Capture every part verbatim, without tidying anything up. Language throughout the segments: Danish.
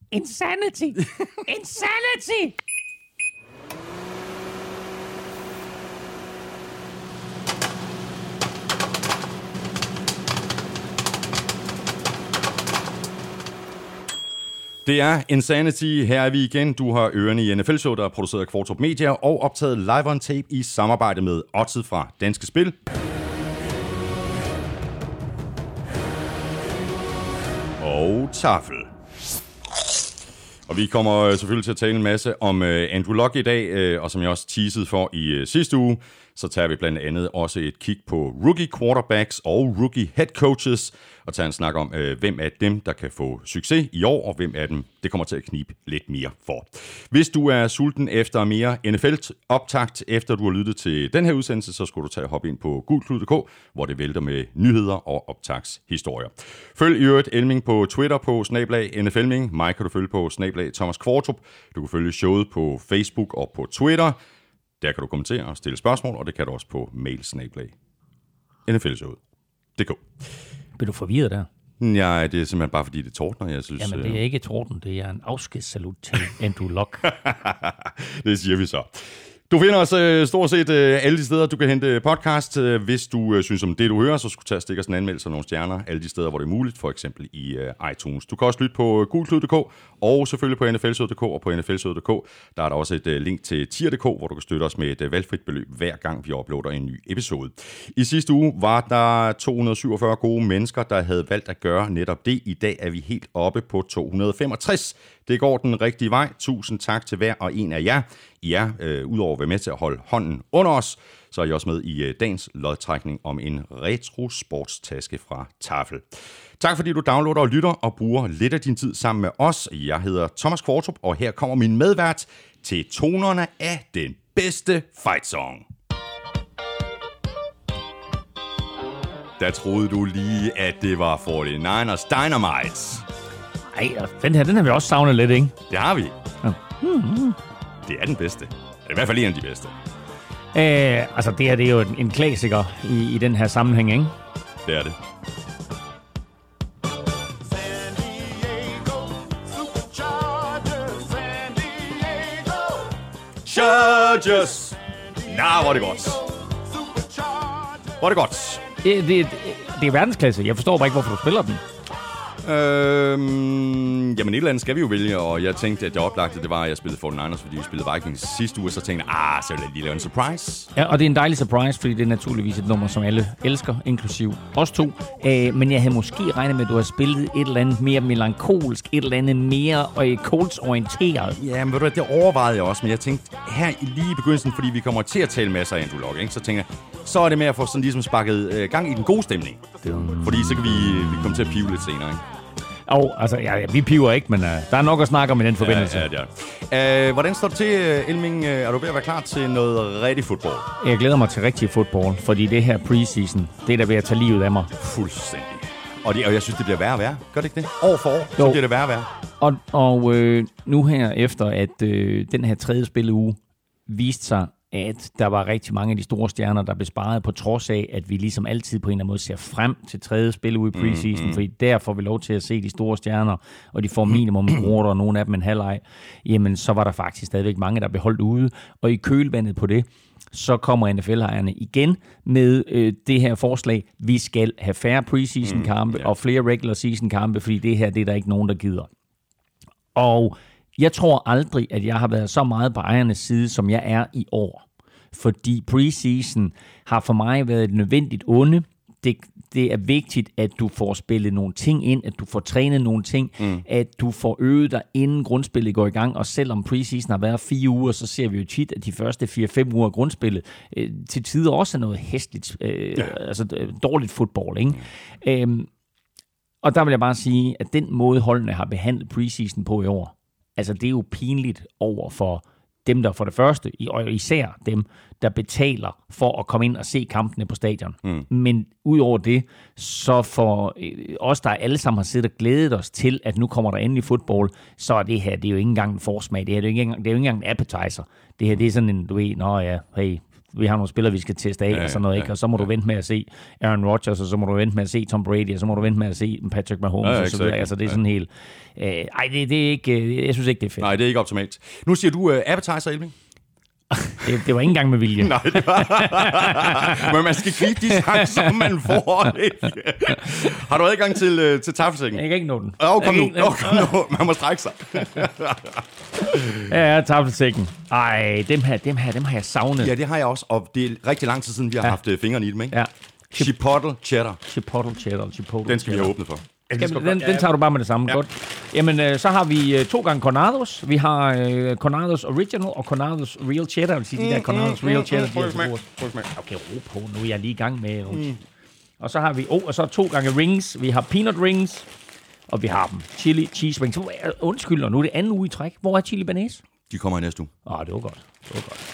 Insanity! Insanity! Det er Insanity. Her er vi igen. Du har ørerne i N F L-show, der er produceret af Kvartrup Media og optaget live on tape i samarbejde med Oddset fra Danske Spil. Og Tafel. Og vi kommer selvfølgelig til at tale en masse om Andrew Luck i dag, og som jeg også teasede for i sidste uge, så tager vi blandt andet også et kig på rookie quarterbacks og rookie head coaches, og tager en snak om, hvem af dem, der kan få succes i år, og hvem af dem, det kommer til at knibe lidt mere for. Hvis du er sulten efter mere N F L-optakt, efter du har lyttet til den her udsendelse, så skulle du tage og hoppe ind på gulklud punktum d k, hvor det vælter med nyheder og optagshistorier. Følg i øvrigt Elming på Twitter på snablag N F Elming. Mig kan du følge på snablag Thomas Kvartrup. Du kan følge showet på Facebook og på Twitter. Der kan du kommentere og stille spørgsmål, og det kan du også på mail snablag N F L showet punktum d k. Bliver du forvirret der? Ja, det er simpelthen bare fordi, det tordner, jeg synes. Jamen, det er ikke torden, det er en afskedssalut til Andrew Luck. Det siger vi så. Du finder os øh, stort set øh, alle de steder, du kan hente podcast. Øh, hvis du øh, synes om det, du hører, så skulle du tage og stikke os en anmeldelse og nogle stjerner. Alle de steder, hvor det er muligt, for eksempel i øh, iTunes. Du kan også lytte på gulklud punktum d k og selvfølgelig på N F L showet punktum d k og på N F L showet punktum d k. Der er der også et øh, link til tier punktum d k, hvor du kan støtte os med et øh, valgfrit beløb, hver gang vi uploader en ny episode. I sidste uge var der to hundrede syvogfyrre gode mennesker, der havde valgt at gøre netop det. I dag er vi helt oppe på to hundrede femogtres. Det går den rigtige vej. Tusind tak til hver og en af jer. I er, øh, udover at være med til at holde hånden under os, så er I også med i øh, dagens lodtrækning om en retro sportstaske fra Tafel. Tak fordi du downloader og lytter og bruger lidt af din tid sammen med os. Jeg hedder Thomas Kvartrup, og her kommer min medvært til tonerne af den bedste fight song. Der troede du lige, at det var forty-niners Dynamite. Ej, den her, den har vi også savnet lidt, ikke? Det har vi. Ja. Mm-hmm. Det er den bedste. Det er i hvert fald en af de bedste. Æh, altså, det her det er jo en, en klassiker i, i den her sammenhæng, ikke? Det er det. Chargers! Nå, hvor er det godt. Hvor er det godt. Det, det, det er verdensklasse. Jeg forstår bare ikke, hvorfor du spiller den. Øhm, jamen et eller andet skal vi jo vælge, og jeg tænkte, at det oplagte, det var, at jeg spillede forty-niners, fordi vi spillede Vikings sidste uge, så tænkte jeg, ah, så vil jeg lige lave en surprise. Ja, og det er en dejlig surprise, fordi det er naturligvis et nummer, som alle elsker, inklusiv os to. Æh, men jeg havde måske regnet med, at du har spillet et eller andet mere melankolsk, et eller andet mere øh, Colts-orienteret. Ja, men ved du hvad, det overvejede jeg også, men jeg tænkte, her lige i begyndelsen, fordi vi kommer til at tale masser af Andrew Luck, ikke, så tænkte jeg, så er det med at få sådan ligesom sparket øh, gang i den gode stemning. Fordi så kan vi, vi komme til at pive lidt senere, ikke? Og altså, ja, vi piver ikke, men uh, der er nok at snakke om i den forbindelse. Ja, ja, ja. Uh, hvordan står det til, Elming? Uh, er du ved at være klar til noget rigtig fodbold? Jeg glæder mig til rigtig fodbold, fordi det her preseason, det er der ved at tage livet af mig. Fuldstændig. Og, det, og jeg synes, det bliver værre og værre. Gør det ikke det? År for år, jo. Så bliver det værre og værre. Og, og øh, nu her efter, at øh, den her tredje spilleuge viste sig, at der var rigtig mange af de store stjerner, der blev sparet på trods af, at vi ligesom altid på en eller anden måde ser frem til tredje spilleuge i preseason, mm, mm. fordi der får vi lov til at se de store stjerner, og de får minimum quarter, og nogle af dem en halvleg. Jamen, så var der faktisk stadigvæk mange, der blev holdt ude, og i kølvandet på det, så kommer N F L-ejerne igen med øh, det her forslag. Vi skal have færre preseason-kampe mm, yeah. og flere regular season-kampe, fordi det her, det er der ikke nogen, der gider. Og jeg tror aldrig, at jeg har været så meget på ejernes side, som jeg er i år. Fordi preseason har for mig været et nødvendigt onde. Det, det er vigtigt, at du får spillet nogle ting ind, at du får trænet nogle ting, mm. at du får øvet dig, inden grundspillet går i gang. Og selvom preseason har været fire uger, så ser vi jo tit, at de første fire fem uger af grundspillet øh, til tider også er noget hæsligt, øh, ja. altså øh, dårligt fodbold, ikke? Mm. Øhm, og der vil jeg bare sige, at den måde holdene har behandlet preseason på i år, altså det er jo pinligt over for dem, der for det første, og især dem, der betaler for at komme ind og se kampene på stadion. Mm. Men udover det, så for os, der alle sammen har siddet og glædet os til, at nu kommer der endelig fodbold, så er det her, det er jo ikke engang en forsmag, det her det er jo ikke engang, det er jo ikke engang en appetizer. Det her, det er sådan en, du ved, nå ja, hey, vi har nogle spillere, vi skal teste af, ja, og sådan noget, ja, ikke? Og så må ja. du vente med at se Aaron Rodgers, og så må du vente med at se Tom Brady, og så må du vente med at se Patrick Mahomes, ja, og så videre. Altså, det er sådan ja. helt... Øh, ej, det, det er ikke... Jeg synes ikke, det er fedt. Nej, det er ikke optimalt. Nu siger du uh, appetizer, Elming. Det, det var ikke engang med vilje. Nej, det var... Men man skal gribe de chancer, man får. Har du adgang til, uh, til taffelsækken? Jeg kan ikke nå den. Åh, oh, kom nu. Oh, kom nu. Man må strække sig. Ja, taffelsækken. Ej, dem her, dem her, dem har jeg savnet. Ja, det har jeg også, og det er rigtig lang tid siden, vi har ja. haft fingrene i dem, ikke? Ja. Chipotle cheddar. Chipotle cheddar. Chipotle den skal cheddar. Vi have åbnet for. Skal, den, den tager du bare med det samme. Ja. Godt. Jamen, øh, så har vi øh, to gange Cornados. Vi har øh, Cornados Original og Cornados Real Cheddar. Jeg vil sige, mm, de der Cornados mm, Real mm, Cheddar. Mm, de er okay, ro på. Nu er jeg lige i gang med. Mm. Og så har vi, oh, og så to gange rings. Vi har peanut rings, og vi har dem. Chili cheese rings. Undskyld, og nu er det anden uge i træk. Hvor er chili banæs? De kommer i næste uge. Ah, det var godt. Det var godt.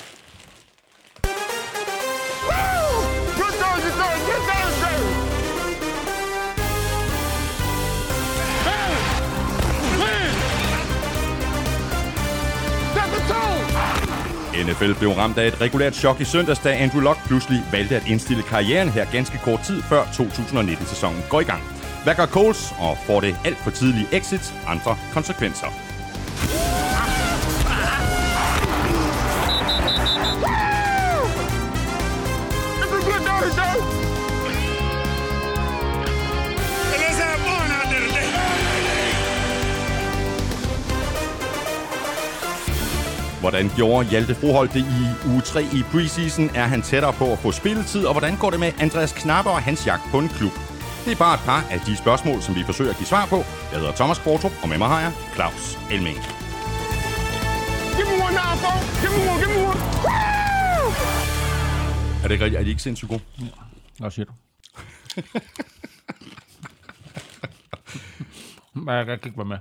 N F L blev ramt af et regulært chok i søndags, da Andrew Luck pludselig valgte at indstille karrieren her ganske kort tid før to tusind nitten-sæsonen går i gang. Hvad gør Coles, og får det alt for tidlige exit andre konsekvenser? Hvordan gjorde Hjalte Froholt det i uge tre i preseason? Er han tættere på at få spilletid? Og hvordan går det med Andreas Knapper og hans jagt på en klub? Det er bare et par af de spørgsmål, som vi forsøger at give svar på. Jeg hedder Thomas Kvartrup, og med mig har jeg Claus Elming. Er det ikke rigtigt? Er de ikke sindssygt gode? Ja. Hvad siger du? Men jeg kan ikke være med.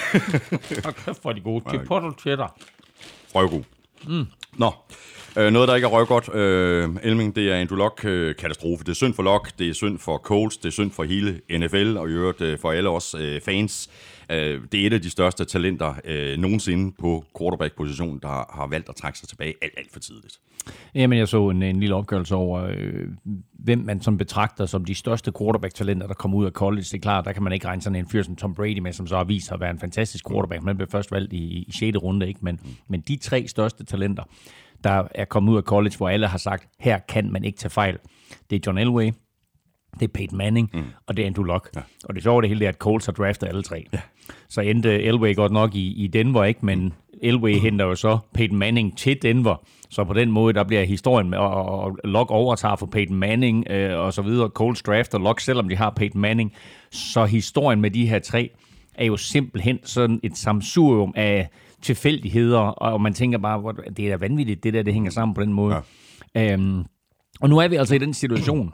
Og kæft for de gode. Chipotle cheddar. Røvgod. Mm. Nå, øh, noget der ikke er røvgodt, øh, Elming, det er Andrew Luck øh, katastrofe. Det er synd for Luck, det er synd for Coles, det er synd for hele N F L, og i øvrigt øh, for alle os øh, fans. Øh, det er et af de største talenter øh, nogensinde på quarterback-positionen, der har valgt at trække sig tilbage alt, alt for tidligt. Jamen, jeg så en, en lille opgørelse over, øh, hvem man som betragter som de største quarterback-talenter, der kommer ud af college. Det er klart, der kan man ikke regne sådan en fyr som Tom Brady med, som så har vist sig at være en fantastisk quarterback. Man blev først valgt i, i sjette runde, ikke? Men, mm. men de tre største talenter, der er kommet ud af college, hvor alle har sagt, her kan man ikke tage fejl. Det er John Elway, det er Peyton Manning, mm. og det er Andrew Luck. Ja. Og det sjove det hele er, at Coles har draftet alle tre. Ja. Så endte Elway godt nok i, i Denver, ikke? Men Elway mm. henter jo så Peyton Manning til Denver. Så på den måde, der bliver historien med, og, og Luck overtager for Peyton Manning, øh, og så videre. Coles drafter Luck, selvom de har Peyton Manning. Så historien med de her tre er jo simpelthen sådan et sammensurium af tilfældigheder, og man tænker bare, det er da vanvittigt, det der, det hænger sammen på den måde. Ja. Øhm, og nu er vi altså i den situation,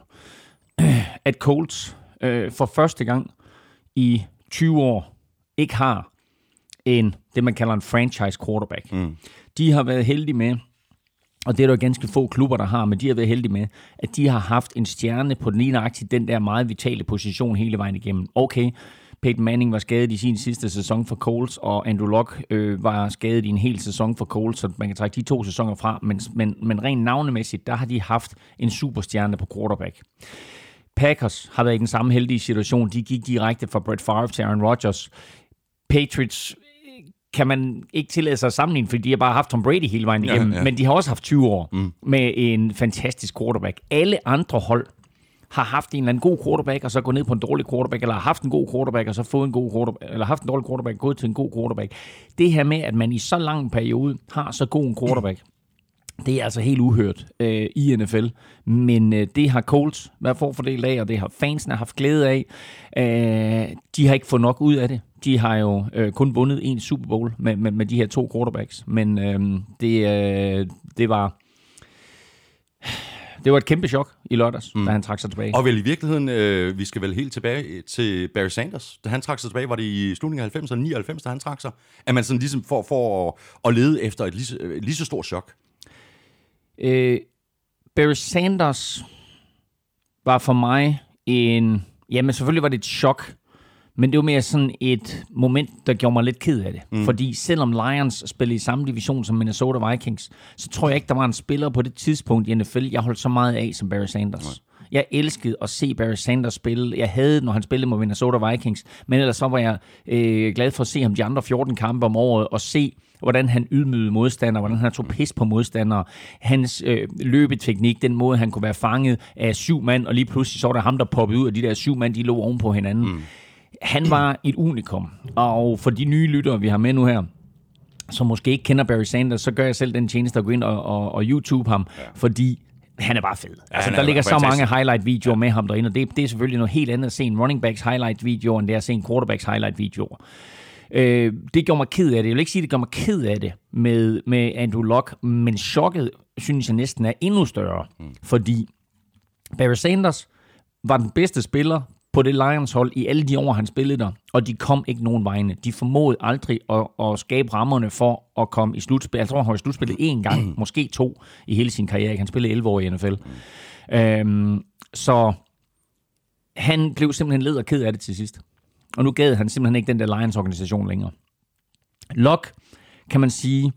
at Colts øh, for første gang i tyve år ikke har en, det man kalder en franchise quarterback. Mm. De har været heldige med, og det er der ganske få klubber, der har, men de har været heldige med, at de har haft en stjerne på den lige nøjagtigt den der meget vitale position hele vejen igennem. Okay, Peyton Manning var skadet i sin sidste sæson for Colts, og Andrew Luck øh, var skadet i en hel sæson for Colts, så man kan trække de to sæsoner fra, men, men, men rent navnemæssigt, der har de haft en superstjerne på quarterback. Packers har været i den samme heldige situation. De gik direkte fra Brett Favre til Aaron Rodgers. Patriots kan man ikke tillade sig at sammenligne, fordi de har bare haft Tom Brady hele vejen igennem, ja, ja. Men de har også haft tyve år mm. med en fantastisk quarterback. Alle andre hold har haft en eller anden god quarterback, og så gået ned på en dårlig quarterback, eller har haft en god quarterback, og så fået en god quarterback, eller haft en dårlig quarterback, gået til en god quarterback. Det her med, at man i så lang en periode har så god en quarterback, det er altså helt uhørt øh, i N F L, men øh, det har Colts været forfordelt af, og det har fansene haft glæde af. Øh, de har ikke fået nok ud af det. De har jo øh, kun vundet en Super Bowl med, med, med de her to quarterbacks, men øh, det, øh, det var... Det var et kæmpe chok i lørdags, mm. da han trak sig tilbage. Og vel i virkeligheden, øh, vi skal vel helt tilbage til Barry Sanders. Da han trak sig tilbage, var det i slutningen af halvfemserne, nioghalvfems, da han trak sig. Er man sådan ligesom for, for at, at lede efter et lige, lige så stort chok? Øh, Barry Sanders var for mig en... Jamen selvfølgelig var det et chok, Men det var mere sådan et moment, der gjorde mig lidt ked af det. Mm. Fordi selvom Lions spillede i samme division som Minnesota Vikings, så tror jeg ikke, der var en spiller på det tidspunkt i N F L, jeg holdt så meget af som Barry Sanders. Nej. Jeg elskede at se Barry Sanders spille. Jeg havde, når han spillede mod Minnesota Vikings. Men ellers så var jeg øh, glad for at se ham de andre fjorten kampe om året, og se, hvordan han ydmygede modstandere, hvordan han tog pis på modstandere, hans øh, løbeteknik, den måde, han kunne være fanget af syv mand, og lige pludselig så var der ham, der poppede ud, og de der syv mand, de lå oven på hinanden. Mm. Han var et unikum. Og for de nye lyttere, vi har med nu her, som måske ikke kender Barry Sanders, så gør jeg selv den tjeneste at gå ind og, og, og YouTube ham, ja. Fordi han er bare fed. Ja, altså, der ligger så mange highlight-videoer ja. med ham derinde, og det, det er selvfølgelig noget helt andet at se en running backs highlight-videoer, end det er at se en quarterbacks highlight-videoer. Øh, det gjorde mig ked af det. Jeg vil ikke sige, at det gjorde mig ked af det med, med Andrew Luck, men chokket, synes jeg næsten er endnu større, mm. fordi Barry Sanders var den bedste spiller på det Lions-hold i alle de år, han spillede der, og de kom ikke nogen vegne. De formåede aldrig at, at skabe rammerne for at komme i slutspil. Jeg tror, han har slutspillet én gang, måske to i hele sin karriere. Han spillede elleve år i N F L. Mm. Øhm, så han blev simpelthen led og ked af det til sidst. Og nu gad han simpelthen ikke den der Lions-organisation længere. Luck, kan man sige,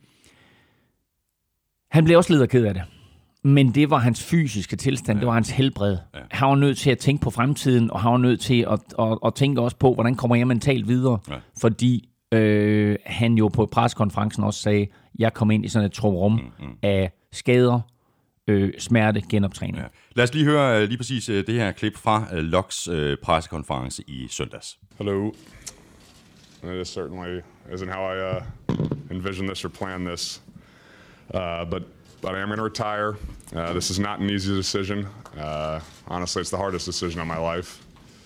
han blev også led og ked af det. Men det var hans fysiske tilstand, ja. Det var hans helbred. Ja. Han var nødt til at tænke på fremtiden, og han var nødt til at, at, at tænke også på, hvordan kommer jeg mentalt videre. Ja. Fordi øh, han jo på pressekonferencen også sagde, jeg kom ind i sådan et trumrum mm, mm. af skader, øh, smerte, genoptræning. Ja. Lad os lige høre uh, lige præcis uh, det her klip fra uh, Lucks uh, pressekonference i søndags. Hello. This certainly isn't how I uh, envision this or plan this. Uh, but But I am going to retire. Uh, this is not an easy decision. Uh, honestly, it's the hardest decision of my life.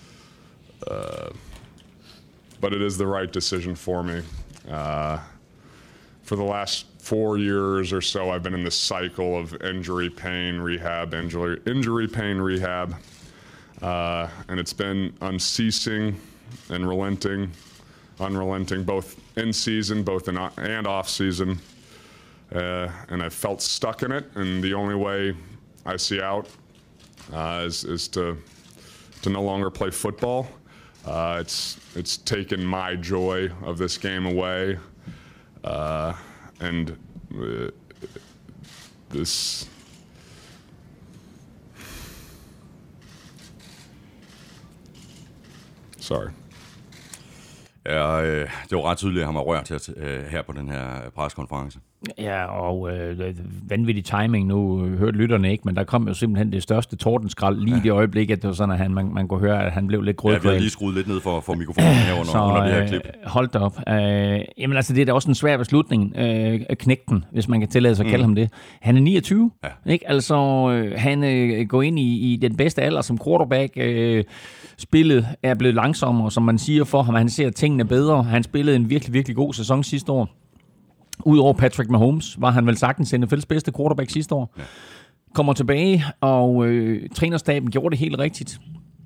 Uh, but it is the right decision for me. Uh, for the last four years or so, I've been in this cycle of injury, pain, rehab, injury, injury, pain, rehab. Uh, and it's been unceasing and relenting, unrelenting, both in season, both in and off season. Uh, and I've felt stuck in it, and the only way I see out uh, is, is to to no longer play football. Uh, it's it's taken my joy of this game away, uh, and uh, this. Sorry. Ja, øh, det var ret tydeligt, at han var rørt til øh, her på den her pressekonference. Ja, og øh, vanvittig timing nu, hørte lytterne ikke, men der kom jo simpelthen det største tordenskrald lige ja. i det øjeblik, at det var sådan, at han, man, man kunne høre, at han blev lidt grødkvæl. Ja, vi har lige skruet lidt ned for, for mikrofonen her under, så, under det her klip. Øh, hold da op. Øh, jamen altså, det er da også en svær beslutning, øh, knægten, hvis man kan tillade sig at kalde mm. ham det. Han er niogtyve, ja. ikke? Altså, øh, han øh, går ind i, i den bedste alder som quarterback. Øh, spillet er blevet langsommere, som man siger for ham. Han ser tingene bedre. Han spillede en virkelig, virkelig god sæson sidste år. Udover Patrick Mahomes var han vel sagtens N F L's bedste quarterback sidste år. Ja. Kommer tilbage, og øh, trænerstaben gjorde det helt rigtigt.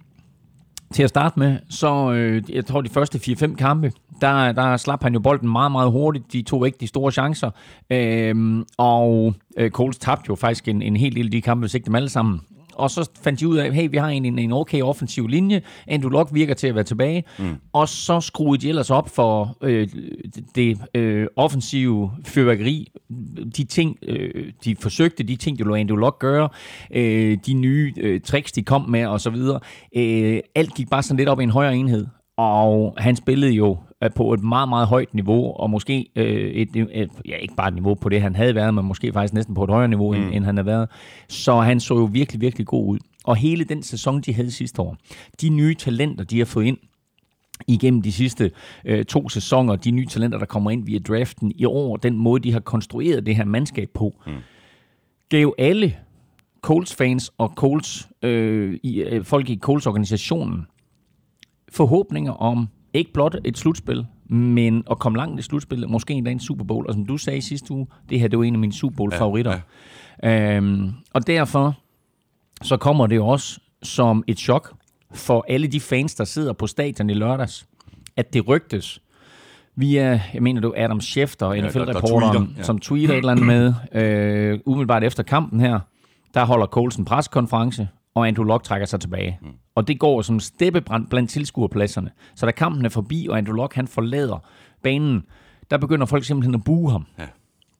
Til at starte med, så øh, jeg tror de første fire fem kampe, der, der slap han jo bolden meget, meget hurtigt. De tog ikke de store chancer. Øh, og øh, Colts tabte jo faktisk en, en hel del af de kampe, hvis ikke dem alle sammen. Og så fandt de ud af, hey, vi har en, en okay offensiv linje. Andrew Luck virker til at være tilbage. Mm. Og så skruede de ellers op for øh, det øh, offensive fyrværkeri. De ting, øh, de forsøgte, de ting, de lå Andrew Luck gøre. Øh, de nye øh, tricks, de kom med, og så videre. Øh, alt gik bare sådan lidt op i en højere enhed. Og han spillede jo på et meget, meget højt niveau, og måske øh, et, et, ja, ikke bare et niveau på det, han havde været, men måske faktisk næsten på et højere niveau, mm. end, end han havde været. Så han så jo virkelig, virkelig god ud. Og hele den sæson, de havde sidste år, de nye talenter, de har fået ind igennem de sidste øh, to sæsoner, de nye talenter, der kommer ind via draften i år, den måde, de har konstrueret det her mandskab på, mm. gav alle Colts-fans og Colts, øh, i, øh, folk i Colts-organisationen forhåbninger om ikke blot et slutspil, men at komme langt i slutspillet, måske endda en Super Bowl. Og som du sagde sidste uge, det her det var en af mine Super Bowl-favoritter. Ja, ja. Øhm, og derfor så kommer det også som et chok for alle de fans, der sidder på stadion i lørdags, at det rygtes via, jeg mener du, Adam Schefter, ja, N F L-reporteren, ja. som tweeter et eller andet med, øh, umiddelbart efter kampen her, der holder Colts en pressekonference, og Andrew Luck trækker sig tilbage. Mm. Og det går som steppebrand blandt tilskuerpladserne. Så da kampen er forbi, og Andrew Luck han forlader banen, der begynder folk simpelthen at buge ham. Ja.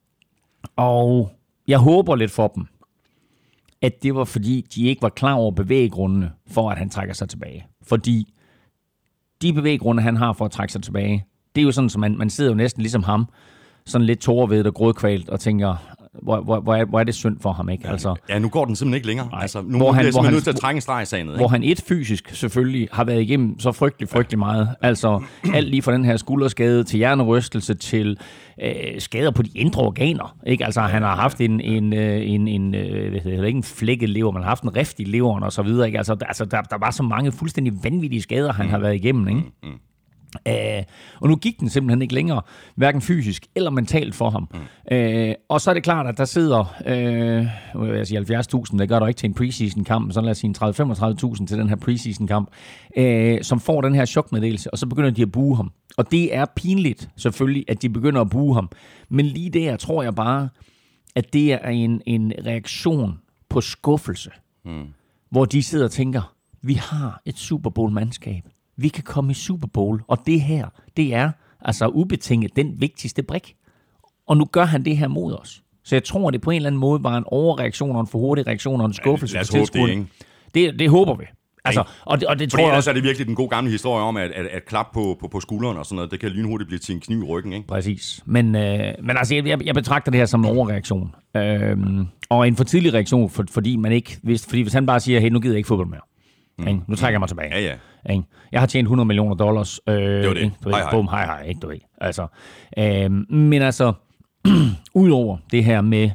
Og jeg håber lidt for dem, at det var fordi, de ikke var klar over bevæggrundene for, at han trækker sig tilbage. Fordi de bevæggrunde, han har for at trække sig tilbage, det er jo sådan, at man, man sidder jo næsten ligesom ham, sådan lidt tårevedet og grådkvalt, og tænker, hvor, hvor, hvor, er, hvor er det synd for ham, ikke? Altså, ja, nu går den simpelthen ikke længere. Nej, altså, nu hvor bliver han, jeg hvor han, nødt til at trænge streg i sagen. Hvor han et fysisk selvfølgelig har været igennem så frygtelig, frygtelig meget. Altså alt lige fra den her skulderskade til hjernerystelse til øh, skader på de indre organer. Ikke? Altså han har haft en, en, en, en øh, hvad hedder det, ikke en flækket lever, man har haft en rift i leveren og så videre. Ikke? Altså, altså der, der var så mange fuldstændig vanvittige skader, han mm. har været igennem, ikke? Mm. Uh, og nu gik den simpelthen ikke længere, hverken fysisk eller mentalt for ham. Mm. Uh, og så er det klart, at der sidder uh, jeg siger halvfjerds tusind, det gør der ikke til en preseason-kamp, så lad os sige tredive til femogtredive tusind til den her preseason-kamp, uh, som får den her chokmeddelelse, og så begynder de at buge ham. Og det er pinligt, selvfølgelig, at de begynder at buge ham. Men lige der tror jeg bare, at det er en, en reaktion på skuffelse, mm. hvor de sidder og tænker, vi har et Super Bowl-mandskab. Vi kan komme i Super Bowl, og det her, det er altså ubetinget den vigtigste brik. Og nu gør han det her mod os. Så jeg tror, det på en eller anden måde var en overreaktion og en for hurtig reaktion og en skuffelse. Ja, lad os håbe det, ikke? Det, det håber vi. Altså, og det, og det tror jeg også, er det virkelig den gode gamle historie om, at, at, at klap på, på, på skulderen og sådan noget, det kan lynhurtigt blive til en kniv i ryggen, ikke? Præcis. Men, øh, men altså, jeg, jeg betragter det her som en overreaktion. Øhm, og en for tidlig reaktion, for, fordi man ikke vidste, fordi hvis han bare siger, hey, nu gider jeg ikke fodbold mere. Mm. Nu trækker jeg mig tilbage. Ja, ja. Jeg har tjent hundrede millioner dollars. Øh, det var det. Ikke? Du hej, hej. Boom, hej, hej. Ikke, du ved. Altså, øh, men altså, udover det her med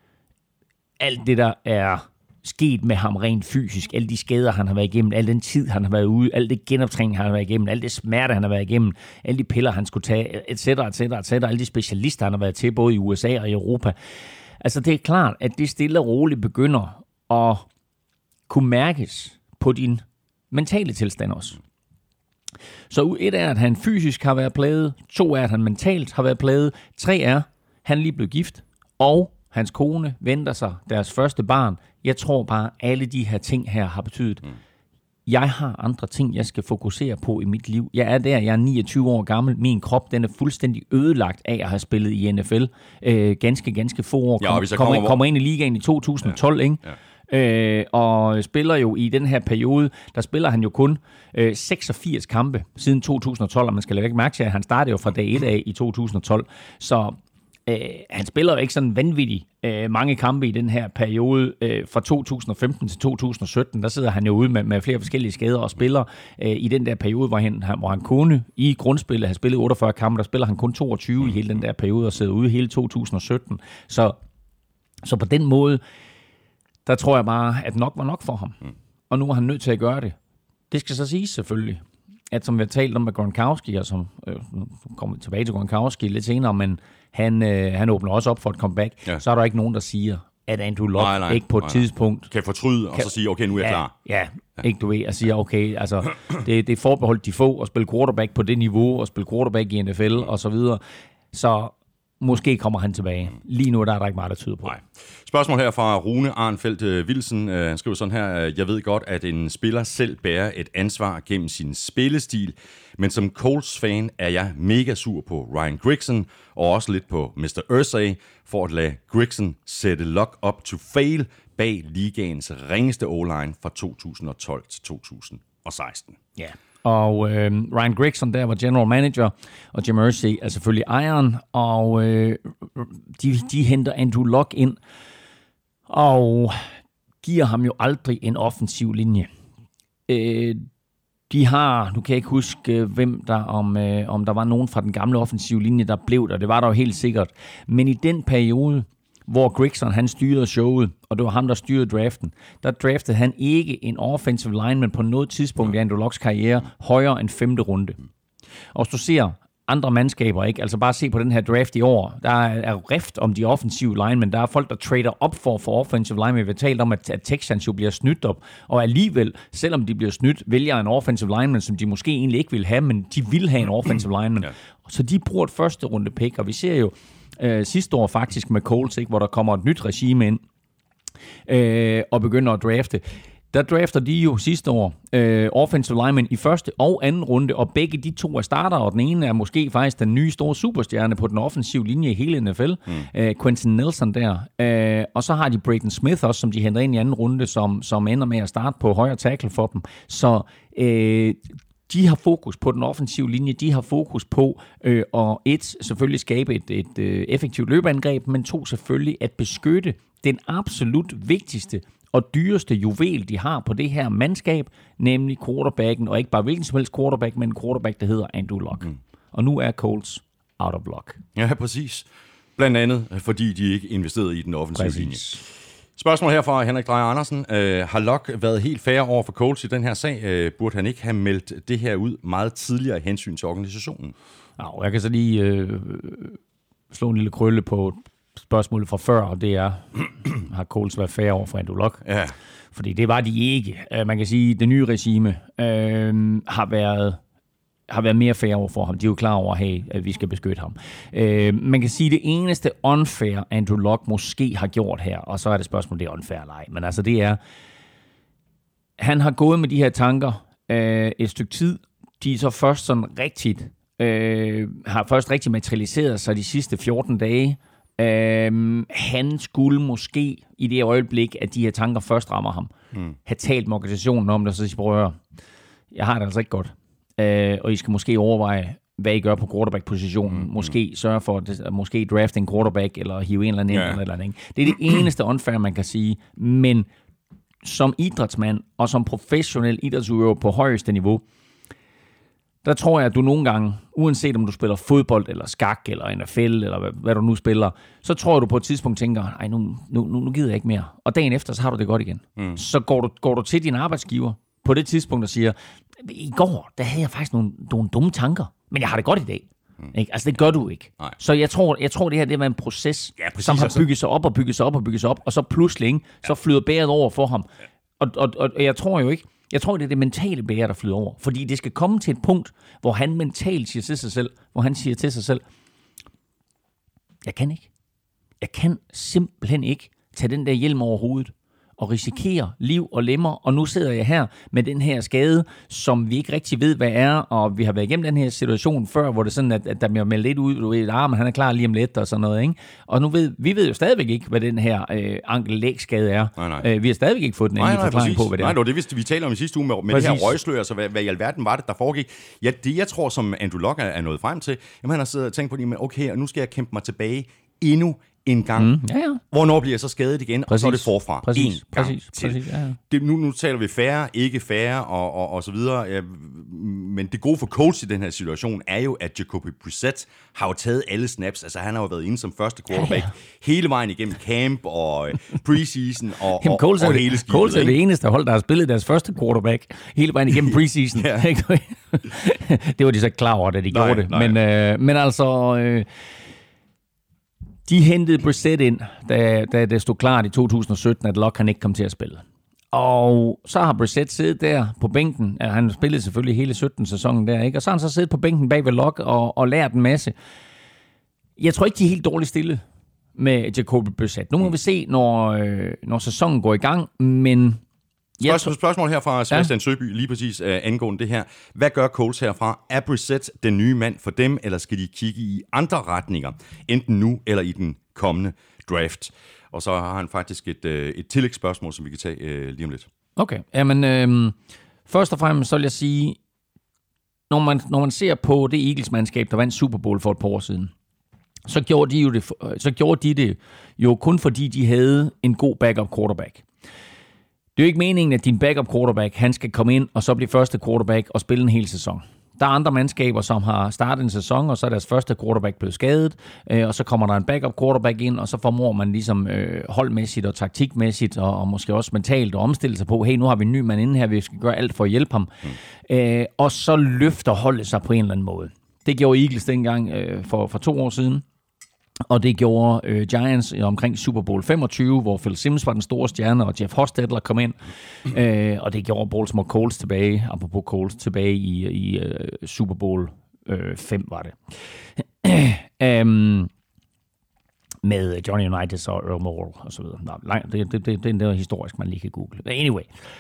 alt det, der er sket med ham rent fysisk, alle de skader, han har været igennem, al den tid, han har været ude, al det genoptræning, han har været igennem, al det smerte, han har været igennem, alle de piller, han skulle tage, et cetera, et cetera, et cetera, alle de specialister, han har været til, både i U S A og i Europa. Altså, det er klart, at det stille og roligt begynder at kunne mærkes på din mentale tilstand også. Så et er, at han fysisk har været plaget. To er, at han mentalt har været plaget. Tre er, at han lige blev gift. Og hans kone venter sig deres første barn. Jeg tror bare, at alle de her ting her har betydet, mm. jeg har andre ting, jeg skal fokusere på i mit liv. Jeg er der, jeg er niogtyve år gammel. Min krop, den er fuldstændig ødelagt af at have spillet i N F L. Øh, ganske, ganske få år. Ja, Kom, kommer, kommer, ind, kommer ind i ligaen i to tusind og tolv, ja. Ikke? Ja. Øh, og spiller jo i den her periode, der spiller han jo kun øh, seksogfirs kampe siden to tusind og tolv, og man skal lægge mærke til, at han startede jo fra dag et af i to tusind og tolv, så øh, han spiller jo ikke sådan vanvittigt øh, mange kampe i den her periode øh, fra to tusind og femten til to tusind og sytten, der sidder han jo ude med, med flere forskellige skader og spiller øh, i den der periode, hvor han, hvor han kunne i grundspillet have spillet otteogfyrre kampe, der spiller han kun toogtyve i hele den der periode og sidder ude hele to tusind og sytten, så, så på den måde der tror jeg bare, at nok var nok for ham. Mm. Og nu er han nødt til at gøre det. Det skal så siges selvfølgelig, at som vi har talt om med Gronkowski, og som øh, kommer tilbage til Gronkowski lidt senere, men han, øh, han åbner også op for et comeback, ja. Så er der ikke nogen, der siger, at Andrew Luck nej, nej, ikke på et nej, tidspunkt kan fortryde, kan, og så sige, okay, nu er jeg ja, klar. Ja, ja, ikke du ved, at sige, okay, altså, det, det er forbeholdt de få, at spille quarterback på det niveau, og spille quarterback i N F L, mm. og så videre. Så måske kommer han tilbage. Lige nu der er der ikke meget, der tyder på. Nej. Spørgsmål her fra Rune Arnfeldt Wilson. Han skriver sådan her: jeg ved godt, at en spiller selv bærer et ansvar gennem sin spillestil, men som Colts-fan er jeg mega sur på Ryan Grigson, og også lidt på mister Irsay, for at lade Grigson sætte Luck up to fail bag ligaens ringeste O-line fra to tusind og tolv til to tusind og seksten. Ja. Yeah. Og øh, Ryan Grigson der var general manager, og Jim Irsay er selvfølgelig ejeren, og øh, de, de henter Andrew Luck ind, og giver ham jo aldrig en offensiv linje. Øh, de har, nu kan jeg ikke huske, hvem der, om, øh, om der var nogen fra den gamle offensive linje, der blev der, det var der jo helt sikkert, men i den periode, hvor Grigson han styrede showet, og det var ham, der styrede draften, der draftede han ikke en offensive lineman på noget tidspunkt i Andrew Lucks karriere højere end femte runde. Og hvis du ser andre mandskaber, ikke, altså bare se på den her draft i år, der er rift om de offensive linemen, der er folk, der trader op for for offensive linemen. Vi har talt om, at, at Texans jo bliver snydt op, og alligevel, selvom de bliver snydt, vælger en offensive lineman, som de måske egentlig ikke vil have, men de vil have en offensive lineman. Ja. Så de bruger et første runde pick, og vi ser jo Øh, sidste år faktisk med Colts, ikke, hvor der kommer et nyt regime ind øh, og begynder at drafte. der drafter de jo sidste år øh, offensive linemen i første og anden runde, og begge de to er starter, og den ene er måske faktisk den nye store superstjerne på den offensive linje i hele N F L, mm. øh, Quentin Nelson der. Øh, og så har de Braden Smith også, som de henter ind i anden runde, som, som ender med at starte på højre tackle for dem. Så øh, de har fokus på den offensive linje, de har fokus på øh, at et, selvfølgelig skabe et, et øh, effektivt løbeangreb, men to, selvfølgelig at beskytte den absolut vigtigste og dyreste juvel, de har på det her mandskab, nemlig quarterbacken, og ikke bare hvilken som helst quarterback, men en quarterback, der hedder Andrew Luck. Mm. Og nu er Colts out of luck. Ja, præcis. Blandt andet, fordi de ikke investerede i den offensive præcis. linje. Spørgsmål her fra Henrik Dreyer Andersen. Uh, har Luck været helt fair over for Colts i den her sag? Uh, burde han ikke have meldt det her ud meget tidligere hensyn til organisationen? Ja, jeg kan så lige øh, slå en lille krølle på spørgsmålet fra før, og det er, har Colts været fair over for Andrew Luck? Ja. Fordi det var de ikke. Uh, man kan sige, at det nye regime øh, har været har været mere fair over for ham. De er jo klar over, hey, at vi skal beskytte ham. Øh, man kan sige, at det eneste unfair, Andrew Luck måske har gjort her, og så er det spørgsmål, det er unfair eller ej, men altså det er, han har gået med de her tanker øh, et stykke tid. De er så først sådan rigtigt, øh, har først rigtig materialiseret sig de sidste fjorten dage. Øh, han skulle måske i det øjeblik, at de her tanker først rammer ham, mm. have talt med organisationen om det, og så sige, prøv at høre, jeg har det altså ikke godt. Uh, og I skal måske overveje, hvad I gør på quarterback-positionen. Mm, måske mm. sørge for, at måske drafte en quarterback, eller hive en eller anden ja. ind, eller andet. Det er det eneste unfair, man kan sige. Men som idrætsmand, og som professionel idrætsudøver på højeste niveau, der tror jeg, at du nogle gange, uanset om du spiller fodbold, eller skak, eller N F L, eller hvad, hvad du nu spiller, så tror jeg, du på et tidspunkt tænker, nej, nu, nu, nu gider jeg ikke mere. Og dagen efter, så har du det godt igen. Mm. Så går du, går du til din arbejdsgiver på det tidspunkt og siger, i går, der havde jeg faktisk nogle, nogle dumme tanker, men jeg har det godt i dag. Mm. Ikke? Altså, det gør du ikke. Nej. Så jeg tror, jeg tror, det her det var en proces, ja, præcis, som har bygget sig op og bygget sig op og bygget sig op, og så pludselig, ikke, så flyder bæret over for ham. Ja. Og, og, og, og jeg tror jo ikke, jeg tror, det er det mentale bære, der flyder over. Fordi det skal komme til et punkt, hvor han mentalt siger til sig selv, hvor han siger til sig selv, jeg kan ikke. Jeg kan simpelthen ikke tage den der hjelm over hovedet og risikere liv og lemmer, og nu sidder jeg her med den her skade, som vi ikke rigtig ved, hvad er, og vi har været igennem den her situation før, hvor det er sådan, at, at der bliver meldt lidt ud, du ved, ah, men han er klar lige om lidt, og sådan noget, ikke? Og nu ved, vi ved jo stadigvæk ikke, hvad den her øh, ankel-lægskade er. Nej, nej. Øh, vi har stadigvæk ikke fået den endelige forklaring på, hvad det er. Nej, det vidste vi talte om i sidste uge med, med det her røgslør, så hvad, hvad i alverden var det, der foregik? Ja, det jeg tror, som Andrew Luck er, er nået frem til, jamen han har siddet og tænkt på det, okay, og nu skal jeg kæmpe mig tilbage endnu en gang. Mm, ja, ja. Hvornår bliver jeg så skadet igen? Præcis. Og så er det forfra. Præcis. En gang præcis. til. Præcis. Ja, ja. Det, nu, nu taler vi færre, ikke færre, og, og, og så videre. Ja, men det gode for Colts i den her situation er jo, at Jacoby Brissett har jo taget alle snaps. Altså han har jo været inde som første quarterback ja, ja. hele vejen igennem camp og preseason og, Jamen, og, og hele skibet. Colts er det eneste hold, der har spillet deres første quarterback hele vejen igennem preseason. Det var de så klar over, da de nej, gjorde det. Nej. Men, øh, men altså... Øh, De hentede Brissett ind, da, da det stod klart i to tusind sytten, at Luck han ikke kom til at spille. Og så har Brissett siddet der på bænken. Ja, han spillede selvfølgelig hele sytten-sæsonen der, ikke? Og så har han så siddet på bænken bag ved Luck og, og lært en masse. Jeg tror ikke, de er helt dårligt stille med Jacoby Brissett. Nu må vi se, når, øh, når sæsonen går i gang, men... Spørgsmål, spørgsmål her fra Sebastian ja. Søby, lige præcis uh, angående det her. Hvad gør Colts herfra? Er Brissett den nye mand for dem, eller skal de kigge i andre retninger, enten nu eller i den kommende draft? Og så har han faktisk et, uh, et tillægsspørgsmål, som vi kan tage uh, lige om lidt. Okay, jamen øh, først og fremmest så vil jeg sige, når man, når man ser på det Eagles-mandskab, der vandt Super Bowl for et par år siden, så gjorde de, jo det, så gjorde de det jo kun fordi, de havde en god backup quarterback. Det er jo ikke meningen, at din backup quarterback, han skal komme ind og så blive første quarterback og spille en hel sæson. Der er andre mandskaber, som har startet en sæson, og så er deres første quarterback blevet skadet, øh, og så kommer der en backup quarterback ind, og så formår man ligesom øh, holdmæssigt og taktikmæssigt, og, og måske også mentalt at omstille sig på, hey, nu har vi en ny mand inde her, vi skal gøre alt for at hjælpe ham. Mm. Øh, og så løfter holdet sig på en eller anden måde. Det gjorde Eagles dengang øh, for, for to år siden. Og det gjorde øh, Giants omkring Super Bowl femogtyve, hvor Phil Simms var den store stjerne, og Jeff Hostetler kom ind. Øh, og det gjorde Baltimore Colts tilbage, apropos Colts, tilbage i, i uh, Super Bowl øh, fem var det. um, med Johnny Unitas og Earl Morrall og så videre. Nå, lang, det, det, det, det er historisk, man lige kan google. Anyway.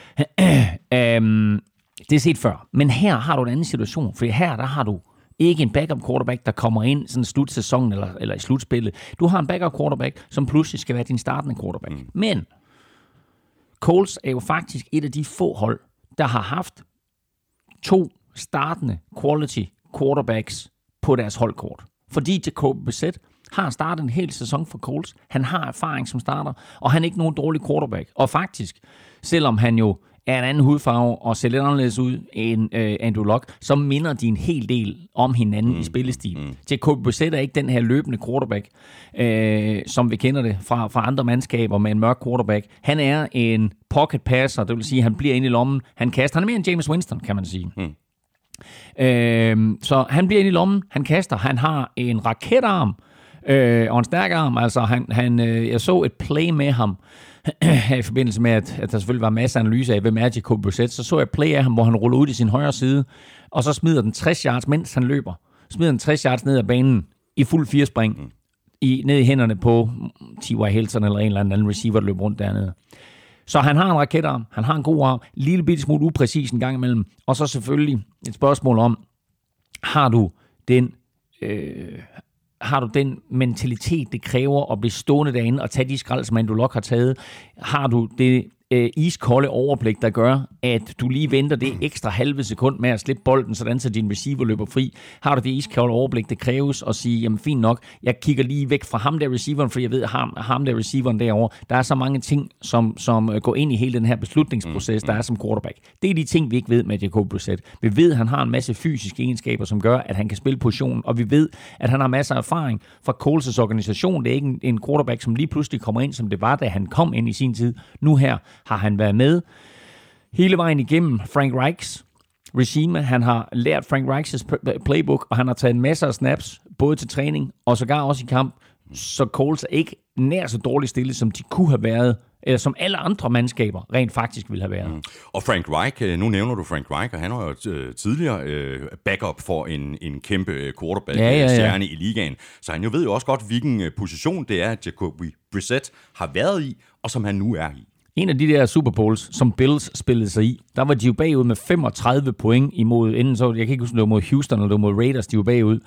um, det er set før. Men her har du en anden situation, for her der har du ikke en backup quarterback, der kommer ind sådan i slutsæsonen eller, eller i slutspillet. Du har en backup quarterback, som pludselig skal være din startende quarterback. Mm. Men Colts er jo faktisk et af de få hold, der har haft to startende quality quarterbacks på deres holdkort. Fordi Jacoby Brissett har startet en hel sæson for Colts. Han har erfaring som starter, og han er ikke nogen dårlig quarterback. Og faktisk, selvom han jo er en anden hudfarve og ser lidt anderledes ud end øh, Andrew Luck, så minder de en hel del om hinanden mm. i spillestil. Mm. Jacoby Brissett er ikke den her løbende quarterback, øh, som vi kender det fra, fra andre mandskaber med en mørk quarterback. Han er en pocket passer, det vil sige, at han bliver inde i lommen. Han kaster. Han er mere en James Winston, kan man sige. Mm. Øh, så han bliver inde i lommen, han kaster. Han har en raketarm øh, og en stærk arm. Altså, han, han, øh, jeg så et play med ham, i forbindelse med, at, at der selvfølgelig var masser af analyse af, hvem er Jacoby Brissett, så så jeg et play af ham, hvor han ruller ud i sin højre side, og så smider den tres yards, mens han løber. Smider den tres yards ned ad banen i fuld firespring, mm. i, ned i hænderne på T Y. Hilton eller en eller anden receiver, der løber rundt dernede. Så han har en raketarm, han har en god arm, lille bitte smule upræcis en gang imellem, og så selvfølgelig et spørgsmål om, har du den... Øh, Har du den mentalitet, det kræver at blive stående derinde og tage de skrald, som Andrew Luck har taget? Har du det øh, iskolde overblik, der gør, at du lige venter det ekstra halve sekund med at slippe bolden, sådan så din receiver løber fri? Har du det iskolde overblik, det kræves at sige, jamen fint nok, jeg kigger lige væk fra ham der receiveren, for jeg ved, ham, ham der receiveren derovre. Der er så mange ting, som, som går ind i hele den her beslutningsproces, der er som quarterback. Det er de ting, vi ikke ved med Jacoby Brissett. Vi ved, at han har en masse fysiske egenskaber, som gør, at han kan spille positionen, og vi ved, at han har masser af erfaring fra Colts' organisation. Det er ikke en, en quarterback, som lige pludselig kommer ind, som det var, da han kom ind i sin tid. Nu her har han været med hele vejen igennem Frank Reichs regime. Han har lært Frank Reichs playbook, og han har taget en masse af snaps, både til træning og sågar også i kamp. Så Colts er ikke nær så dårligt stillet, som de kunne have været, eller som alle andre mandskaber rent faktisk ville have været. Mm. Og Frank Reich, nu nævner du Frank Reich, og han var jo tidligere backup for en, en kæmpe quarterback, ja, ja, ja. stjerne i ligaen. Så han jo ved jo også godt, hvilken position det er, at Jacoby Brissett har været i, og som han nu er i. En af de der Super Bowls, som Bills spillede sig i, der var de jo bagud med femogtredive point imod, inden så, jeg kan ikke huske, om det var mod Houston eller det var mod Raiders, de var bagud,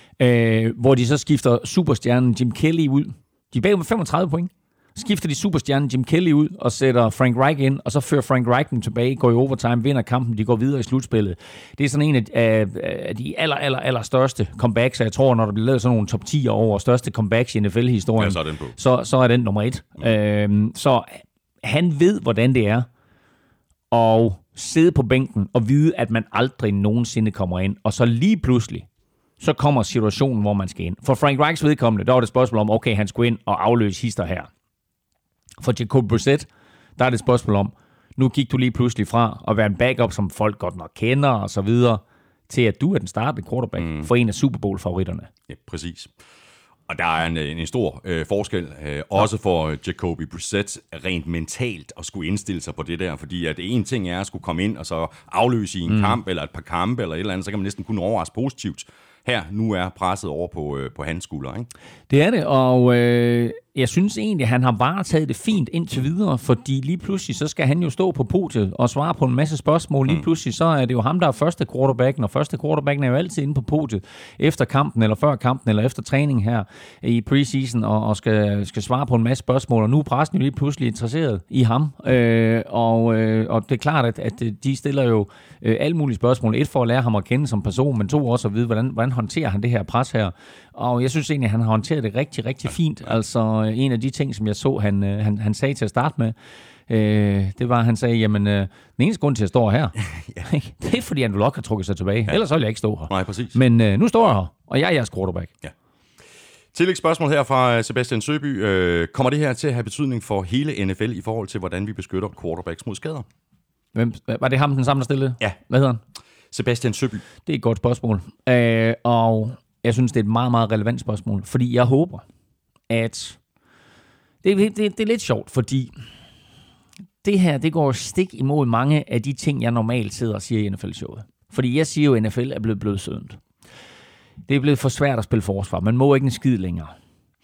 øh, hvor de så skifter superstjernen Jim Kelly ud. De er bagud med femogtredive point. Skifter de superstjernen Jim Kelly ud og sætter Frank Reich ind, og så fører Frank Reich dem tilbage, går i overtime, vinder kampen, de går videre i slutspillet. Det er sådan en af, af de aller, aller, aller største comebacks, jeg tror, når der bliver lavet sådan nogle top ti over største comebacks i N F L-historien, ja, så, er den på. så, så er den nummer et. Mm. Øhm, så han ved, hvordan det er at sidde på bænken og vide, at man aldrig nogensinde kommer ind, og så lige pludselig, så kommer situationen, hvor man skal ind. For Frank Reichs vedkommende, der var det spørgsmål om, okay, han skulle ind og afløse hister her. For Jacoby Brissett, der er det spørgsmål om, nu gik du lige pludselig fra at være en backup, som folk godt nok kender og så videre, til at du er den startende quarterback mm. for en af Super Bowl-favoritterne. Ja, præcis. Og der er en, en stor øh, forskel, øh, også for Jacoby Brissett, rent mentalt at skulle indstille sig på det der, fordi at en ting er at skulle komme ind og så afløse i en mm. kamp, eller et par kampe, eller et eller andet, så kan man næsten kun overraske positivt. Her, nu er presset over på, øh, på hans skulder, ikke? Det er det, og øh, jeg synes egentlig, at han har varetaget det fint indtil videre, fordi lige pludselig, så skal han jo stå på podiet og svare på en masse spørgsmål. Lige pludselig, så er det jo ham, der er første quarterbacken, og første quarterbacken er jo altid inde på podiet efter kampen, eller før kampen, eller efter træning her i preseason, og, og skal, skal svare på en masse spørgsmål, og nu er pressen jo lige pludselig interesseret i ham, øh, og, øh, og det er klart, at, at de stiller jo øh, alle mulige spørgsmål. Et for at lære ham at kende som person, men to også at vide, hvordan, hvordan håndterer han det her pres her. Og jeg synes egentlig, at han har håndteret det rigtig, rigtig fint. Altså en af de ting, som jeg så, han, han, han sagde til at starte med, øh, det var, at han sagde, jamen, øh, den eneste grund til, at jeg står her, ja. det er, fordi Andrew Luck har trukket sig tilbage. Ja. Ellers ville jeg ikke stå her. Nej, præcis. Men øh, nu står jeg her, og jeg er jeres quarterback. Ja. Tillægsspørgsmål her fra Sebastian Søby. Øh, kommer det her til at have betydning for hele N F L i forhold til, hvordan vi beskytter quarterbacks mod skader? Hvem, var det ham, den samme, der stillede? Ja. Hvad hedder han? Sebastian Søby. Det er et godt spørgsmål. Øh, og jeg synes, det er et meget, meget relevant spørgsmål, fordi jeg håber, at det, det, det er lidt sjovt, fordi det her, det går stik imod mange af de ting, jeg normalt sidder og siger i N F L-showet. Fordi jeg siger jo, at N F L er blevet blødsødent. Det er blevet for svært at spille forsvar. Man må ikke en skid længere.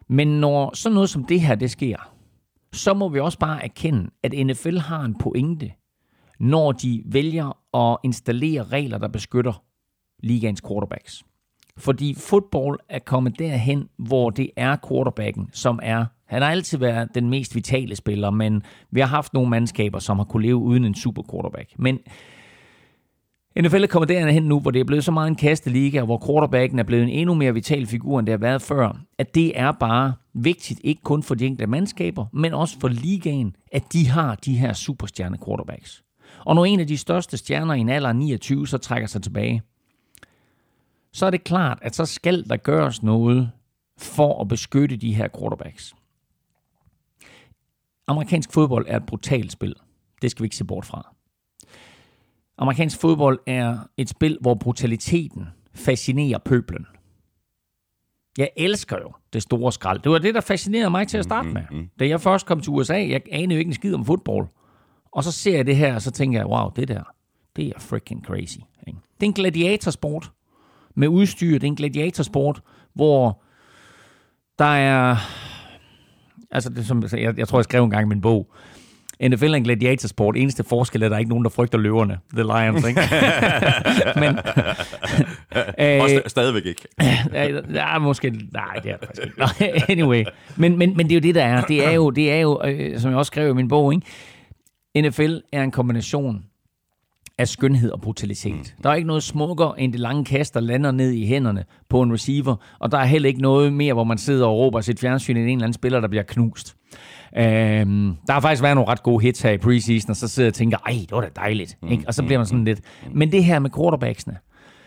Men når sådan noget som det her, det sker, så må vi også bare erkende, at N F L har en pointe, når de vælger at installere regler, der beskytter ligaens quarterbacks. Fordi fodbold er kommet derhen, hvor det er quarterbacken, som er... Han har altid været den mest vitale spiller, men vi har haft nogle mandskaber, som har kunne leve uden en super quarterback. Men N F L er kommet derhen nu, hvor det er blevet så meget en kasteliga, hvor quarterbacken er blevet en endnu mere vital figur, end det har været før, at det er bare vigtigt, ikke kun for de enkelte mandskaber, men også for ligaen, at de har de her superstjerne quarterbacks. Og når en af de største stjerner i en alder af niogtyve så trækker sig tilbage, så er det klart, at så skal der gøres noget for at beskytte de her quarterbacks. Amerikansk fodbold er et brutalt spil. Det skal vi ikke se bort fra. Amerikansk fodbold er et spil, hvor brutaliteten fascinerer pøblen. Jeg elsker jo det store skrald. Det var det, der fascinerede mig til at starte med. Da jeg først kom til U S A, jeg anede jo ikke en skid om fodbold. Og så ser jeg det her, og så tænker jeg, wow, det der, det er freaking crazy. Ikke? Det er en gladiatorsport med udstyr. Det er en gladiatorsport, hvor der er... Altså, det, som jeg, jeg tror, jeg skrev en gang i min bog. N F L er en gladiatorsport. Eneste forskel er, at der er ikke nogen, der frygter løverne. The Lions, ikke? Men... øh, stadigvæk ikke. Ja, måske... Nej, det er det faktisk ikke. Anyway. Men, men, men det er jo det, der er. Det er jo, det er jo øh, som jeg også skrev i min bog, ikke? N F L er en kombination af skønhed og brutalitet. Mm. Der er ikke noget smukkere end det lange kast, der lander ned i hænderne på en receiver, og der er heller ikke noget mere, hvor man sidder og råber sit fjernsyn, end en eller anden spiller, der bliver knust. Øhm, der har faktisk været nogle ret gode hits her i preseason, og så sidder jeg og tænker, ej, det var da dejligt. Mm. Ikke? Og så bliver man sådan lidt... Men det her med quarterbacksene.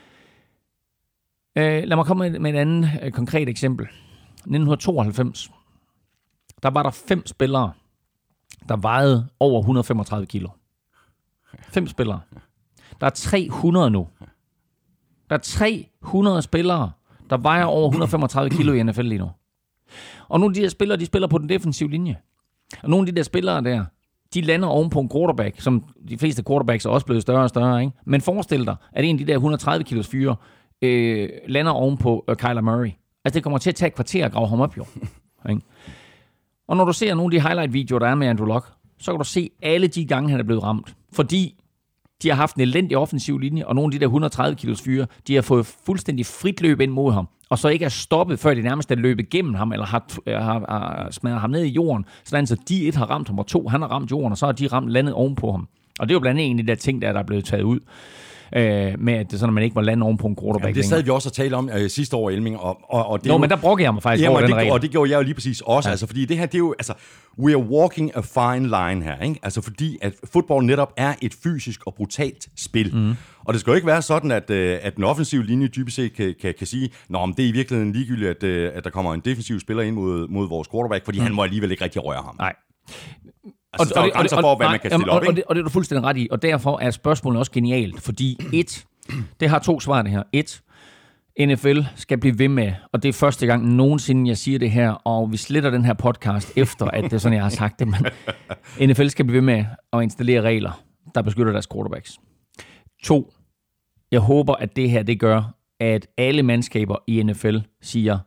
Øh, lad mig komme med, med et andet øh, konkret eksempel. nitten tooghalvfems, der var der fem spillere, der vejede over et hundrede og femogtredive kilo. Fem spillere. Der er tre hundrede nu. Der er tre hundrede spillere, der vejer over et hundrede og femogtredive kilo i N F L lige nu. Og nogle af de der spillere, de spiller på den defensive linje. Og nogle af de der spillere der, de lander oven på en quarterback, som de fleste quarterbacks er også blevet større og større, ikke? Men forestil dig, at en af de der et hundrede og tredive kilos fyre øh, lander oven på øh, Kyler Murray. Altså det kommer til at tage et kvarter at grave ham op, jo. Ikke? Og når du ser nogle af de highlight-videoer, der er med Andrew Luck, så kan du se alle de gange, han er blevet ramt. Fordi de har haft en elendig offensiv linje, og nogle af de der et hundrede og tredive kilos fyre, de har fået fuldstændig frit løb ind mod ham, og så ikke er stoppet, før de nærmest er løbet gennem ham, eller har, har, har smadret ham ned i jorden, sådan så de et har ramt ham, og to, han har ramt jorden, og så har de ramt landet ovenpå ham. Og det er jo blandt andet en af de der ting, der er blevet taget ud, øh, med at det sådan, at man ikke må lande oven på en quarterback. Ja, det sad vi også at tale om øh, sidste år, Elming. Og, og, og det Nå, jo, men der brokker jeg mig faktisk ja, over den det, regel. Og det gjorde jeg jo lige præcis også, ja. Altså, fordi det her, det er jo, altså, we are walking a fine line her, ikke? Altså, fordi at fodbold netop er et fysisk og brutalt spil. Mm. Og det skal jo ikke være sådan, at, at den offensive linje dybest set kan, kan, kan sige, nå, men det er i virkeligheden ligegyldigt, at, at der kommer en defensiv spiller ind mod, mod vores quarterback, fordi mm. han må alligevel ikke rigtig røre ham. Nej. Altså, og, der er grænser for, hvad man kan stille og, op, ikke? Og det, og det er du fuldstændig ret i, og derfor er spørgsmålet også genialt, fordi et, det har to svar det her. Et, N F L skal blive ved med, og det er første gang nogensinde, jeg siger det her, og vi sletter den her podcast efter, at det er sådan, jeg har sagt det, men N F L skal blive ved med at installere regler, der beskytter deres quarterbacks. To, jeg håber, at det her, det gør, at alle mandskaber i N F L siger,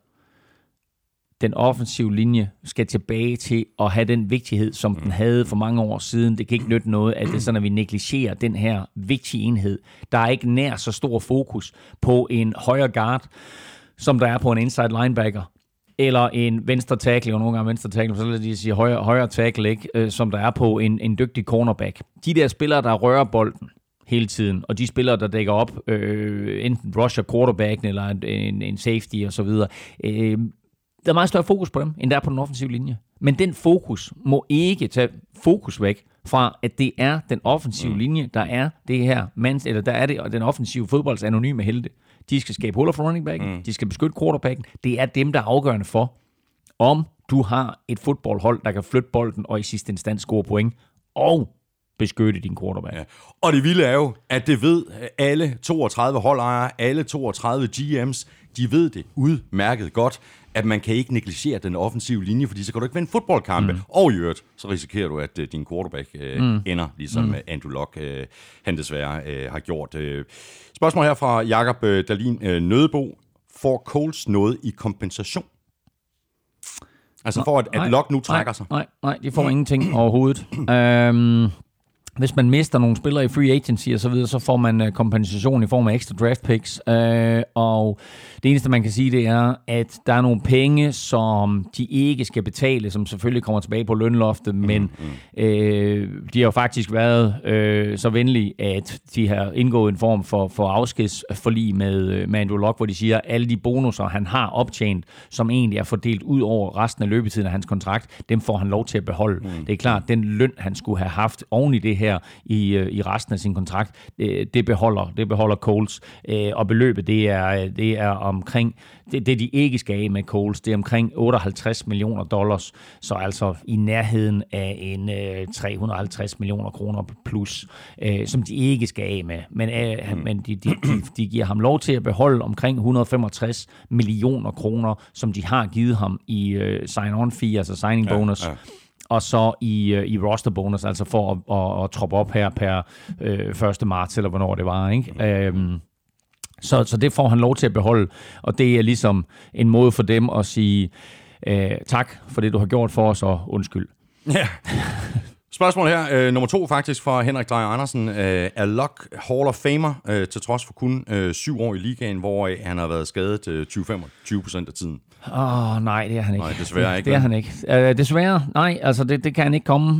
den offensive linje skal tilbage til at have den vigtighed, som den havde for mange år siden. Det kan ikke nytte noget, at det er sådan, at vi negligerer den her vigtige enhed. Der er ikke nær så stor fokus på en højre guard, som der er på en inside linebacker, eller en venstre tackle, og nogle gange venstre tackle, så vil de sige højre, højre tackle, ikke? Som der er på en, en dygtig cornerback. De der spillere, der rører bolden hele tiden, og de spillere, der dækker op, øh, enten rusher quarterbacken, eller en, en safety og så videre, øh, der er meget større fokus på dem, end der er på den offensive linje. Men den fokus må ikke tage fokus væk fra, at det er den offensive linje, der er det her mands, eller der er det den offensive fodbolds anonyme helte. De skal skabe huller for running backen, mm. de skal beskytte quarterbacken. Det er dem, der er afgørende for, om du har et fodboldhold, der kan flytte bolden og i sidste instans score point, og beskytte din quarterback. Ja. Og det vilde er jo, at det ved alle toogtredive holdejere, alle toogtredive G M's, de ved det udmærket godt, at man kan ikke negligere den offensive linje, fordi så kan du ikke vinde fodboldkampe. Mm. Og i øvrigt, så risikerer du, at uh, din quarterback uh, mm. ender, ligesom mm. Andrew Luck, uh, han desværre uh, har gjort. Uh, spørgsmål her fra Jakob uh, Dahlin uh, Nødebo. Får Colts noget i kompensation? Altså for at, at Locke nu trækker nej, sig? Nej, nej, de får ingenting overhovedet. Øhm, hvis man mister nogle spillere i free agency og så videre, så får man uh, kompensation i form af ekstra draft picks. Uh, og det eneste, man kan sige, det er, at der er nogle penge, som de ikke skal betale, som selvfølgelig kommer tilbage på lønloftet, men mm, mm. Øh, de har jo faktisk været øh, så venlige, at de har indgået en form for, for afskedsforlig med, med Andrew Luck, hvor de siger, at alle de bonusser, han har optjent, som egentlig er fordelt ud over resten af løbetiden af hans kontrakt, dem får han lov til at beholde. Mm. Det er klart, den løn, han skulle have haft oven i det her i, i resten af sin kontrakt, det, det beholder det beholder Coles. Og beløbet, det er, det er omkring, det, det de ikke skal af med Coles, det er omkring otteoghalvtreds millioner dollars, så altså i nærheden af en øh, tre hundrede og halvtreds millioner kroner plus, øh, som de ikke skal af med. Men, øh, men de, de, de, de giver ham lov til at beholde omkring et hundrede og femogtres millioner kroner, som de har givet ham i øh, sign-on fee, altså signing bonus. Ja, ja. Og så i, i roster bonus, altså for at, at, at troppe op her per øh, første marts, eller hvornår det var, ikke? Øhm, så, så det får han lov til at beholde, og det er ligesom en måde for dem at sige øh, tak for det, du har gjort for os, og undskyld. Ja. Spørgsmål her, øh, nummer to faktisk fra Henrik Dreyer Andersen. Øh, er Luck Hall of Famer, øh, til trods for kun øh, syv år i ligaen, hvor han har været skadet øh, tyve til femogtyve procent af tiden? Åh, oh, nej, det er han ikke. Nej, desværre ikke. Det er han ikke. Uh, desværre, nej, altså det, det kan han ikke komme.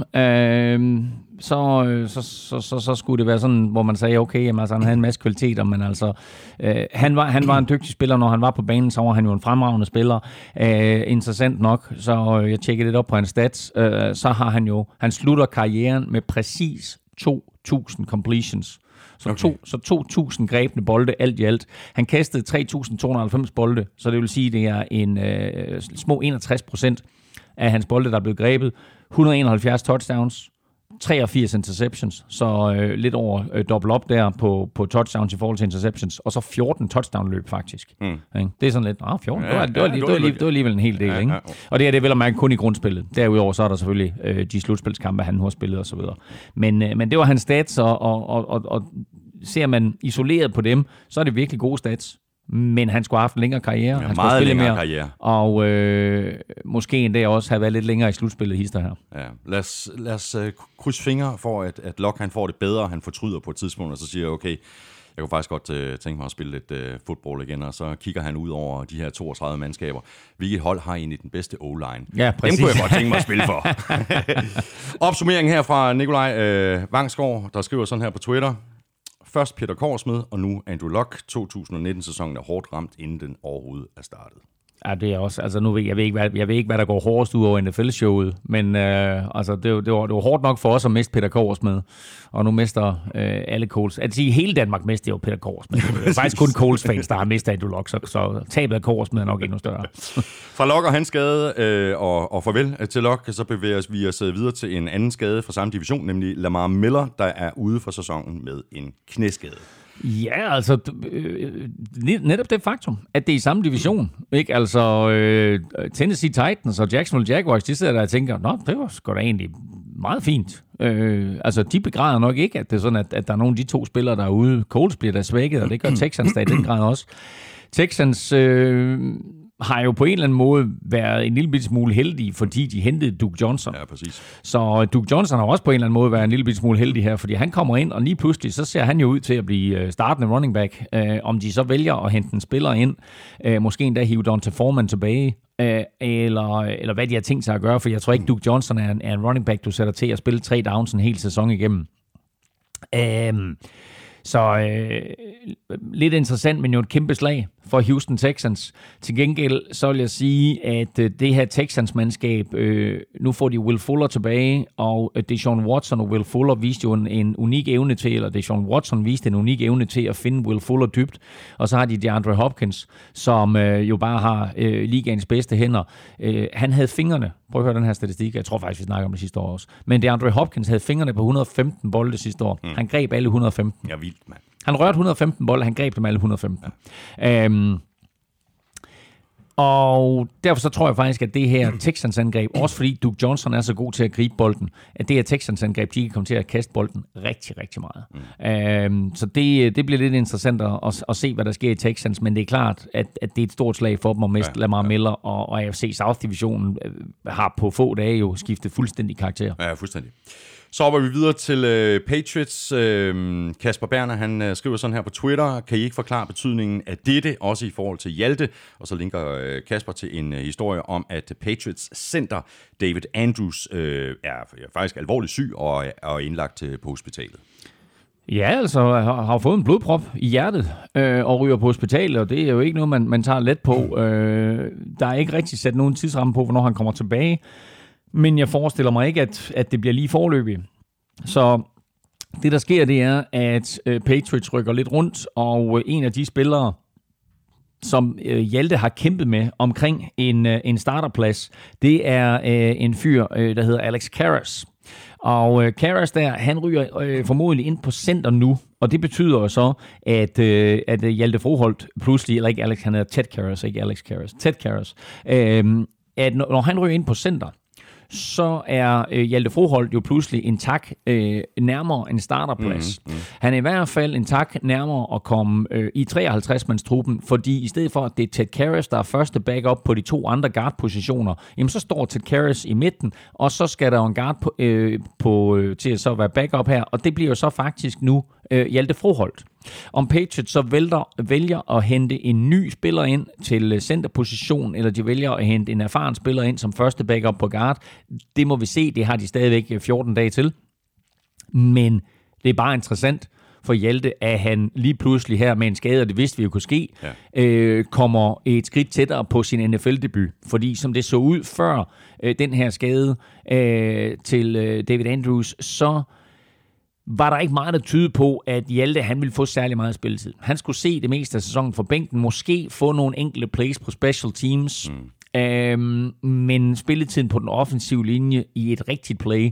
Uh, så, så, så, så, så skulle det være sådan, hvor man sagde, okay, jamen, altså, han havde en masse kvaliteter, men altså, uh, han, var, han var en dygtig spiller, når han var på banen, så var han jo en fremragende spiller. Uh, interessant nok, så uh, jeg tjekkede lidt op på hans stats, uh, så har han jo, han slutter karrieren med præcis to tusind completions. Så, okay. to, så to tusind grebne bolde alt i alt. Han kastede tre tusind to hundrede og halvfems bolde, så det vil sige, at det er en øh, små enogtres procent af hans bolde, der er blevet grebet. et hundrede og enoghalvfjerds touchdowns, treogfirs interceptions, så øh, lidt over øh, dobbelt op der på, på touchdowns i forhold til interceptions, og så fjorten touchdown-løb faktisk. Mm. Det er sådan lidt, ah, fjorten, ja, det, var, det, var, ja, det, var, det, var, det var alligevel en hel del, ja, ikke? Ja, ja. Og det er det vel at mærke kun i grundspillet. Derudover så er der selvfølgelig øh, de slutspilskampe, han nu har spillet og så videre. Men, øh, men det var hans stats, og, og, og, og, og ser man isoleret på dem, så er det virkelig gode stats. Men han skulle have haft en længere karriere. Ja, han skulle spille mere, karriere. Og øh, måske endda også have været lidt længere i slutspillet hister her. Ja, lad os, lad os uh, krydse fingre for, at, at Luck han får det bedre, han fortryder på et tidspunkt, og så siger okay, jeg kunne faktisk godt uh, tænke mig at spille lidt uh, fodbold igen, og så kigger han ud over de her toogtredive mandskaber. Hvilket hold har egentlig den bedste O-line? Ja, præcis. Dem kunne jeg godt tænke mig at spille for. Opsummeringen her fra Nikolaj uh, Vangsgaard, der skriver sådan her på Twitter. Først Peter Korsmed, og nu Andrew Luck. to tusind og nitten-sæsonen er hårdt ramt, inden den overhovedet er startet. Ja, det er også. Altså nu ved jeg ved ikke, hvad, jeg ved ikke, hvad der går hårdest ud over N F L-showet, men øh, altså, det, det, var, det var hårdt nok for os at miste Peter Korsmed, og nu mister øh, alle Coles. Altså hele Danmark mister jo Peter Korsmed. Det er faktisk kun Coles-fans, der har mistet Andrew Luck, så, så tabet af Korsmed er nok endnu større. Fra Luck og hans skade, øh, og, og farvel til Luck, så bevæger vi os videre til en anden skade fra samme division, nemlig Lamar Miller, der er ude for sæsonen med en knæskade. Ja, altså øh, netop det faktum, at det er i samme division, ikke? Altså øh, Tennessee Titans og Jacksonville Jaguars, de sidder der og tænker, nå, det var sgu da egentlig meget fint. Øh, altså, de begræder nok ikke, at det er sådan, at, at der er nogle af de to spillere, der er ude. Colts bliver der svækket, og det gør Texans da i den grad også. Texans øh, har jo på en eller anden måde været en lille smule heldige, fordi de hentede Duke Johnson. Ja, præcis. Så Duke Johnson har også på en eller anden måde været en lille smule heldig her, fordi han kommer ind, og lige pludselig, så ser han jo ud til at blive startende running back. Øh, om de så vælger at hente en spiller ind, øh, måske endda hive Donta Foreman tilbage, øh, eller, eller hvad de har tænkt sig at gøre, for jeg tror ikke, Duke Johnson er en, er en running back, du sætter til at spille tre downs en hel sæson igennem. Øh, Så øh, lidt interessant, men jo et kæmpe slag for Houston Texans. Til gengæld så vil jeg sige, at øh, det her Texans-mandskab, øh, nu får de Will Fuller tilbage, og øh, Deshaun Watson og Will Fuller viste jo en, en unik evne til, eller Deshaun Watson viste en unik evne til at finde Will Fuller dybt. Og så har de DeAndre Hopkins, som øh, jo bare har øh, ligaens bedste hænder. Øh, han havde fingrene, prøv at høre den her statistik, jeg tror faktisk, vi snakker om det sidste år også, men DeAndre Hopkins havde fingrene på et hundrede og femten bolde sidste år. Mm. Han greb alle et hundrede og femten. Ja, vildt, mand. Han rørte et hundrede og femten bolde, han greb dem alle et hundrede og femten. Ja. Øhm, Og derfor så tror jeg faktisk, at det her Texans-angreb, også fordi Duke Johnson er så god til at gribe bolden, at det her Texans-angreb, de kan komme til at kaste bolden rigtig, rigtig meget. Mm. Øhm, så det, det bliver lidt interessant at, at, at se, hvad der sker i Texans, men det er klart, at, at det er et stort slag for dem at miste ja, Lamar ja. Miller, og, og A F C South-divisionen har på få dage jo skiftet fuldstændig karakter. Ja, fuldstændig. Så hopper vi videre til øh, Patriots. Øh, Kasper Berner, han øh, skriver sådan her på Twitter: kan I ikke forklare betydningen af dette, også i forhold til Hjalte? Og så linker øh, Kasper til en øh, historie om, at Patriots center David Andrews øh, er, er faktisk alvorligt syg og er indlagt øh, på hospitalet. Ja, altså har, har fået en blodprop i hjertet øh, og ryger på hospitalet, og det er jo ikke noget, man, man tager let på. Øh, der er ikke rigtig sat nogen tidsramme på, hvornår han kommer tilbage. Men jeg forestiller mig ikke, at, at det bliver lige forløbig. Så det, der sker, det er, at øh, Patriots rykker lidt rundt, og øh, en af de spillere, som øh, Hjalte har kæmpet med omkring en, øh, en starterplads, det er øh, en fyr, øh, der hedder Alex Karras. Og øh, Karras der, han ryger øh, formodentlig ind på center nu, og det betyder jo så, at, øh, at Hjalte Froholt pludselig, eller ikke Alex, han hedder Ted Karras, ikke Alex Karras, Ted Karras, øh, at når, når han ryger ind på center, så er øh, Hjalte Froholt jo pludselig en tak øh, nærmere en starterplads. Mm, mm. Han er i hvert fald en tak nærmere at komme øh, i treoghalvtreds-mandstruppen, fordi i stedet for, at det er Ted Karras, der er første backup på de to andre guard-positioner, jamen så står Ted Karras i midten, og så skal der jo en guard på, øh, på, øh, til at så være backup her, og det bliver jo så faktisk nu øh, Hjalte Froholt. Om Patriots så vælger, vælger at hente en ny spiller ind til centerposition, eller de vælger at hente en erfaren spiller ind som første backup på guard, det må vi se, det har de stadigvæk fjorten dage til. Men det er bare interessant for Hjalte, at han lige pludselig her med en skade, og det vidste vi jo kunne ske, ja. øh, kommer et skridt tættere på sin N F L-debut. Fordi som det så ud før øh, den her skade øh, til øh, David Andrews, så var der ikke meget, der tyde på, at Hjalte han ville få særlig meget spilletid. Han skulle se det meste af sæsonen fra bænken, måske få nogle enkelte plays på special teams, mm. øhm, men spilletiden på den offensive linje i et rigtigt play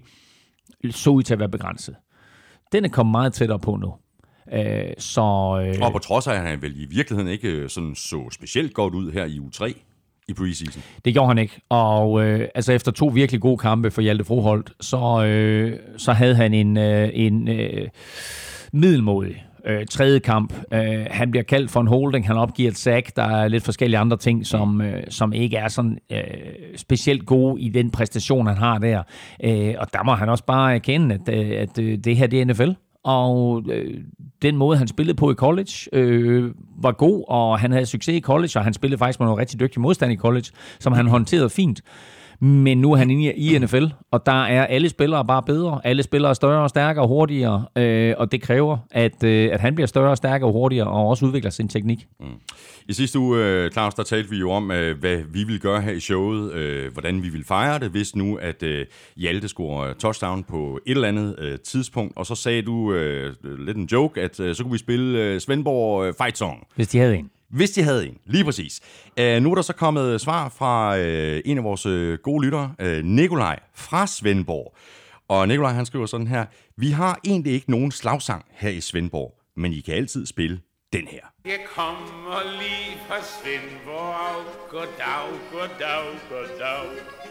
så ud til at være begrænset. Den er kommet meget tættere på nu. Øh, så, øh, og på trods af, at han vel i virkeligheden ikke sådan så specielt godt ud her i uge tre i preseason. Det gjorde han ikke, og øh, altså efter to virkelig gode kampe for Hjalte Froholt, så, øh, så havde han en, øh, en øh, middelmådig øh, tredje kamp. Øh, han bliver kaldt for en holding, han opgiver et sack, der er lidt forskellige andre ting, som, øh, som ikke er sådan øh, specielt gode i den præstation, han har der. Øh, og der må han også bare erkende, at, at, at det her det er N F L. Og øh, den måde, han spillede på i college, øh, var god, og han havde succes i college, og han spillede faktisk med noget rigtig dygtig modstand i college, som han håndterede fint. Men nu er han inde i N F L, og der er alle spillere bare bedre. Alle spillere er større og stærkere og hurtigere, øh, og det kræver, at, øh, at han bliver større og stærkere og hurtigere, og også udvikler sin teknik. Mm. I sidste uge, Claus, der talte vi jo om, hvad vi ville gøre her i showet, øh, hvordan vi ville fejre det, hvis nu, at øh, Hjalte scorer touchdown på et eller andet øh, tidspunkt, og så sagde du øh, lidt en joke, at øh, så kunne vi spille øh, Svendborg øh, Fight Song. Hvis de havde en. Hvis de havde en, lige præcis. Uh, nu er der så kommet svar fra uh, en af vores uh, gode lyttere, uh, Nikolaj fra Svendborg. Og Nikolaj, han skriver sådan her: vi har egentlig ikke nogen slagsang her i Svendborg, men I kan altid spille den her. Jeg kommer lige fra Svendborg, goddag, goddag, goddag.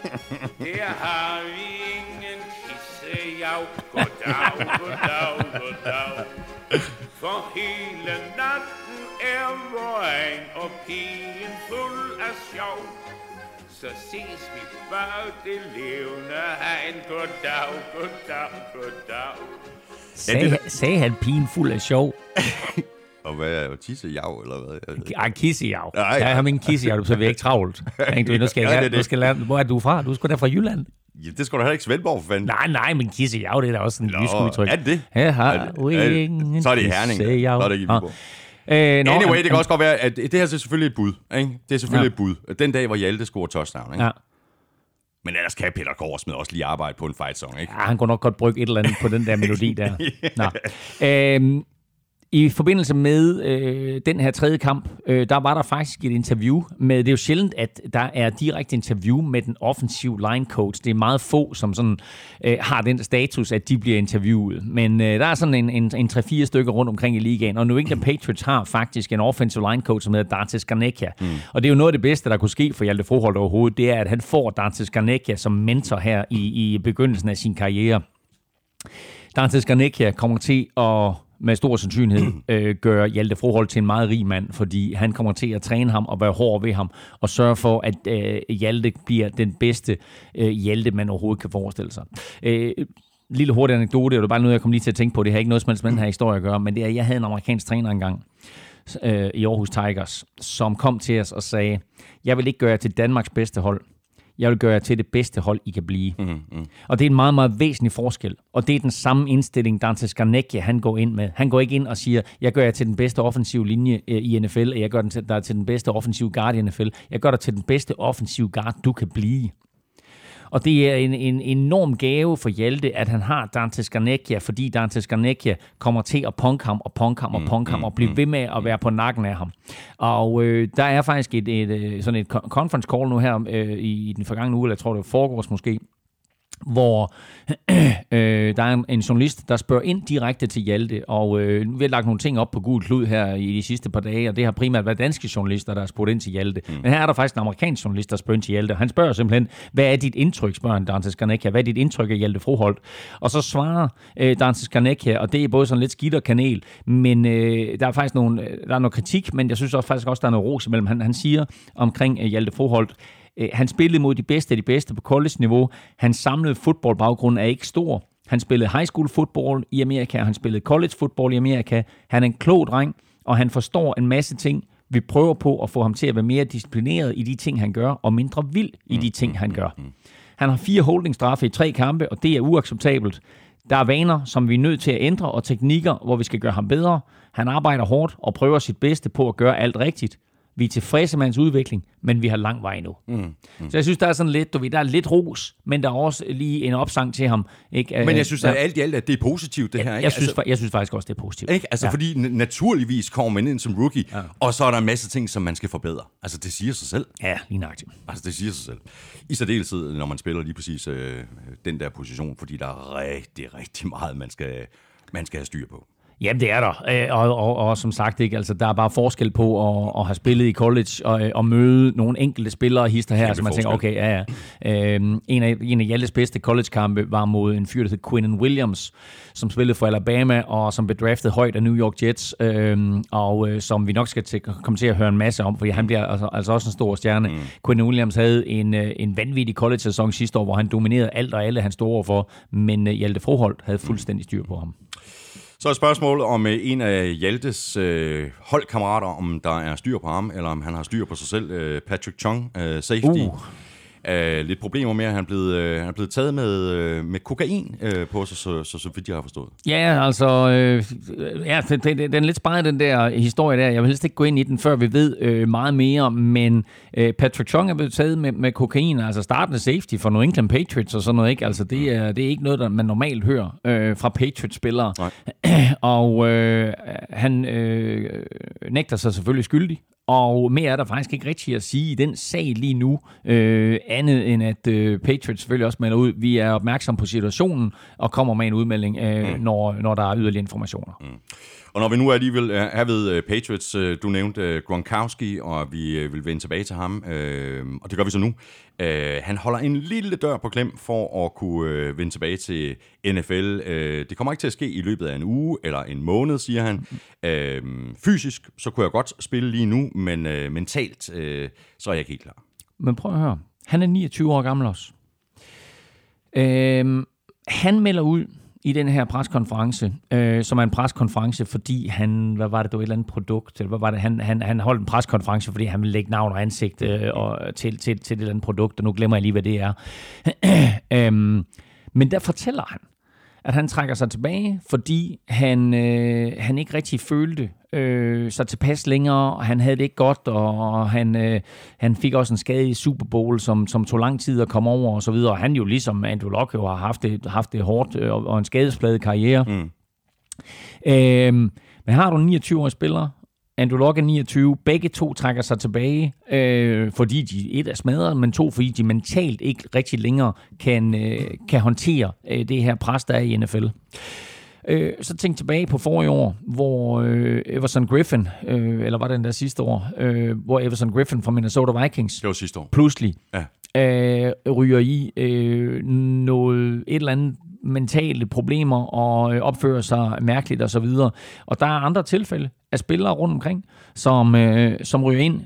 Her har vi ingen kissejav, goddag, goddag, goddag. For hele natten er morgen og pigen fuld af sjov. Så ses vi bag det levende hegn, goddag, goddag, goddag. Sagde, sagde han pigen fuld af sjov? Og hvad er jo tissejav, eller hvad? Ej, kissejav. Ja, jeg har min kissejav, så vi er ikke travlt. Du, nu skal jeg, du skal lære, hvor er du fra? Du er sgu da fra Jylland. Ja, det skal du heller ikke Svendborg, for fanden. Nej, nej, men kissejav, det er da også en jysk udtryk. Er det det? Her har vi ingen så er det i Herning. Så er det ikke i Viborg. Uh, no, anyway, det kan også godt være, at det her er selvfølgelig et bud. Ikke? Det er selvfølgelig ja. et bud. Den dag, hvor Hjalte scorer touchdown. Ikke? Ja. Men ellers kan Peter Korsmed også lige arbejde på en fight song, ikke? Ja, han kunne nok godt brygge et eller andet på den der melodi der. Nå. Uh, I forbindelse med øh, den her tredje kamp, øh, der var der faktisk et interview med, det er jo sjældent, at der er direkte interview med den offensive line coach. Det er meget få, som sådan øh, har den status, at de bliver interviewet. Men øh, der er sådan en, en, en tre-fire stykker rundt omkring i ligaen, og New England Patriots har faktisk en offensive line coach, som hedder Dante Scarnecchia. Mm. Og det er jo noget af det bedste, der kunne ske for Hjalte Froholt overhovedet, det er, at han får Dante Scarnecchia som mentor her i, i begyndelsen af sin karriere. Dante Scarnecchia kommer til at med stor sandsynlighed øh, gør Hjalte Froholt til en meget rig mand, fordi han kommer til at træne ham og være hård ved ham, og sørge for, at øh, Hjalte bliver den bedste øh, Hjalte, man overhovedet kan forestille sig. Øh, lille hurtig anekdote, det var bare noget, jeg kom lige til at tænke på, det har ikke noget som helst med den her historie at gøre, men det er, jeg havde en amerikansk træner engang øh, i Aarhus Tigers, som kom til os og sagde, jeg vil ikke gøre jer til Danmarks bedste hold, jeg vil gøre jer til det bedste hold, I kan blive. Mm, mm. Og det er en meget, meget væsentlig forskel. Og det er den samme indstilling, Dante Scarnecchia, han går ind med. Han går ikke ind og siger, jeg gør jer til den bedste offensive linje i N F L, og jeg gør dig til den bedste offensive guard i N F L. Jeg gør dig til den bedste offensive guard, du kan blive. Og det er en, en enorm gave for Hjalte, at han har Dante Scarnecchia, fordi Dante Scarnecchia kommer til at punke ham og punke ham og punke ham og blive ved med at være på nakken af ham. Og øh, der er faktisk et, et, sådan et conference call nu her øh, i den forgangne uge, eller jeg tror det var foregårs måske, hvor øh, der er en, en journalist, der spørger ind direkte til Hjalte, og øh, vi har lagt nogle ting op på Gul Klud her i de sidste par dage, og det har primært været danske journalister, der har spurgt ind til Hjalte. Mm. Men her er der faktisk en amerikansk journalist, der spørger ind til Hjalte. Han spørger simpelthen, hvad er dit indtryk, spørger han Dante Scarnecchia, hvad er dit indtryk af Hjalte Froholt? Og så svarer øh, Dante Scarnecchia, og det er både sådan lidt skidt og kanel, men øh, der er faktisk nogle, der er noget kritik, men jeg synes også faktisk også, der er noget ros imellem. Han, han siger omkring øh, Hjalte Froholt, han spillede mod de bedste af de bedste på college-niveau. Hans samlede fodboldbaggrund er ikke stor. Han spillede high school football i Amerika, han spillede college football i Amerika. Han er en klog dreng, og han forstår en masse ting. Vi prøver på at få ham til at være mere disciplineret i de ting, han gør, og mindre vild i de ting, han gør. Han har fire holdingstraffe i tre kampe, og det er uacceptabelt. Der er vaner, som vi er nødt til at ændre, og teknikker, hvor vi skal gøre ham bedre. Han arbejder hårdt og prøver sit bedste på at gøre alt rigtigt. Vi er tilfredse med hans udvikling, men vi har lang vej nu. Mm, mm. Så jeg synes, der er sådan lidt, du ved, der er lidt ros, men der er også lige en opsang til ham. Ikke? Men jeg synes, at alt i alt, at det er positivt, det her. Ikke? Jeg, synes, altså, jeg synes faktisk også, det er positivt. Ikke? Altså, ja. Fordi naturligvis kommer man ind som rookie, ja. Og så er der en masse ting, som man skal forbedre. Altså, det siger sig selv. Ja, lige nøjagtigt. Altså, det siger sig selv. I særdeleshed, når man spiller lige præcis øh, den der position, fordi der er rigtig, rigtig meget, man skal, man skal have styr på. Jamen, det er der. Og, og, og som sagt, ikke, altså, der er bare forskel på at, at have spillet i college og at møde nogle enkelte spillere hister her, så man tænker, okay, ja, ja. Øhm, en af, en af Hjaltes bedste college-kampe var mod en fyr, der hed Quinnen Williams, som spillede for Alabama og som blev draftet højt af New York Jets, øhm, og øh, som vi nok skal til, komme til at høre en masse om, fordi han bliver altså, altså også en stor stjerne. Mm. Quinnen Williams havde en, en vanvittig college-sæson sidste år, hvor han dominerede alt og alle, han stod overfor, men øh, Hjalte Froholt havde fuldstændig styr på ham. Så er spørgsmålet om en af Hjaltes øh, holdkammerater, om der er styr på ham, eller om han har styr på sig selv. Øh, Patrick Chung, øh, safety. Uh. Uh, lidt problemer med, at han er blevet, uh, han er blevet taget med, uh, med kokain uh, på sig, så, så, så vidt jeg har forstået. Ja, altså, øh, ja, det, det, den er lidt spejlet, den der historie der. Jeg vil helst ikke gå ind i den, før vi ved øh, meget mere, men øh, Patrick Chung er blevet taget med, med kokain, altså startende safety for New England Patriots og sådan noget, ikke? Altså, det er, det er ikke noget, der man normalt hører øh, fra Patriots-spillere. Og øh, han øh, nægter sig selvfølgelig skyldig. Og mere er der faktisk ikke rigtigt at sige i den sag lige nu, øh, andet end at øh, Patriots selvfølgelig også melder ud. Vi er opmærksom på situationen og kommer med en udmelding, øh, mm. når, når der er yderligere informationer. Mm. Og når vi nu alligevel er ved Patriots, du nævnte Gronkowski, og vi vil vende tilbage til ham, og det gør vi så nu. Han holder en lille dør på klem for at kunne vende tilbage til N F L. Det kommer ikke til at ske i løbet af en uge eller en måned, siger han. Fysisk, så kunne jeg godt spille lige nu, men mentalt, så er jeg ikke helt klar. Men prøv at høre. Han er niogtyve år gammel også. Øhm, han melder ud i den her preskonference, øh, som er en preskonference, fordi han, hvad var det, det var et eller andet produkt, eller hvad var det, han, han, han holdt en preskonference, fordi han ville lægge navn og ansigt øh, og, til, til, til et eller andet produkt, og nu glemmer jeg lige, hvad det er. øhm, men der fortæller han, at han trækker sig tilbage, fordi han, øh, han ikke rigtig følte øh, sig tilpas længere, og han havde det ikke godt, og han, øh, han fik også en skade i Super Bowl, som, som tog lang tid at komme over, og så videre. Og han jo ligesom Andrew Luck jo har haft det, haft det hårdt, øh, og en skadespladet karriere. Mm. Øh, Men har du niogtyve-årige spillere, Andrew Luck er niogtyve, begge to trækker sig tilbage, øh, fordi de et er smadret, men to, fordi de mentalt ikke rigtig længere kan, øh, kan håndtere øh, det her pres, der er i N F L. Øh, så tænk tilbage på forrige år, hvor øh, Everson Griffin, øh, eller var det den der sidste år, øh, hvor Everson Griffin fra Minnesota Vikings, det var sidste år, pludselig ja. øh, ryger i øh, noget, et eller andet mentale problemer og øh, opfører sig mærkeligt og så videre. Og der er andre tilfælde af spillere rundt omkring, som, øh, som ryger ind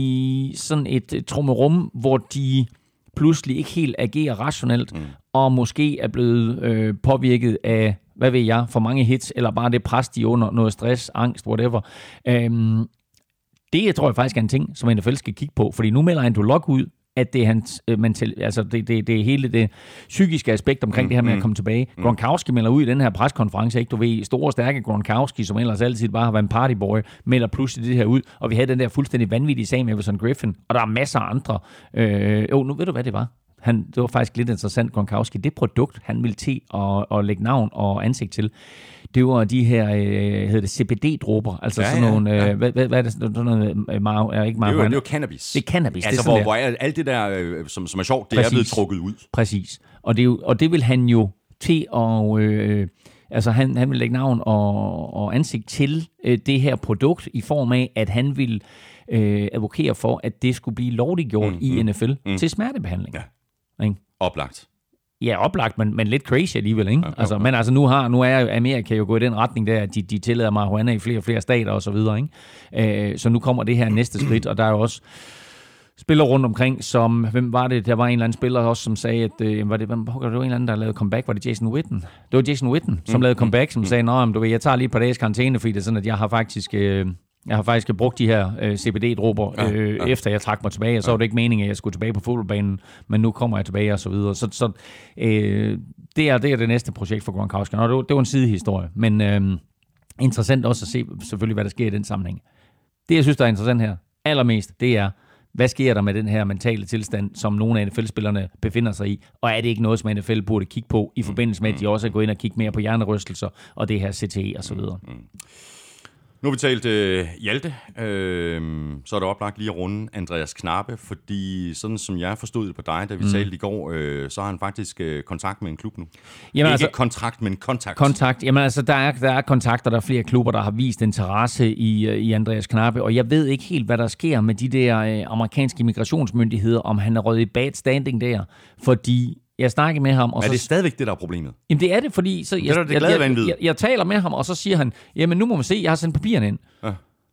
i sådan et, et trummerum, hvor de pludselig ikke helt agerer rationelt, mm. og måske er blevet øh, påvirket af, hvad ved jeg, for mange hits, eller bare det pres, de er under, noget stress, angst, whatever. Øhm, det jeg tror jeg faktisk er en ting, som N F L skal kigge på, fordi nu melder Andrew Luck ud, at det er hans øh, mental, altså det, det, det er hele det psykiske aspekt omkring mm, det her med mm, at komme tilbage. Mm. Gronkowski melder ud i den her preskonference, ikke? Du ved, store, stærke Gronkowski, som ellers altid bare har været en partyboy, melder pludselig det her ud, og vi havde den der fuldstændig vanvittige sag med Everson Griffin, og der er masser af andre. Øh, jo, nu ved du, hvad det var. Han, det var faktisk lidt interessant, Gronkowski. Det produkt, han ville til at, at lægge navn og ansigt til, det var de her, øh, hedder det, C B D-dråber. Altså ja, sådan nogle, ja. øh, hvad, hvad, hvad er det, sådan noget, øh, mar- er ikke mar- det, er jo, det er jo cannabis. Det er cannabis. Altså, det er hvor, hvor er, alt det der, øh, som, som er sjovt, det Præcis. er blevet trukket ud. Præcis. Og det, er jo, og det vil han jo til at, øh, altså han, han vil lægge navn og, og ansigt til øh, det her produkt, i form af, at han vil øh, advokere for, at det skulle blive lovliggjort mm, i mm, N F L mm. til smertebehandling. Ja. Ikke? Oplagt. Ja, oplagt, men, men lidt crazy alligevel, ikke? Ja, ja, altså, ja. Men altså, nu, har, nu er Amerika jo gået i den retning der, at de, de tillader marihuana i flere og flere stater og så videre, ikke? Øh, så nu kommer det her næste skridt, og der er jo også spillere rundt omkring, som, hvem var det? Der var en eller anden spiller også, som sagde, at, øh, var det, hvem, det var en eller anden, der lavede comeback, var det Jason Witten? Det var Jason Witten, som mm, lavede comeback, som mm, sagde, nå, du ved, jeg tager lige et par dages karantæne, fordi det er sådan, at jeg har faktisk... Øh, Jeg har faktisk brugt de her øh, C B D-dråber, øh, ja, ja. efter jeg trak mig tilbage, og så ja. var det ikke meningen, at jeg skulle tilbage på fodboldbanen, men nu kommer jeg tilbage og så videre. Så, så øh, det, er, det er det næste projekt for Gronkowski, og det var, det var en sidehistorie, men øh, interessant også at se selvfølgelig, hvad der sker i den sammenhæng. Det, jeg synes, der er interessant her, allermest, det er, hvad sker der med den her mentale tilstand, som nogle af N F L-spillerne befinder sig i, og er det ikke noget, som N F L burde kigge på, i forbindelse med, at de også er gået ind og kigge mere på hjernerystelser, og det her C T E og så videre. Nu har vi talt øh, Hjalte, øh, så er det oplagt lige at runde Andreas Knappe, fordi sådan som jeg forstod det på dig, da vi mm. talte i går, øh, så har han faktisk øh, kontakt med en klub nu. Jamen, Ikke altså, kontrakt, men kontakt. Kontakt. Jamen altså, der er, der er kontakter, der er flere klubber, der har vist interesse i, i Andreas Knappe, og jeg ved ikke helt, hvad der sker med de der øh, amerikanske immigrationsmyndigheder, om han er røget i bad standing der, fordi... Jeg snakker med ham, og er så... det stadigvæk det, der er problemet? Jamen det er det, fordi... Så jeg, det er det jeg, jeg, jeg, jeg taler med ham, og så siger han, jamen nu må man se, jeg har sendt papirerne ind. Ja.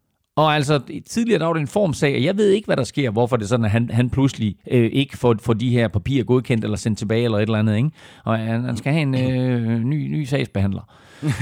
Og altså, tidligere der var det en formsag, og jeg ved ikke, hvad der sker, hvorfor det er sådan, at han, han pludselig øh, ikke får, får de her papirer godkendt, eller sendt tilbage, eller et eller andet, ikke? Og han, han skal have en øh, ny, ny sagsbehandler.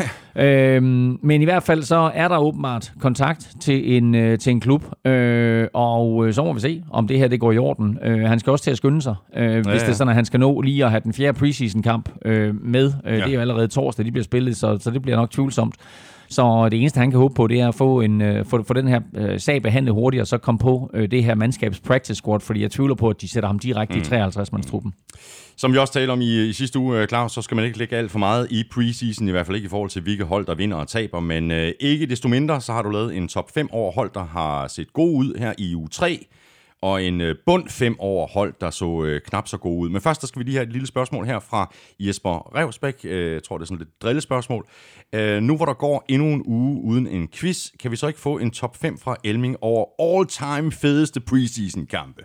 øhm, men i hvert fald så er der åbenbart kontakt til en, øh, til en klub, øh, og øh, så må vi se, om det her det går i orden. Øh, han skal også til at skynde sig, øh, ja, hvis ja. det er sådan, at han skal nå lige at have den fjerde preseason-kamp øh, med. Øh, ja. Det er jo allerede torsdag, de bliver spillet, så, så det bliver nok tvivlsomt. Så det eneste, han kan håbe på, det er at få, en, uh, få, få den her uh, sag behandlet hurtigt, og så komme på uh, det her mandskabs practice squad, fordi jeg tvivler på, at de sætter ham direkte mm. i treoghalvtreds-mandstruppen. Som vi også talte om i, i sidste uge, Claus, så skal man ikke lægge alt for meget i preseason, i hvert fald ikke i forhold til, hvilke hold, der vinder og taber, men uh, ikke desto mindre, så har du lavet en top fem over hold, der har set god ud her i uge tre, og en øh, bund fem over hold, der så øh, knap så god ud. Men først, der skal vi lige have et lille spørgsmål her fra Jesper Revsbæk. Øh, jeg tror, det er sådan et lidt drillespørgsmål. Øh, nu hvor der går endnu en uge uden en quiz, kan vi så ikke få en top fem fra Elming over all-time fedeste preseason-kampe?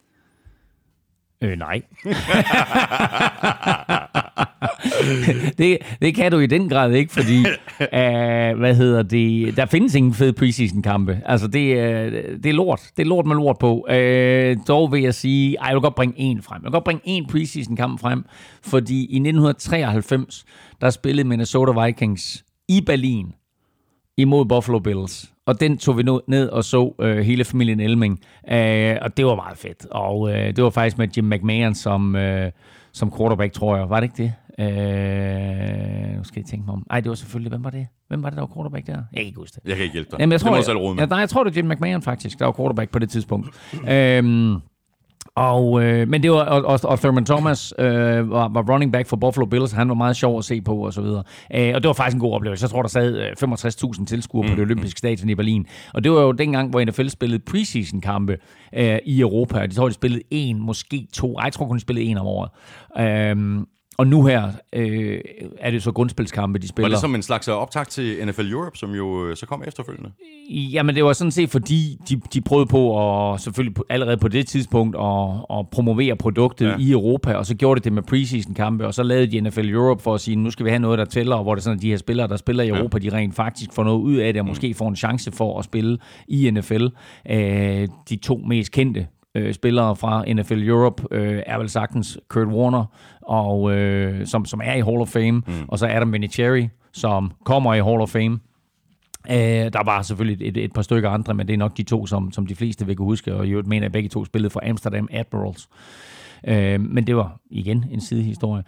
Øh, nej. det, det kan du i den grad ikke, fordi uh, hvad hedder det, der findes ingen fede preseason-kampe. Altså, det, uh, det er lort. Det er lort med lort på. Uh, dog vil jeg sige, ej, jeg vil godt bringe en frem. Jeg vil godt bringe en preseason-kamp frem, fordi i nitten treoghalvfems, der spillede Minnesota Vikings i Berlin imod Buffalo Bills. Og den tog vi ned og så øh, hele familien Elming. Øh, og det var meget fedt. Og øh, det var faktisk med Jim McMahon som, øh, som quarterback, tror jeg. Var det ikke det? Øh, nu skal jeg tænke mig om. Ej, det var selvfølgelig... Hvem var det? Hvem var det, der var quarterback der? Jeg kan ikke huske det. Jeg kan ikke hjælpe dig. Jamen, jeg tror, det må jeg, jeg, ja, nej, jeg tror, det var Jim McMahon faktisk, der var quarterback på det tidspunkt. øh, Og, øh, men det var, og, og Thurman Thomas øh, var, var running back for Buffalo Bills, han var meget sjov at se på og så videre. Øh, og det var faktisk en god oplevelse. Jeg tror, der sad femogtres tusind tilskuere mm. på det olympiske stadion i Berlin. Og det var jo dengang, hvor N F L spillede preseason-kampe øh, i Europa. De tror, de spillede en, måske to. Ej, jeg tror kun, de spillede en om året. Øh, Og nu her øh, er det så grundspilskampe, de spiller. Var det som en slags optakt til N F L Europe, som jo så kom efterfølgende? Jamen, det var sådan set, fordi de, de prøvede på, at, selvfølgelig allerede på det tidspunkt, at, at promovere produktet ja. i Europa, og så gjorde det det med preseason-kampe, og så lavede de N F L Europe for at sige, nu skal vi have noget, der tæller, hvor det er sådan, at de her spillere, der spiller i Europa, ja. de rent faktisk får noget ud af det, og måske får en chance for at spille i N F L. Øh, de to mest kendte Øh, spillere fra N F L Europe øh, er vel sagtens Kurt Warner, og, øh, som, som er i Hall of Fame, mm. og så Adam Vinatieri, som kommer i Hall of Fame. Øh, der var selvfølgelig et, et par stykker andre, men det er nok de to, som, som de fleste vil kunne huske, og jeg mener, at begge to spillede for Amsterdam Admirals. Øh, men det var igen en sidehistorie.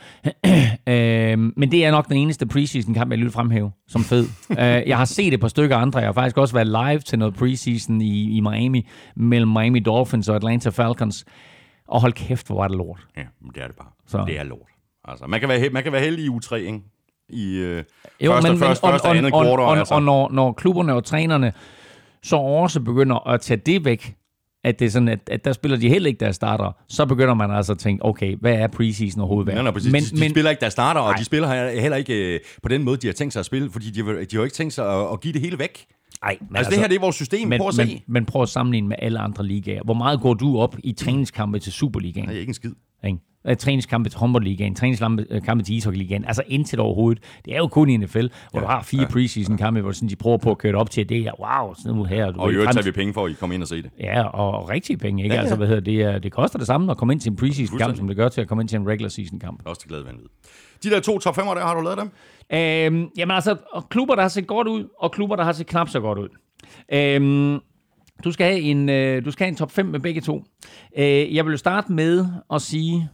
øh, men det er nok den eneste preseason-kamp, jeg vil fremhæve som fed. øh, jeg har set et par stykker andre. Jeg har faktisk også været live til noget preseason i, i Miami, mellem Miami Dolphins og Atlanta Falcons. Og hold kæft, hvor var det lort. Ja, det er det bare. Så. Det er lort. Altså, man kan være, man kan være heldig i U tre, ikke? I øh, jo, første, men, første, og, første og, og andet og, quarter. Og, altså. og når, når klubberne og trænerne så også begynder at tage det væk, at det er sådan, at, at der spiller de heller ikke deres starter, så begynder man altså at tænke, okay, hvad er preseason overhovedet værd? Nej, nej, præcis. Men, de, de men, spiller ikke deres starter, og nej. de spiller heller ikke øh, på den måde, de har tænkt sig at spille, fordi de, de har jo ikke tænkt sig at, at give det hele væk. Nej, altså, altså det her, det er vores system. Men, prøv at men, se. Men prøv at sammenligne med alle andre ligaer. Hvor meget går du op i træningskampe til Superligaen? Nej, ikke en skid. Ikke? Træningskampe til håndboldligaen, træningskampe til ishockeyligaen, altså indtil overhovedet. Det er jo kun i N F L, hvor ja, du har fire ja. preseason-kampe, hvor sådan, de prøver på at køre det op til, at det er, wow, sådan nu her. Du og i øvrigt tager vi penge for, at I kommer ind og se det. Ja, og rigtige penge, ikke? Ja, ja. Altså, hvad hedder det, er, det koster det samme at komme ind til en preseason-kamp, som det gør til at komme ind til en regular season-kamp. Også til glæde vanvid. De der to top femmer der, har du lavet dem? Øhm, jamen altså, klubber, der har set godt ud, og klubber, der har set knap så godt ud. Øhm, du, skal have en, øh, du skal have en top fem med begge to. Øh, jeg vil starte med at sige,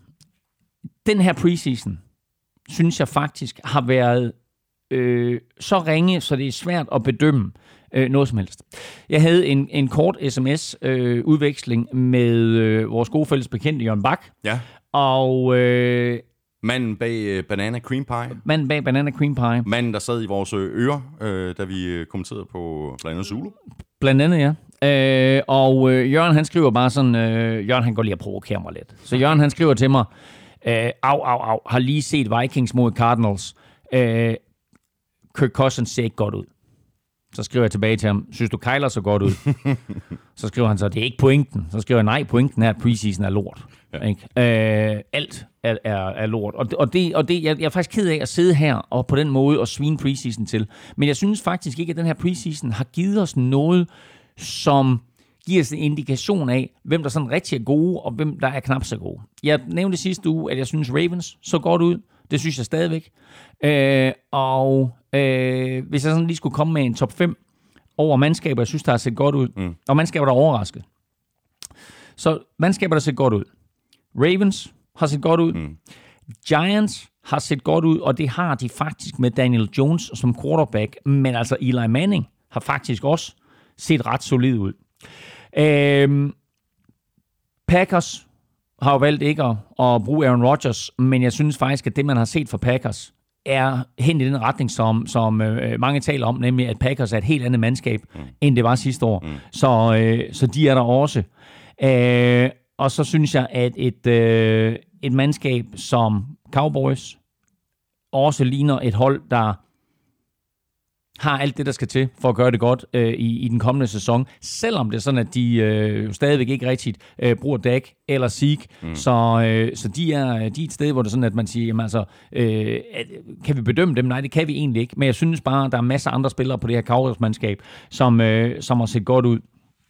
den her preseason, synes jeg faktisk har været øh, så ringe, så det er svært at bedømme øh, noget som helst. Jeg havde en, en kort sms-udveksling øh, med øh, vores gode fælles bekendte, Jørgen Bak. Ja. Og øh, manden bag uh, Banana Cream Pie. Manden bag Banana Cream Pie. Manden, der sad i vores ører, øh, da vi kommenterede på blandt andet Zulu. Blandt andet, ja. Øh, og øh, Jørgen, han skriver bare sådan, øh, Jørgen, han går lige at provokere mig lidt. Så Jørgen, han skriver til mig, øh, au, au, au, har lige set Vikings mod Cardinals. Øh, Kirk Cousins ser ikke godt ud. Så skriver jeg tilbage til ham, synes du Kyler så godt ud? Så skriver han så, det er ikke pointen. Så skriver jeg, nej, pointen er, at preseason er lort. Ja. Ikke? Øh, alt er, er, er lort. Og, og, det, og det, jeg, jeg er faktisk ked af at sidde her og på den måde og svine preseason til. Men jeg synes faktisk ikke, at den her preseason har givet os noget, som giver os en indikation af, hvem der sådan rigtig er gode, og hvem der er knap så gode. Jeg nævnte sidste uge, at jeg synes Ravens så godt ud. Det synes jeg stadigvæk. Øh, og øh, hvis jeg sådan lige skulle komme med en top fem over mandskaber, jeg synes, der har set godt ud, mm. og mandskaber, der er overrasket. Så mandskaber, der har set godt ud. Ravens har set godt ud. Mm. Giants har set godt ud, og det har de faktisk med Daniel Jones som quarterback, men altså Eli Manning har faktisk også set ret solid ud. Øh, Packers har jo valgt ikke at, at bruge Aaron Rodgers, men jeg synes faktisk, at det, man har set fra Packers, er hen i den retning, som, som øh, mange taler om, nemlig at Packers er et helt andet mandskab, mm. end det var sidste år. Mm. Så, øh, så de er der også. Øh, og så synes jeg, at et, øh, et mandskab som Cowboys også ligner et hold, der har alt det, der skal til for at gøre det godt øh, i, i den kommende sæson. Selvom det er sådan, at de øh, stadigvæk ikke rigtigt øh, bruger Dak eller Zeke. Mm. Så, øh, så de, er, de er et sted, hvor det er sådan, at man siger, jamen altså, øh, kan vi bedømme dem? Nej, det kan vi egentlig ikke. Men jeg synes bare, at der er masser af andre spillere på det her Cowboys-mandskab, som, øh, som har set godt ud.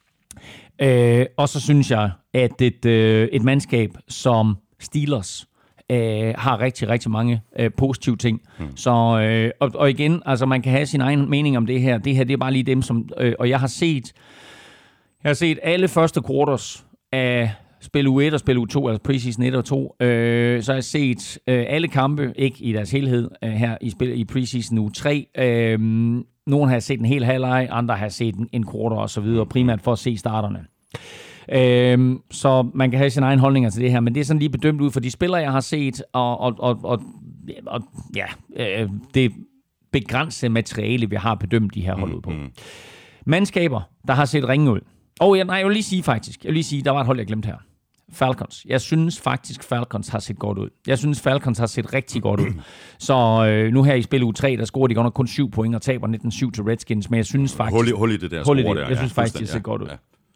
Øh, og så synes jeg, at et, øh, et mandskab som Steelers Øh, har rigtig, rigtig mange øh, positive ting. Hmm. Så, øh, og, og igen, altså man kan have sin egen mening om det her. Det her, det er bare lige dem, som... Øh, og jeg har set... Jeg har set alle første quarters af spil U et og spil U to, altså preseason et og to. Øh, så har jeg set øh, alle kampe, ikke i deres helhed, øh, her i, spil, i preseason U tre. Øh, nogle har jeg set en hel halvleg, andre har jeg set en, en quarter og så videre, primært for at se starterne. Øhm, så man kan have sine egne holdninger til det her, men det er sådan lige bedømt ud for de spillere, jeg har set, og, og, og, og, og ja, øh, det begrænsede materiale, vi har bedømt de her hold ud på. Mm-hmm. Mandskaber, der har set ringe ud. Og jeg, nej, jeg vil lige sige faktisk, jeg vil lige sige, der var et hold, jeg glemte her. Falcons. Jeg synes faktisk, Falcons har set godt ud. Jeg synes, Falcons har set rigtig godt ud. Så øh, nu her i spil uge tre, der scorer de godt nok kun syv point og taber nitten syv til Redskins, men jeg synes faktisk... Hul i, hul i det der score der. Jeg synes ja, faktisk, det ser ja, godt ud.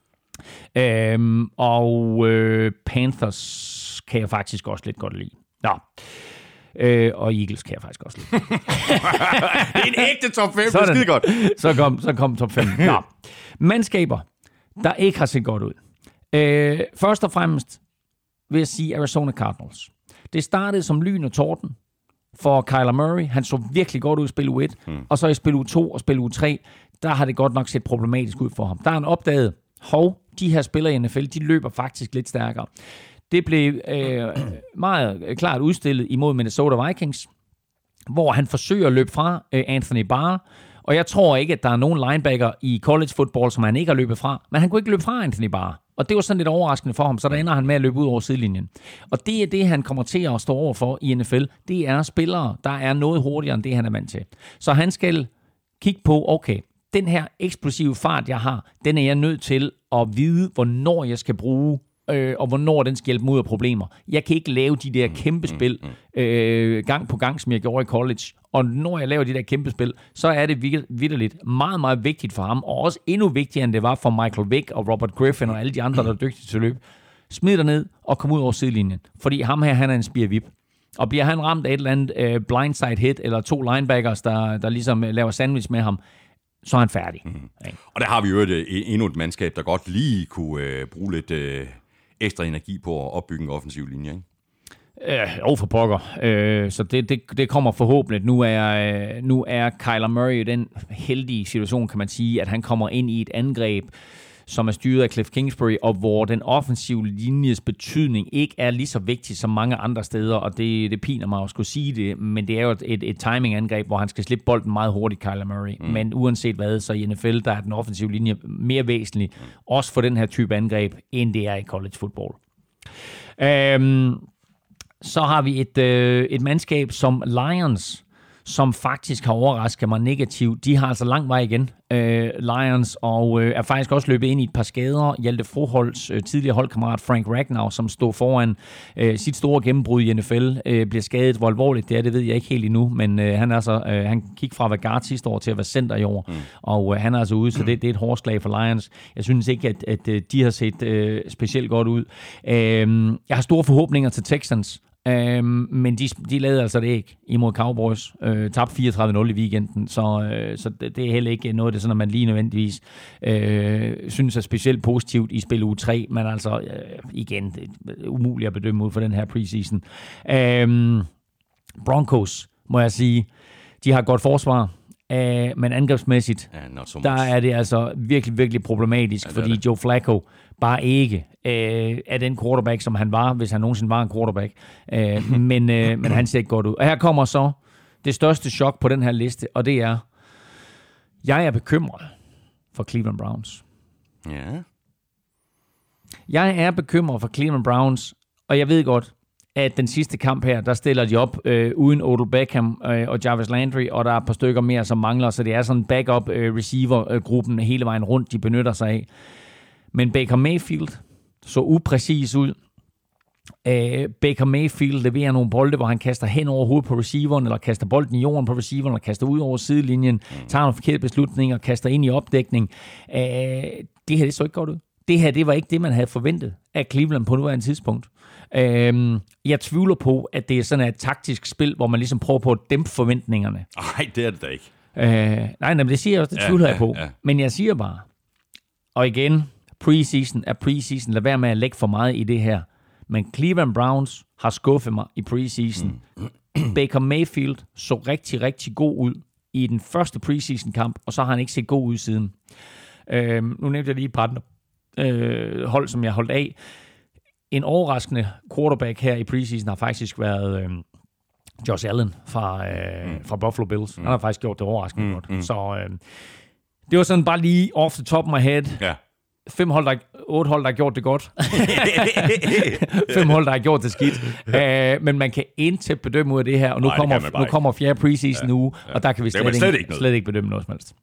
Ja. Øhm, og øh, Panthers kan jeg faktisk også lidt godt lide. Nå. Øh, og Eagles kan jeg faktisk også lide. Det er en ægte top fem, det er skide godt. Så kom, så kom top fem. Nå. Mandskaber, der ikke har set godt ud. Øh, først og fremmest vil jeg sige Arizona Cardinals. Det startede som lyn og torden for Kyler Murray. Han så virkelig godt ud i spil uge et, hmm. og så i spil uge to og spil uge tre, der har det godt nok set problematisk ud for ham. Der er en opdaget, hov, de her spillere i N F L, de løber faktisk lidt stærkere. Det blev øh, meget klart udstillet imod Minnesota Vikings, hvor han forsøger at løbe fra øh, Anthony Barr, og jeg tror ikke, at der er nogen linebacker i college football, som han ikke har løbet fra, men han kunne ikke løbe fra Anthony Barr. Og det var sådan lidt overraskende for ham, så der ender han med at løbe ud over sidelinjen. Og det er det, han kommer til at stå over for i N F L. Det er spillere, der er noget hurtigere end det, han er vant til. Så han skal kigge på, okay, den her eksplosive fart, jeg har, den er jeg nødt til at vide, hvornår jeg skal bruge, øh, og hvornår den skal hjælpe mig ud af problemer. Jeg kan ikke lave de der kæmpe spil øh, gang på gang, som jeg gjorde i college. Og når jeg laver de der kæmpe spil, så er det vitterligt meget, meget vigtigt for ham, og også endnu vigtigere, end det var for Michael Vick og Robert Griffin og alle de andre, der er dygtige til løb. Smid dig ned og kom ud over sidelinjen. Fordi ham her, han er en spirvip. Og bliver han ramt af et eller andet øh, blindside hit, eller to linebackers, der, der ligesom laver sandwich med ham, så er han færdig. Mm. Ja. Og der har vi jo et, endnu et mandskab, der godt lige kunne øh, bruge lidt øh, ekstra energi på at opbygge en offensiv linje, ikke? Øh, jo, for pokker. Øh, så det, det, det kommer forhåbentlig. Nu er, nu er Kyler Murray i den heldige situation, kan man sige, at han kommer ind i et angreb, som er styret af Cliff Kingsbury, og hvor den offensive linjes betydning ikke er lige så vigtig som mange andre steder, og det, det piner mig at skulle sige det, men det er jo et, et, et timingangreb, hvor han skal slippe bolden meget hurtigt, Kyler Murray. Mm. Men uanset hvad, så i N F L, der er den offensive linje mere væsentlig, mm. også for den her type angreb, end det er i college football. Øhm, så har vi et, øh, et mandskab som Lions, som faktisk har overrasket mig negativt. De har altså lang vej igen, øh, Lions, og øh, er faktisk også løbet ind i et par skader. Hjalte Froholts øh, tidligere holdkammerat Frank Ragnow, som stod foran øh, sit store gennembrud i N F L, øh, bliver skadet. Hvor alvorligt det er, det ved jeg ikke helt endnu, men øh, han, altså, øh, han gik fra at være guard sidste år til at være center i år, mm. og øh, han er altså ude, så det, det er et hårdt slag for Lions. Jeg synes ikke, at, at, at de har set øh, specielt godt ud. Øh, jeg har store forhåbninger til Texans, Øhm, men de, de lavede altså det ikke imod Cowboys. Øh, tabte fireogtredive nul i weekenden, så, øh, så det, det er heller ikke noget, det er sådan, at man lige nødvendigvis øh, synes er specielt positivt i spil uge tre, men altså øh, igen, det er umuligt at bedømme ud for den her preseason. Øhm, Broncos, må jeg sige, de har et godt forsvar. Uh, men angrebsmæssigt, yeah, so der er det altså virkelig, virkelig problematisk, yeah, fordi det. Joe Flacco bare ikke uh, er den quarterback, som han var, hvis han nogensinde var en quarterback. Uh, men, uh, men han ser ikke godt ud. Og her kommer så det største chok på den her liste, og det er, jeg er bekymret for Cleveland Browns. Ja. Yeah. Jeg er bekymret for Cleveland Browns, og jeg ved godt, at den sidste kamp her, der stiller de op øh, uden Odell Beckham øh, og Jarvis Landry, og der er et par stykker mere, som mangler, så det er sådan en backup øh, receiver-gruppen hele vejen rundt, de benytter sig af. Men Baker Mayfield så upræcis ud. Øh, Baker Mayfield leverer nogle bolde, hvor han kaster hen over hovedet på receiveren, eller kaster bolden i jorden på receiveren, eller kaster ud over sidelinjen, mm. tager nogle forkerte beslutninger, kaster ind i opdækning. Øh, det her, det så ikke godt ud. Det her, det var ikke det, man havde forventet af Cleveland på nuværende tidspunkt. Øhm, jeg tvivler på, at det er sådan et taktisk spil, hvor man ligesom prøver på at dæmpe forventningerne. Nej, det er det da ikke. Øh, nej, nej, det siger jeg også, det tvivler ja, jeg på. Ja, ja. Men jeg siger bare, og igen, preseason er preseason, lad være med at lægge for meget i det her. Men Cleveland Browns har skuffet mig i preseason. Mm. Baker Mayfield så rigtig, rigtig god ud i den første preseason-kamp, og så har han ikke set god ud siden. Øh, nu nævnte jeg lige et partner. Øh, hold, som jeg holdt af. En overraskende quarterback her i preseason har faktisk været øh, Josh Allen fra, øh, mm. fra Buffalo Bills. Mm. Han har faktisk gjort det overraskende mm. godt. Mm. Så øh, det var sådan bare lige off the top of my head. Ja. fem hold, der, otte hold, der har gjort det godt. Fem hold, der har gjort det skidt. Uh, men man kan intet bedømme ud af det her, og nu, Nej, kommer, nu kommer fjerde preseason ja, uge, ja. og der kan vi slet, slet, ikke, slet ikke bedømme noget som helst.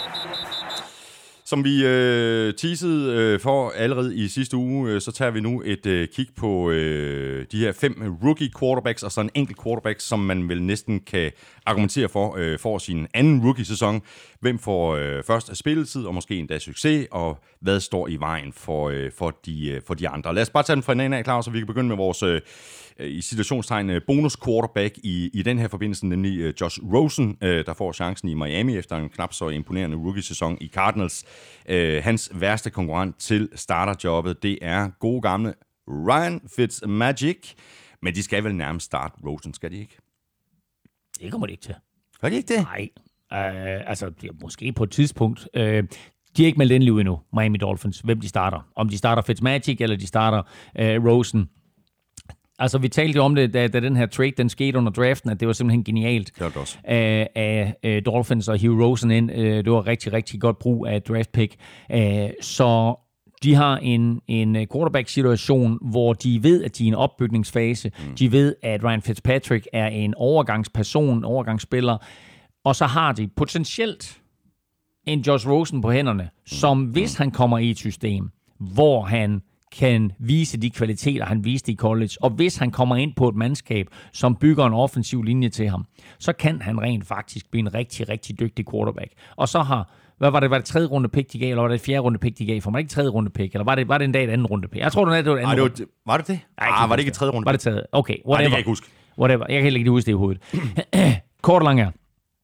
Som vi øh, teasede øh, for allerede i sidste uge, øh, så tager vi nu et øh, kig på øh, de her fem rookie quarterbacks, og så en enkelt quarterback, som man vel næsten kan argumentere for, øh, for sin anden rookie-sæson. Hvem får øh, først spilletid, og måske endda succes, og hvad står i vejen for, øh, for, de, øh, for de andre. Lad os bare tage den fra en anden af, Claus, så vi kan begynde med vores øh, i situationstegn bonus quarterback i, i den her forbindelse, nemlig øh, Josh Rosen, øh, der får chancen i Miami efter en knap så imponerende rookie-sæson i Cardinals. Øh, hans værste konkurrent til starterjobbet, det er gode gamle Ryan Fitzmagic, men de skal vel nærmest starte Rosen, skal de ikke? Det kommer de ikke til. Gør de ikke det? Nej, uh, altså måske på et tidspunkt. Uh, de er ikke meldt endelig ud endnu, Miami Dolphins, hvem de starter. Om de starter Fitzmagic, eller de starter uh, Rosen. Altså, vi talte jo om det, da, da den her trade, den skete under draften, at det var simpelthen genialt det var det også. Af, af, af Dolphins og Hugh Rosen ind. Det var rigtig, rigtig godt brug af draft pick. Så de har en, en quarterback-situation, hvor de ved, at de er i en opbygningsfase. Mm. De ved, at Ryan Fitzpatrick er en overgangsperson, en overgangsspiller. Og så har de potentielt en Josh Rosen på hænderne, mm. som hvis han kommer i et system, hvor han kan vise de kvaliteter, han viste i college, og hvis han kommer ind på et mandskab, som bygger en offensiv linje til ham, så kan han rent faktisk blive en rigtig, rigtig dygtig quarterback. Og så har, hvad var det, var det tredje runde pick, de gav, eller var det fjerde runde pick, de gav? For mig ikke tredje runde pick, eller var det, var det en dag et anden runde pick? Jeg tror, det var et andet Ej, det var, runde. Var det det? Nej, ah, var det ikke et tredje runde pick? Var det tredje? Okay, whatever. Ej, det kan jeg ikke huske. Whatever. Jeg kan heller ikke huske det i hovedet. Kort og lang er,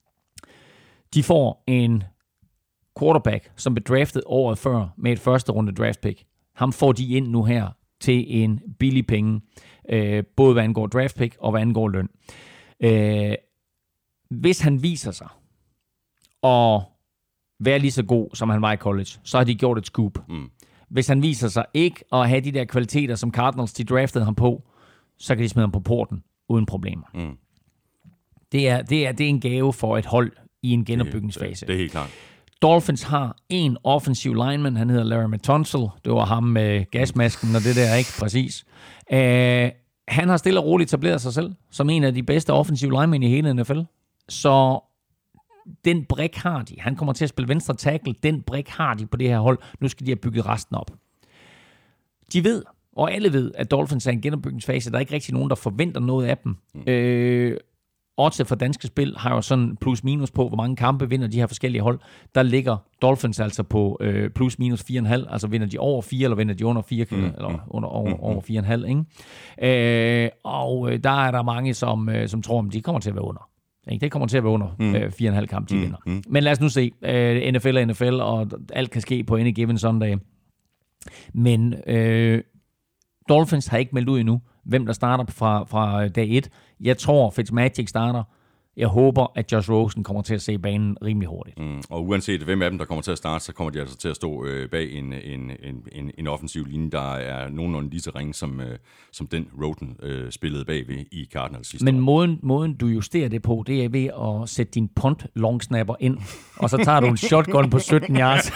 de får en quarterback, som blev draftet året før med et første runde draft pick. Ham får de ind nu her til en billig penge, øh, både hvad angår draft pick og hvad angår løn. Øh, hvis han viser sig at være lige så god, som han var i college, så har de gjort et scoop. Mm. Hvis han viser sig ikke at have de der kvaliteter, som Cardinals de draftede ham på, så kan de smide ham på porten uden problemer. Mm. Det, er, det, er, det er en gave for et hold i en genopbygningsfase. Det, det er helt klart. Dolphins har en offensiv lineman, han hedder Larry Tunsil. Det var ham med gasmasken og det der, ikke? Præcis. Uh, han har stille og roligt etableret sig selv som en af de bedste offensive linemen i hele N F L. Så den brik har de. Han kommer til at spille venstre tackle. Den brik har de på det her hold. Nu skal de have bygget resten op. De ved, og alle ved, at Dolphins er en genopbygningsfase. Der er ikke rigtig nogen, der forventer noget af dem. Mm. Uh, Oddset for danske spil har jo sådan plus-minus på, hvor mange kampe vinder de her forskellige hold. Der ligger Dolphins altså på øh, plus-minus fire komma fem. Altså vinder de over fire, eller vinder de under fire, mm. eller under, over, over fire komma fem, ikke? Øh, og øh, der er der mange, som, øh, som tror, at de kommer til at være under. Ikke? Det kommer til at være under mm. øh, fire komma fem kamp, de mm. vinder. Mm. Men lad os nu se. Øh, N F L er N F L, og alt kan ske på any given Sunday. Men øh, Dolphins har ikke meldt ud endnu, hvem der starter fra, fra dag et. Jeg tror, Fitzmagic starter. Jeg håber, at Josh Rosen kommer til at se banen rimelig hurtigt. Mm, og uanset hvem af dem, der kommer til at starte, så kommer de altså til at stå øh, bag en, en, en, en offensiv linje, der er nogenlunde lige så ringe, som, øh, som den Rosen øh, spillede bagved i Cardinals sidste Men år. måden, måden, du justerer det på, det er ved at sætte din punt long snapper ind, og så tager du en shotgun på sytten yards.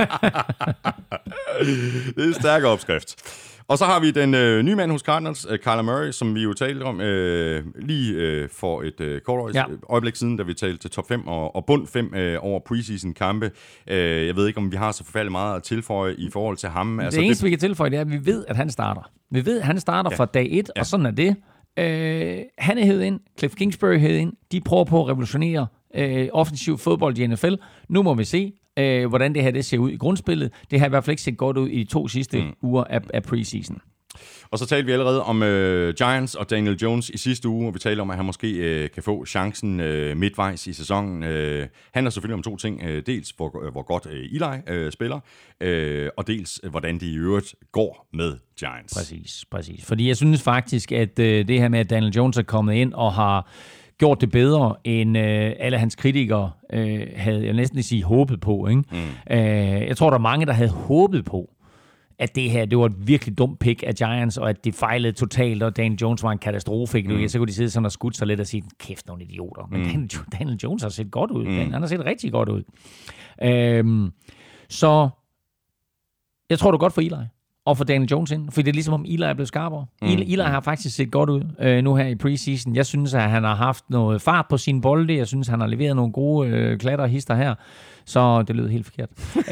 Det er en stærk opskrift. Og så har vi den øh, nye mand hos Cardinals, øh, Kyler Murray, som vi jo talte om øh, lige øh, for et øh, kort ja. øjeblik siden, da vi talte til top fem og, og bund fem øh, over preseason-kampe. Øh, jeg ved ikke, om vi har så forfærdeligt meget at tilføje i forhold til ham. Det altså, eneste, det... vi kan tilføje, det er, at vi ved, at han starter. Vi ved, at han starter ja. fra dag et, ja. og sådan er det. Øh, han er hed ind, Cliff Kingsbury hed ind. De prøver på at revolutionere øh, offensiv fodbold i N F L. Nu må vi se, øh, hvordan det her det ser ud i grundspillet. Det har i hvert fald ikke set godt ud i de to sidste mm. uger af, af preseason. Og så talte vi allerede om øh, Giants og Daniel Jones i sidste uge, og vi talte om, at han måske øh, kan få chancen øh, midtvejs i sæsonen. Øh, handler selvfølgelig om to ting. Øh, dels, hvor, hvor godt øh, Eli øh, spiller, øh, og dels, øh, hvordan det i øvrigt går med Giants. Præcis, præcis. Fordi jeg synes faktisk, at øh, det her med, at Daniel Jones er kommet ind og har gjort det bedre, end øh, alle hans kritikere øh, havde, jeg næsten sige, håbet på. Ikke? Mm. Øh, jeg tror, der er mange, der havde håbet på, at det her, det var et virkelig dumt pick af Giants, og at det fejlede totalt, og Daniel Jones var en katastrofe. Mm. Så kunne de sidde sådan og skudt sig lidt og sige, kæft, nogle idioter. Men mm. Daniel, Daniel Jones har set godt ud. Mm. Han har set rigtig godt ud. Øhm, så Jeg tror, det er godt for Eli. Og for Daniel Jones ind, fordi det er ligesom om Eli er blevet skarpere. Mm. Eli, Eli har faktisk set godt ud øh, nu her i preseason. Jeg synes, at han har haft noget fart på sine bolde. Jeg synes, han har leveret nogle gode øh, klatter og hister her. Så det lyder helt forkert.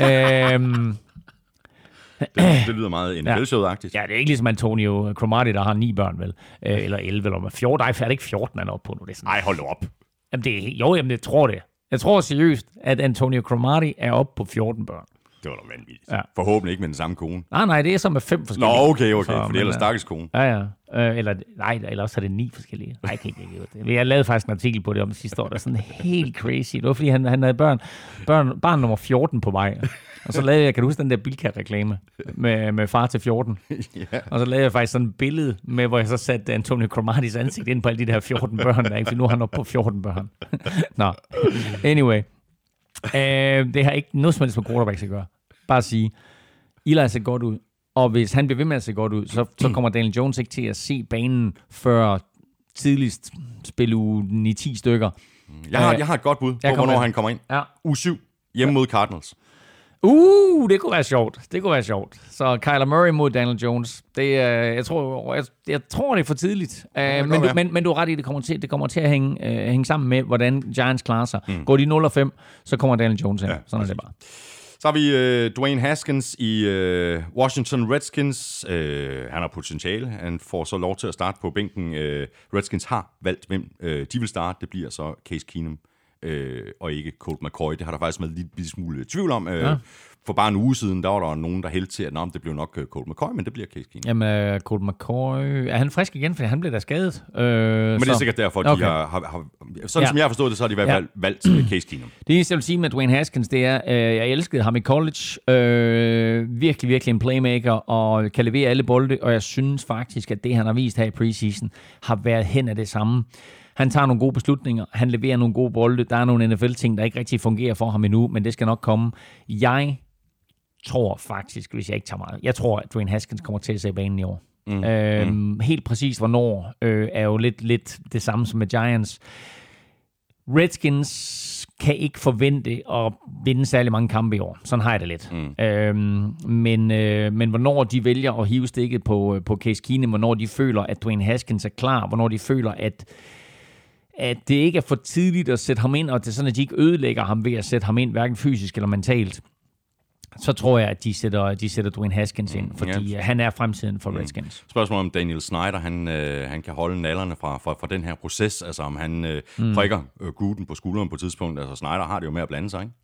øhm, det, det lyder meget N F L-showet-agtigt. Ja, det er ikke ligesom Antonio Cromartie, der har ni børn, vel? Øh, eller elleve, eller fjorten. Nej, er det ikke fjorten, han er oppe på nu? Det er sådan, Ej, hold op. Jamen, det er, jo, jamen, jeg tror det. Jeg tror seriøst, at Antonio Cromartie er oppe på fjorten børn. Det var da vanvittigt. Ja. Forhåbentlig ikke med den samme kone. Nej, nej, det er så med fem forskellige. Nå, okay, okay, for det er ellers stakkels kone. Ja, ja. Øh, eller, nej, eller også er det ni forskellige. Nej, jeg kan ikke det. Jeg lavede faktisk en artikel på det om sidste år, der er sådan helt crazy. Det var, fordi han, han havde børn, børn, barn nummer fjorten på vej. Og så lavede jeg, kan du huske den der Bilka-reklame med, med far til fjorten? Yeah. Og så lavede jeg faktisk sådan et billede med, hvor jeg så satte Antonio Cromarties ansigt ind på alle de der fjorten børn, der, ikke? For nu er han oppe på fjorten børn. Nå, anyway. Øh, det har ikke noget som helst med quarterbacks at gøre. Bare at sige, Eli har set godt ud, og hvis han bliver ved med at se godt ud, så, så kommer Daniel Jones ikke til at se banen før tidligst spille uge ni ti stykker. Jeg har, jeg har et godt bud på, hvornår han kommer ind. Ja. Uge syv, hjemme mod Cardinals. Uh, det kunne være sjovt. Det kunne være sjovt. Så Kyler Murray mod Daniel Jones. Det, uh, jeg, tror, jeg, jeg tror, det er for tidligt. Uh, men, du, men, men du er ret i, det kommer til, det kommer til at hænge, uh, hænge sammen med, hvordan Giants klarer sig. Mm. Går de nul og fem, så kommer Daniel Jones ind. Ja, sådan er det bare. Så har vi uh, Dwayne Haskins i uh, Washington Redskins. Uh, han har potentiale. Han får så lov til at starte på bænken. Uh, Redskins har valgt, hvem uh, de vil starte. Det bliver så Case Keenum uh, og ikke Colt McCoy. Det har der faktisk været en lille smule tvivl om. Uh, ja. For bare en uge siden, der var der nogen, der hældte til, at det blev nok Colt McCoy, men det bliver Case Keenum. Jamen, uh, Colt McCoy... Er han frisk igen? Fordi han blev da skadet. Uh, men det er sikkert derfor, at de okay. har, har, har... Sådan ja. som jeg har forstået det, så har de i hvert fald ja. valgt uh, Case Keenum. Det eneste, jeg vil sige med Dwayne Haskins, det er, uh, jeg elskede ham i college. Uh, virkelig, virkelig en playmaker, og kan levere alle bolde, og jeg synes faktisk, at det, han har vist her i preseason, har været hen af det samme. Han tager nogle gode beslutninger, han leverer nogle gode bolde, der er nogle N F L-ting, der ikke rigtig fungerer for ham endnu, men det skal nok komme. Jeg tror faktisk, hvis jeg ikke tager meget, jeg tror, at Dwayne Haskins kommer til at se banen i år. Mm. Øhm, mm. Helt præcist hvornår øh, er jo lidt, lidt det samme som med Giants. Redskins kan ikke forvente at vinde særlig mange kampe i år. Sådan har jeg det lidt. Mm. Øhm, men, øh, men hvornår de vælger at hive stikket på, på Case Keenum, hvornår de føler, at Dwayne Haskins er klar, hvornår de føler, at at det ikke er for tidligt at sætte ham ind, og det er sådan, at de ikke ødelægger ham ved at sætte ham ind, hverken fysisk eller mentalt, så tror jeg, at de sætter, de sætter Dwayne Haskins ind, fordi ja. han er fremtiden for Redskins. Mm. Spørgsmålet om Daniel Snyder, han, øh, han kan holde nallerne fra, fra, fra den her proces, altså om han øh, mm. prikker øh, Gruden på skulderen på et tidspunkt, altså Snyder har det jo med at blande sig, ikke?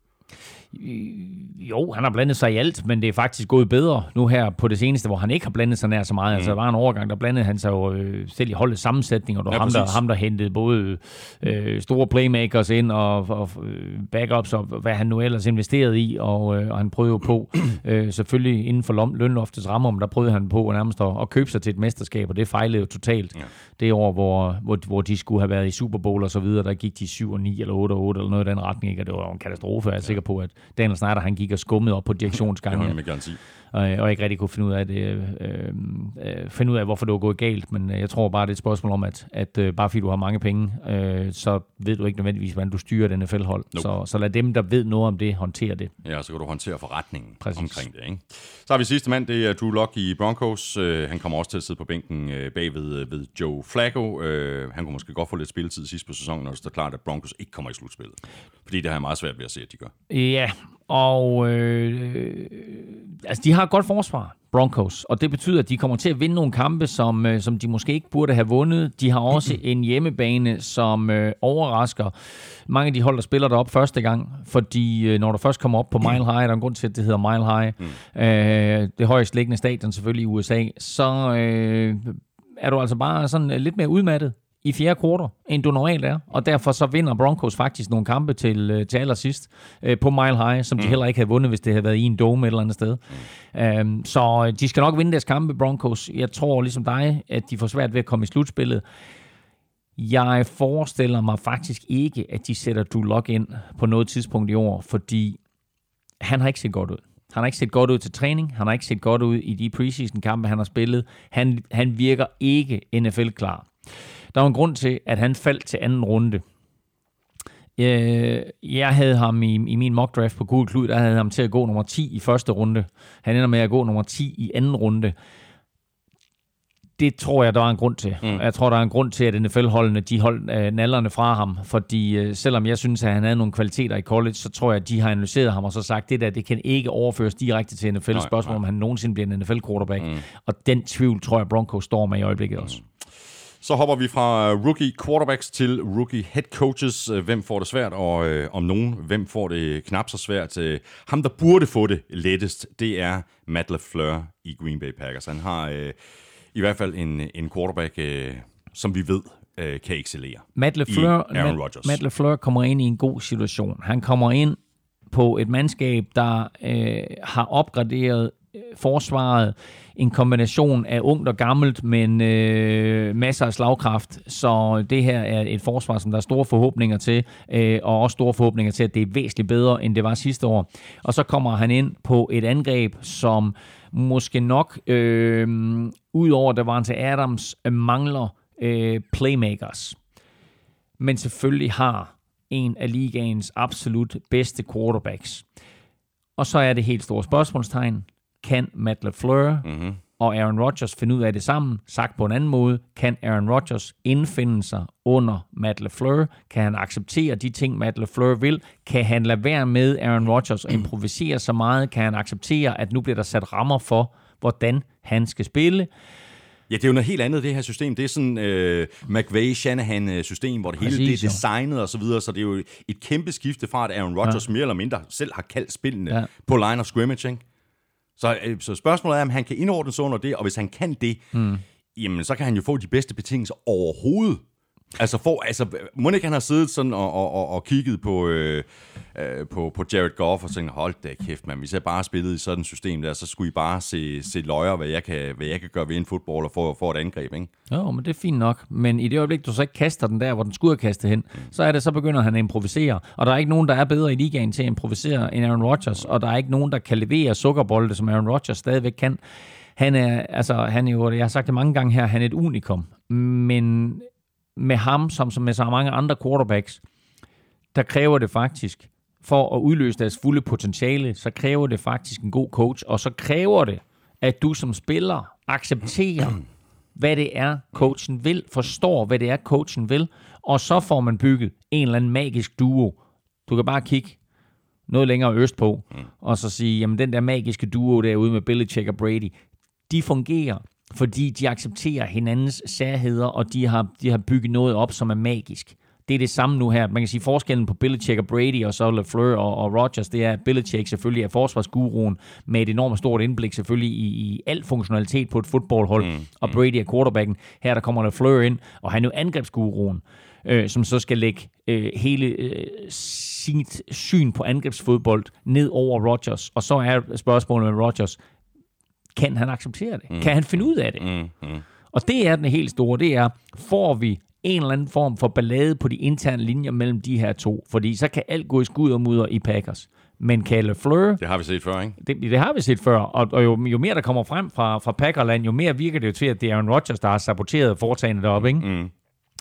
Jo, han har blandet sig i alt, men det er faktisk gået bedre nu her på det seneste, hvor han ikke har blandet sig nær så meget. Mm. Altså, der var en overgang, der blandede han sig jo øh, selv i holdets sammensætning, og der var ja, ham, der, ham, der hentede både øh, store playmakers ind og, og øh, backups, og hvad han nu ellers investerede i, og, øh, og han prøvede jo på, øh, selvfølgelig inden for lønloftets rammer, men der prøvede han på nærmest at, at købe sig til et mesterskab, og det fejlede jo totalt. Ja. Det år, hvor, hvor, hvor de skulle have været i Super Bowl og så videre, der gik de syv og ni eller otte og otte eller noget i den retning, ikke? Og det var en katastrofe, jeg er ja. sikker på, at Daniel Snyder, han gik og skummede op på direktionsgangen. Det garanti. Og, og ikke rigtig kunne finde ud af det, øh, øh, finde ud af, hvorfor det var gået galt. Men jeg tror bare, det er et spørgsmål om, at, at øh, bare fordi du har mange penge, øh, så ved du ikke nødvendigvis, hvordan du styrer den N F L-hold. Nope. Så, så lad dem, der ved noget om det, håndtere det. Ja, så kan du håndtere forretningen Præcis. omkring det, ikke? Så har vi sidste mand, det er Drew Lock i Broncos. Uh, han kommer også til at sidde på bænken uh, bag ved, ved Joe Flacco. Uh, han kunne måske godt få lidt spilletid sidst på sæsonen, når det står klart, at Broncos ikke kommer i slutspillet. Fordi det har jeg meget svært ved at se, at de gør. Ja, og øh, altså, de har et godt forsvar, Broncos, og det betyder, at de kommer til at vinde nogle kampe, som, øh, som de måske ikke burde have vundet. De har også en hjemmebane, som øh, overrasker mange af de hold, der spiller derop første gang, fordi øh, når du først kommer op på Mile High, der er en grund til, at det hedder Mile High, mm. øh, det højst liggende stadion selvfølgelig i U S A, så øh, er du altså bare sådan lidt mere udmattet i fjerde kvartal, end du normalt er. Og derfor så vinder Broncos faktisk nogle kampe til, til allersidst øh, på Mile High, som de mm. heller ikke havde vundet, hvis det havde været i en dome et eller andet sted. Mm. Øhm, så de skal nok vinde deres kampe, Broncos. Jeg tror ligesom dig, at de får svært ved at komme i slutspillet. Jeg forestiller mig faktisk ikke, at de sætter Drew Lock ind på noget tidspunkt i år, fordi han har ikke set godt ud. Han har ikke set godt ud til træning. Han har ikke set godt ud i de preseason-kampe, han har spillet. Han, han virker ikke N F L-klar. Der var en grund til, at han faldt til anden runde. Øh, jeg havde ham i, i min mock draft på Google Klud, der havde jeg ham til at gå nummer ti i første runde. Han ender med at gå nummer ti i anden runde. Det tror jeg, der er en grund til. Mm. Jeg tror, der er en grund til, at N F L-holdene de holdt øh, nallerne fra ham. Fordi øh, selvom jeg synes, at han havde nogle kvaliteter i college, så tror jeg, at de har analyseret ham og så sagt, det der, det kan ikke overføres direkte til N F L. Nej, spørgsmål, nej. Om han nogensinde bliver en N F L-quarterback. Mm. Og den tvivl, tror jeg, Broncos står med i øjeblikket også. Mm. Så hopper vi fra rookie quarterbacks til rookie head coaches. Hvem får det svært, og øh, om nogen, hvem får det knap så svært? Ham, der burde få det lettest, det er Matt LaFleur i Green Bay Packers. Han har øh, i hvert fald en, en quarterback, øh, som vi ved, øh, kan excellere. Matt LaFleur, Matt, Matt LaFleur kommer ind i en god situation. Han kommer ind på et mandskab, der øh, har opgraderet forsvaret, en kombination af ungt og gammelt, men øh, masser af slagkraft. Så det her er et forsvar, som der er store forhåbninger til, øh, og også store forhåbninger til, at det er væsentligt bedre, end det var sidste år. Og så kommer han ind på et angreb, som måske nok, øh, udover Davante Adams, øh, mangler øh, playmakers. Men selvfølgelig har en af ligaens absolut bedste quarterbacks. Og så er det helt store spørgsmålstegn. Kan Matt LaFleur mm-hmm. og Aaron Rodgers finde ud af det sammen? Sagt på en anden måde, kan Aaron Rodgers indfinde sig under Matt LaFleur? Kan han acceptere de ting, Matt LaFleur vil? Kan han lade være med Aaron Rodgers og improvisere så meget? Kan han acceptere, at nu bliver der sat rammer for, hvordan han skal spille? Ja, det er jo noget helt andet, det her system. Det er sådan øh, McVay-Shanahan-system, hvor det hele det er designet og så videre, så det er jo et kæmpe skifte fra, at Aaron Rodgers ja. mere eller mindre selv har kaldt spillene ja. på line of scrimmage, ikke? Så, så spørgsmålet er, om han kan indordne sig under det, og hvis han kan det, mm. jamen, så kan han jo få de bedste betingelser overhovedet. Altså, for, altså må ikke han har siddet sådan og, og, og, og kigget på, øh, øh, på, på Jared Goff og tænkt, hold da kæft, man, hvis jeg bare spillede i sådan et system der, så skulle I bare se, se løjer, hvad jeg, kan, hvad jeg kan gøre ved en fodbold og få, få et angreb, ikke? Jo, men det er fint nok. Men i det øjeblik, du så ikke kaster den der, hvor den skulle have kastet hen, mm. så er det, så begynder han at improvisere. Og der er ikke nogen, der er bedre i ligaen til at improvisere end Aaron Rodgers, og der er ikke nogen, der kan levere sukkerbolde, som Aaron Rodgers stadigvæk kan. Han er, altså, han er jo, jeg har sagt det mange gange her, han er et unikum. Men med ham, som, som med så mange andre quarterbacks, der kræver det faktisk, for at udløse deres fulde potentiale, så kræver det faktisk en god coach, og så kræver det, at du som spiller accepterer, hvad det er, coachen vil, forstår, hvad det er, coachen vil, og så får man bygget en eller anden magisk duo. Du kan bare kigge noget længere øst på, og så sige, jamen den der magiske duo derude med Belichick og Brady, de fungerer, fordi de accepterer hinandens særheder, og de har, de har bygget noget op, som er magisk. Det er det samme nu her. Man kan sige, forskellen på Belichick og Brady, og så LaFleur og, og Rodgers, det er, at Belichick selvfølgelig er forsvarsguruen, med et enormt stort indblik selvfølgelig i, i al funktionalitet på et fodboldhold, mm, og Brady er quarterbacken. Her der kommer LaFleur ind, og han er jo angrebsguruen, øh, som så skal lægge øh, hele øh, sit syn på angrebsfodbold ned over Rodgers. Og så er spørgsmålet med Rodgers, kan han acceptere det? Mm. Kan han finde ud af det? Mm. Mm. Og det er den helt store, det er, får vi en eller anden form for ballade på de interne linjer mellem de her to, fordi så kan alt gå i skud og mudder i Packers. Men kan LaFleur... Det har vi set før, ikke? Det, det har vi set før, og, og jo, jo mere der kommer frem fra, fra Packerland, jo mere virker det jo til, at det er Aaron Rodgers, der har saboteret foretagene deroppe, ikke? Mm.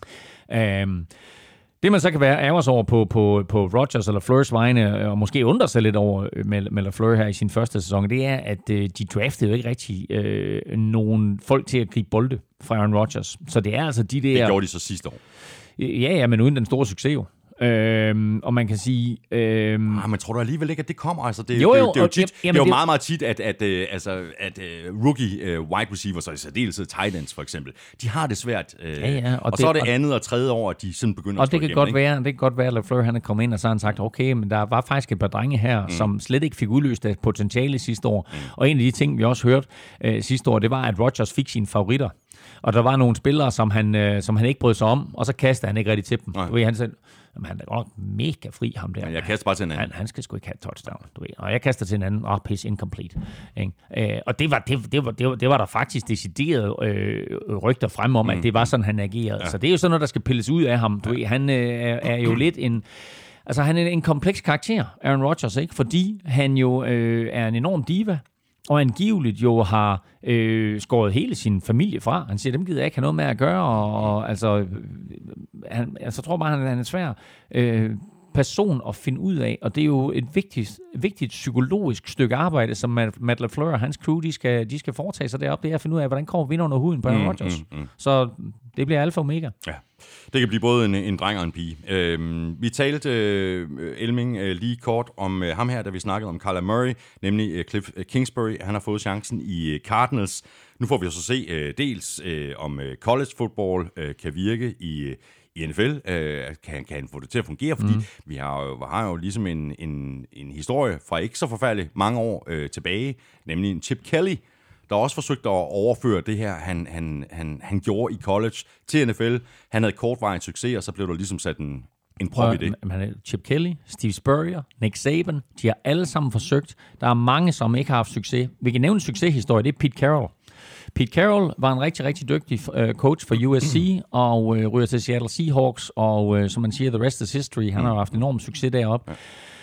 Øhm, det man så kan være ærgers over på, på, på Rodgers eller LaFleurs vegne, og måske undre sig lidt over med, med LaFleur her i sin første sæson, det er, at øh, de draftede jo ikke rigtig øh, nogen folk til at gribe bolde fra Aaron Rodgers. Så det er altså de der... Det gjorde de så sidste år. Ja, ja, men uden den store succes jo. Øhm, og man kan sige... Øhm, ah, men tror du alligevel ikke, at det kommer? Altså, det, jo, jo, det, det, det, er jo tit, jamen, det er jo meget, meget tit, at, at, at, altså, at uh, rookie uh, wide receivers, og i særdeleshed tight ends for eksempel, de har det svært. Uh, ja, ja, og, og det, så er det andet og tredje år, at de sådan begynder og at slå det kan igennem, godt ikke? være, det kan godt være, at LaFleur han er kommet ind, og så har han sagt, okay, men der var faktisk et par drenge her, mm. som slet ikke fik udløst deres potentiale sidste år. Mm. Og en af de ting, vi også hørte uh, sidste år, det var, at Rodgers fik sine favoritter. Og der var nogle spillere, som han, øh, som han ikke brød sig om, og så kastede han ikke rigtig til dem. Du ved, han sagde, jamen, han er godt nok mega fri, ham der. Men jeg kaster bare til en anden. Han, han skal sgu ikke have et touchdown, du ved. Og jeg kaster til en anden, og oh, piss, incomplete. Øh, og det var, det, det, var, det, var, det var der faktisk decideret øh, rygter frem om, mm. at det var sådan, han agerede. Ja. Så det er jo sådan noget, der skal pilles ud af ham. Du ved, han øh, er, er jo lidt en... Altså, han er en kompleks karakter, Aaron Rodgers, ikke? Fordi han jo øh, er en enorm diva, og angiveligt jo har øh, skåret hele sin familie fra. Han siger, dem gider jeg ikke have noget med at gøre, og, og altså, han, altså, jeg tror bare, han, han er svær. Øh, person at finde ud af, og det er jo et vigtigt, vigtigt psykologisk stykke arbejde, som Matt LaFleur og hans crew, de skal, de skal foretage sig deroppe, det er at finde ud af, hvordan kommer vinder under huden på Aaron Rodgers. Mm, mm, mm. Så det bliver alfa og omega. Ja. Det kan blive både en, en dreng og en pige. Øhm, vi talte, øh, Elming, øh, lige kort om øh, ham her, da vi snakkede om Kyler Murray, nemlig øh, Cliff Kingsbury. Han har fået chancen i øh, Cardinals. Nu får vi så se øh, dels, øh, om øh, college football øh, kan virke i, øh, i N F L. Øh, kan, kan han få det til at fungere? Fordi mm. vi har jo, har jo ligesom en, en, en historie fra ikke så forfærdeligt mange år øh, tilbage, nemlig en Chip Kelly, der også forsøgte at overføre det her, han, han, han, han gjorde i college til N F L. Han havde kortvarigt succes, og så blev der ligesom sat en, en prop i det. Man, Chip Kelly, Steve Spurrier, Nick Saban, de har alle sammen forsøgt. Der er mange, som ikke har haft succes. Vi kan nævne en succeshistorie, det er Pete Carroll. Pete Carroll var en rigtig, rigtig dygtig uh, coach for U S C, og uh, ryger til Seattle Seahawks, og uh, som man siger, the rest is history. Han har haft enorm succes deroppe.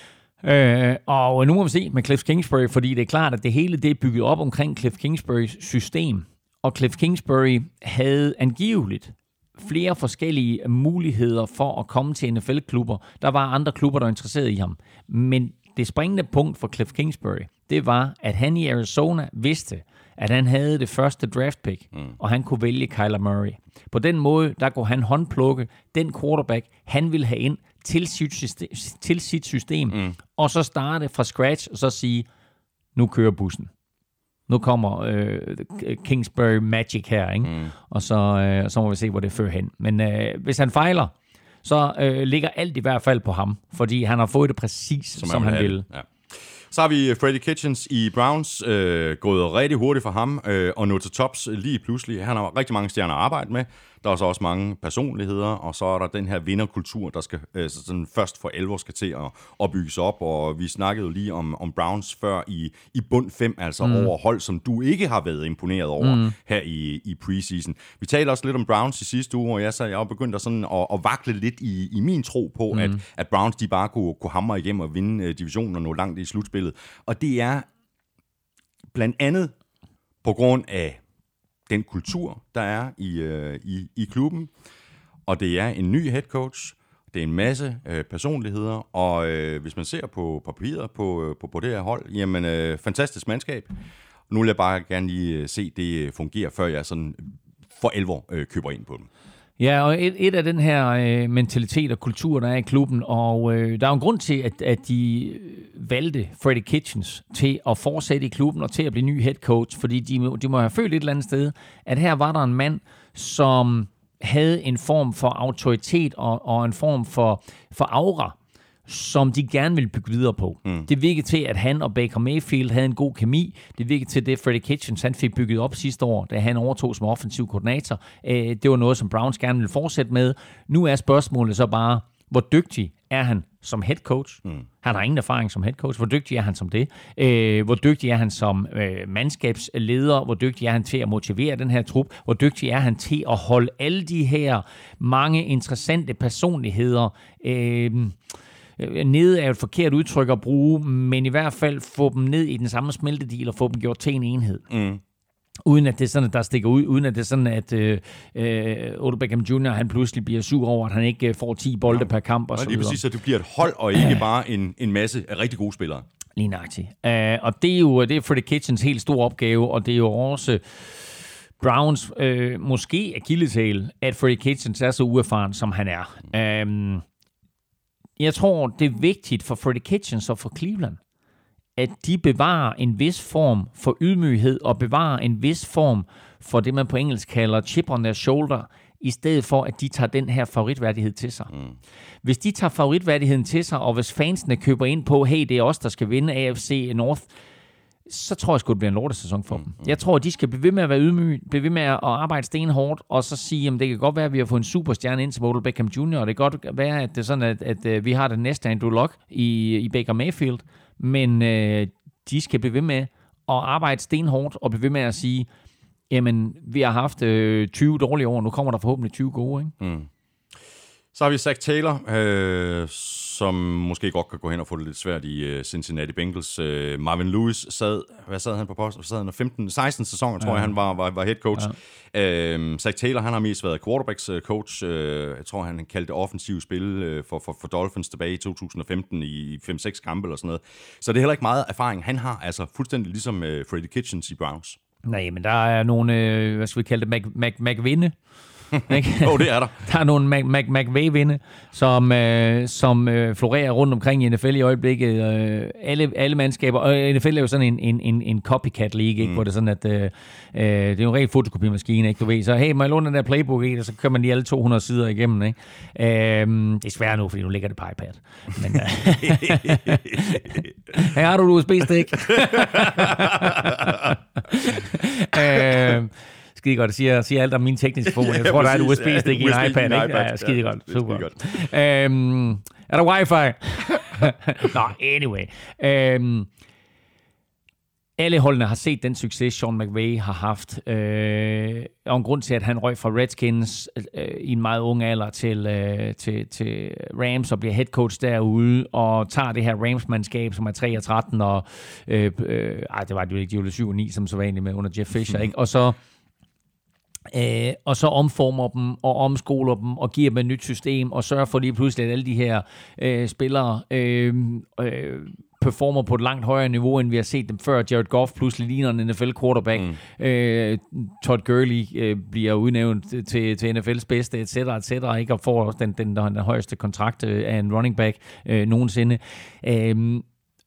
Øh, og nu må vi se med Cliff Kingsbury, fordi det er klart, at det hele det er bygget op omkring Cliff Kingsburys system. Og Cliff Kingsbury havde angiveligt flere forskellige muligheder for at komme til N F L-klubber. Der var andre klubber, der var interesserede i ham. Men det springende punkt for Cliff Kingsbury, det var, at han i Arizona vidste, at han havde det første draft pick, mm. og han kunne vælge Kyler Murray. På den måde, der kunne han håndplukke den quarterback, han ville have ind til sit system, til sit system mm. og så starte fra scratch, og så sige, nu kører bussen. Nu kommer øh, Kingsbury Magic her, ikke? Mm. og så, øh, så må vi se, hvor det fører hen. Men øh, hvis han fejler, så øh, ligger alt i hvert fald på ham, fordi han har fået det præcis, som, som han ville. Ja. Så har vi Freddie Kitchens i Browns, øh, gået rigtig hurtigt for ham, øh, og nå til tops lige pludselig. Han har rigtig mange stjerner at arbejde med. Der er så også mange personligheder, og så er der den her vinderkultur, der skal øh, sådan først for alvor skal til at, at bygges op. Og vi snakkede jo lige om, om Browns før i, i bund fem, altså mm. over hold, som du ikke har været imponeret over mm. her i, i preseason. Vi talte også lidt om Browns i sidste uge, og jeg, så jeg har begyndt at, sådan at, at vakle lidt i, i min tro på, mm. at, at Browns de bare kunne, kunne hamre igennem og vinde uh, divisionen og nå langt i slutspillet. Og det er blandt andet på grund af den kultur, der er i, øh, i, i klubben, og det er en ny head coach, det er en masse øh, personligheder, og øh, hvis man ser på papiret på, på, på det her hold, jamen øh, fantastisk mandskab. Nu vil jeg bare gerne lige se det fungere, før jeg sådan for alvor øh, køber ind på dem. Ja, og et, et af den her øh, mentalitet og kultur, der er i klubben, og øh, der er en grund til, at, at de valgte Freddie Kitchens til at fortsætte i klubben og til at blive ny head coach, fordi de, de må have følt et eller andet sted, at her var der en mand, som havde en form for autoritet og, og en form for, for aura, som de gerne ville bygge videre på. Mm. Det virkede til, at han og Baker Mayfield havde en god kemi. Det virkede til, det Freddie Kitchens han fik bygget op sidste år, da han overtog som offensiv koordinator. Det var noget, som Browns gerne ville fortsætte med. Nu er spørgsmålet så bare, hvor dygtig er han som head coach? Mm. Han har ingen erfaring som head coach. Hvor dygtig er han som det? Hvor dygtig er han som mandskabsleder? Hvor dygtig er han til at motivere den her trup? Hvor dygtig er han til at holde alle de her mange interessante personligheder øh, nede er et forkert udtryk at bruge, men i hvert fald få dem ned i den samme smeltedeal og få dem gjort til en enhed. Mm. Uden at det er sådan, at der stikker ud, uden at det er sådan, at øh, øh, Odell Beckham junior han pludselig bliver sur over, at han ikke får ti bolde ja. per kamp og så videre. Det er præcis, at du bliver et hold, og ikke bare en, en masse af rigtig gode spillere. Lige nøjagtigt. Uh, og det er jo det er Freddie Kitchens helt store opgave, og det er jo også Browns øh, måske akilleshæl, at Freddie Kitchens er så uerfaren, som han er. Um, Jeg tror, det er vigtigt for Freddie Kitchens og for Cleveland, at de bevarer en vis form for ydmyghed og bevarer en vis form for det, man på engelsk kalder chip on their shoulder, i stedet for, at de tager den her favoritværdighed til sig. Mm. Hvis de tager favoritværdigheden til sig, og hvis fansene køber ind på, hey, det er os, der skal vinde A F C North, så tror jeg sgu, det bliver en lortesæson for mm. dem. Jeg tror, de skal blive ved med at være ydmyge, blive ved med at arbejde stenhårdt, og så sige, at det kan godt være, at vi har fået en superstjerne ind til Odell Beckham junior, og det kan godt være, at det er sådan, at, at, at vi har det næste Andrew Luck i, i Baker Mayfield, men øh, de skal blive ved med at arbejde stenhårdt, og blive ved med at sige, jamen, vi har haft øh, tyve dårlige år, nu kommer der forhåbentlig tyve gode, ikke? Mm. Så har vi Zach Taylor, øh, som måske godt kan gå hen og få det lidt svært i øh, Cincinnati Bengals. Øh, Marvin Lewis sad, hvad sad han på post? Sad han femten, seksten sæsoner, tror ja. jeg, han var, var, var head coach. Ja. Øh, Zach Taylor, han har mest været quarterbacks coach. Øh, jeg tror, han kaldte offensiv spil øh, for, for, for Dolphins tilbage i to tusind og femten i fem seks kampe eller sådan noget. Så det er heller ikke meget erfaring. Han har altså fuldstændig ligesom øh, Freddie Kitchens i Browns. Nej, men der er nogle, øh, hvad skal vi kalde det, Mac, Mac, Mac-vinde. Jo, oh, det er der. Der er nogle Mac, Mac, McVay-vinde, som, øh, som øh, florerer rundt omkring i N F L i øjeblikket. Øh, alle, alle mandskaber, og N F L er jo sådan en, en, en, en copycat-league, ikke? Mm. Hvor det er sådan, at øh, øh, det er jo en ren fotokopimaskine, ikke? Du ved. Så hey, må jeg låne den der playbook, ikke? Og så kører man lige alle to hundrede sider igennem, ikke? Øh, det er svært nu, fordi nu ligger det på iPad. Men, øh, her har du et U S B-stik. øh, Skide godt, det siger, siger alt om min tekniske form. Jeg tror, ja, der er et U S B-stik ja, i en iPad, ikke? Ja, skide ja, godt, super. Skide godt. Øhm, er der wifi? Nå, anyway. Øhm, alle holdene har set den succes, Sean McVay har haft. Øh, og en grund til, at han røg fra Redskins øh, i en meget ung alder til, øh, til, til Rams og bliver head coach derude og tager det her Rams-mandskab, som er tre og tretten. Og, øh, øh, ej, det var det jo ikke, de var syv og ni, som så vanligt med under Jeff Fisher, ikke? Og så Øh, og så omformer dem og omskoler dem og giver dem et nyt system og sørger for lige pludselig, at alle de her øh, spillere øh, øh, performer på et langt højere niveau, end vi har set dem før. Jared Goff pludselig ligner en N F L-quarterback. Mm. Øh, Todd Gurley øh, bliver udnævnt til, til N F L's bedste, et cetera, et cetera, ikke? Og får den, den, den, den højeste kontrakt af en running back øh, nogensinde. Øh,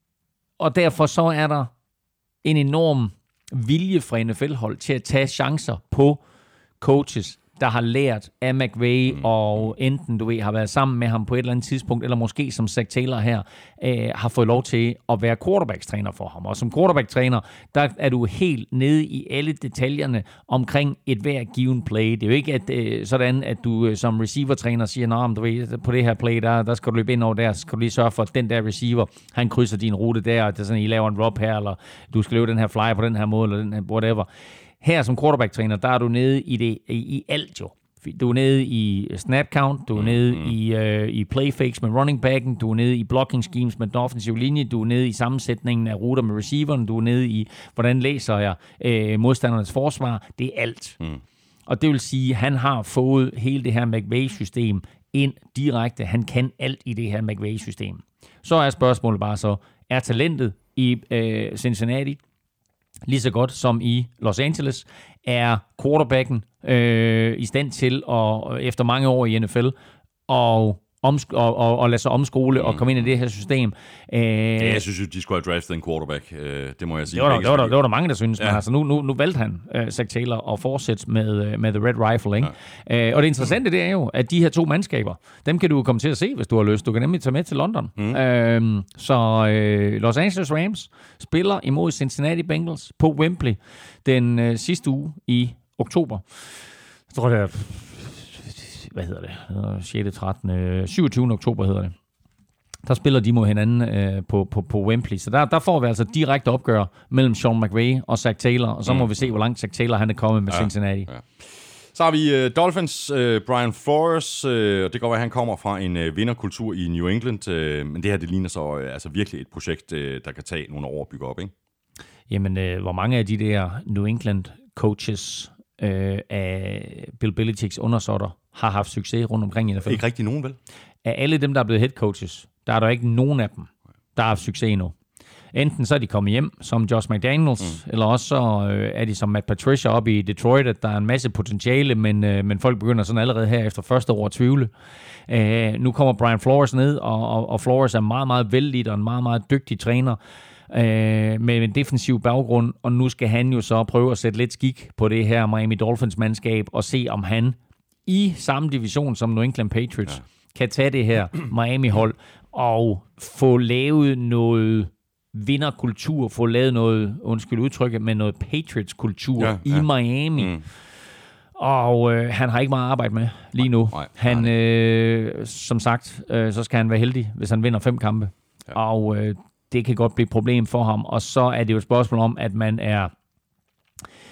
og derfor så er der en enorm vilje fra N F L-hold til at tage chancer på coaches, der har lært af McVay, mm. og enten, du ved, har været sammen med ham på et eller andet tidspunkt, eller måske som Zach Taylor her, øh, har fået lov til at være quarterback-træner for ham. Og som quarterback-træner, der er du helt nede i alle detaljerne omkring et hver given play. Det er jo ikke at, øh, sådan, at du øh, som receiver-træner siger, nå, du ved, på det her play, der, der skal du løbe ind over der, så skal du lige sørge for, at den der receiver, han krydser din rute der, og det er sådan, I laver en drop her, eller du skal løbe den her fly på den her måde, eller den her, whatever. Her som quarterback-træner, der er du nede i, det, i, i alt jo. Du er nede i snap count, du er mm, nede mm. i, øh, i play fakes med running backen, du er nede i blocking schemes med den offensive linje, du er nede i sammensætningen af ruter med receiveren, du er nede i, hvordan læser jeg øh, modstandernes forsvar. Det er alt. Mm. Og det vil sige, at han har fået hele det her McVay-system ind direkte. Han kan alt i det her McVay-system. Så er spørgsmålet bare så, er talentet i øh, Cincinnati lige så godt som i Los Angeles? Er quarterbacken øh, i stand til, at, efter mange år i N F L, og Omsk- og, og, og lade sig omskole mm. og komme ind i det her system. Øh, ja, jeg synes jo, de skulle have draftet en quarterback. Øh, det må jeg sige. Det var der, det var der, det var der mange, der synes. Ja. Men altså, nu, nu, nu valgte han, uh, Zach Taylor, at fortsætte med, med The Red Rifle. Ikke? Ja. Øh, og det interessante det er jo, at de her to mandskaber, dem kan du komme til at se, hvis du har lyst. Du kan nemlig tage med til London. Mm. Øh, så øh, Los Angeles Rams spiller imod Cincinnati Bengals på Wembley den øh, sidste uge i oktober. Jeg tror, det er... hvad hedder det, sjette, trettende, syvogtyvende oktober hedder det. Der spiller de mod hinanden øh, på, på, på Wembley. Så der, der får vi altså direkte opgør mellem Sean McVay og Zach Taylor, og så må mm. vi se, hvor langt Zach Taylor han er kommet med ja, Cincinnati. Ja. Så har vi uh, Dolphins, uh, Brian Flores, uh, og det kan godt være, at han kommer fra en uh, vinderkultur i New England, uh, men det her, det ligner så uh, altså virkelig et projekt, uh, der kan tage nogle år at bygge op, ikke? Jamen, øh, hvor mange af de der New England coaches øh, af Bill Belichicks undersåtter har haft succes rundt omkring i N F L? Ikke rigtig nogen, vel? Af alle dem, der er blevet head coaches, der er der ikke nogen af dem, der har haft succes endnu. Enten så er de kommet hjem som Josh McDaniels, mm. eller også så øh, er de som Matt Patricia oppe i Detroit, at der er en masse potentiale, men, øh, men folk begynder sådan allerede her efter første år at tvivle. Øh, nu kommer Brian Flores ned, og, og, og Flores er meget, meget vældig og en meget, meget dygtig træner øh, med en defensiv baggrund, og nu skal han jo så prøve at sætte lidt skik på det her Miami Dolphins-mandskab og se, om han i samme division som New England Patriots ja. kan tage det her Miami-hold og få lavet noget vinderkultur, få lavet noget, undskyld udtrykket, men noget Patriots-kultur ja, ja. i Miami. Mm. Og øh, han har ikke meget at arbejde med lige nu. Nej, nej, han, øh, som sagt, øh, så skal han være heldig, hvis han vinder fem kampe. Ja. Og øh, det kan godt blive et problem for ham. Og så er det jo et spørgsmål om, at man er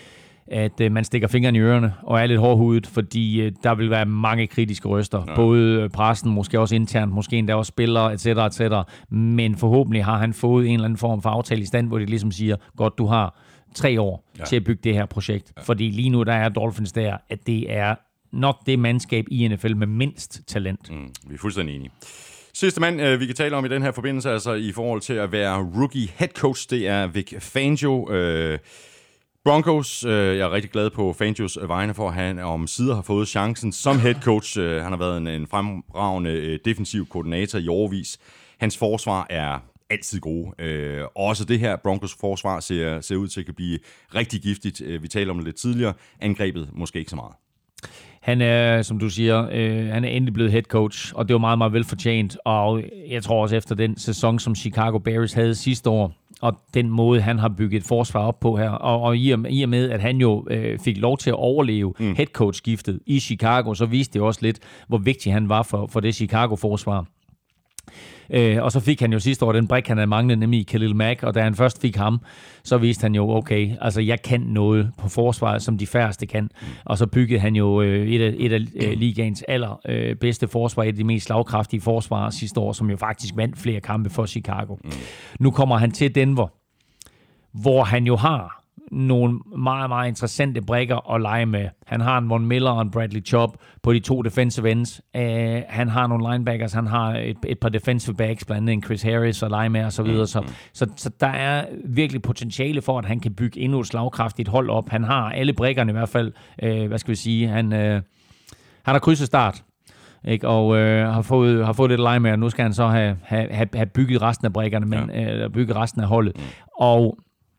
at øh, man stikker fingeren i ørerne og er lidt hårdhudet, fordi øh, der vil være mange kritiske røster. Ja. Både pressen, måske også internt, måske endda også spillere, et cetera et cetera. Men forhåbentlig har han fået en eller anden form for aftale i stand, hvor de ligesom siger, godt, du har tre år ja. til at bygge det her projekt. Ja. Fordi lige nu, der er Dolphins der, at det er nok det mandskab i N F L med mindst talent. Mm, vi er fuldstændig enige. Sidste mand, øh, vi kan tale om i den her forbindelse, altså i forhold til at være rookie head coach, det er Vic Fangio. Øh, Broncos, øh, jeg er rigtig glad på Fangios vegne for, at han om sider har fået chancen som head coach. Øh, han har været en, en fremragende øh, defensiv koordinator i årevis. Hans forsvar er altid gode. Øh, også det her Broncos forsvar ser, ser ud til at blive rigtig giftigt. Vi talte om det lidt tidligere. Angrebet måske ikke så meget. Han er, som du siger, øh, han er endelig blevet head coach, og det var meget, meget velfortjent. Og jeg tror også efter den sæson, som Chicago Bears havde sidste år, og den måde, han har bygget et forsvar op på her, og, og i, og, i og med, at han jo øh, fik lov til at overleve mm. head coach-skiftet i Chicago, så viste det også lidt, hvor vigtig han var for, for det Chicago-forsvar. Øh, og så fik han jo sidste år den brik, han havde manglet, nemlig Khalil Mack, og da han først fik ham, så viste han jo, okay, altså jeg kan noget på forsvaret, som de færreste kan. Mm. Og så byggede han jo øh, et af, et af øh, ligaens aller øh, bedste forsvar, et af de mest slagkraftige forsvar sidste år, som jo faktisk vandt flere kampe for Chicago. Mm. Nu kommer han til Denver, hvor han jo har nogle meget, meget interessante brikker at lege med. Han har en Von Miller og en Bradley Chubb på de to defensive ends. Uh, han har nogle linebackers, han har et, et par defensive backs, blandt andet en Chris Harris at lege med og så videre. Så, så, så der er virkelig potentiale for, at han kan bygge endnu et slagkraftigt hold op. Han har alle brikkerne i hvert fald. Uh, hvad skal vi sige? Han, uh, han har krydset start. Ikke? Og øh, har, fået, har fået lidt lege med, og nu skal han så have, have, have bygget resten af brikkerne, men ja. øh, bygget resten af holdet. Mm. Og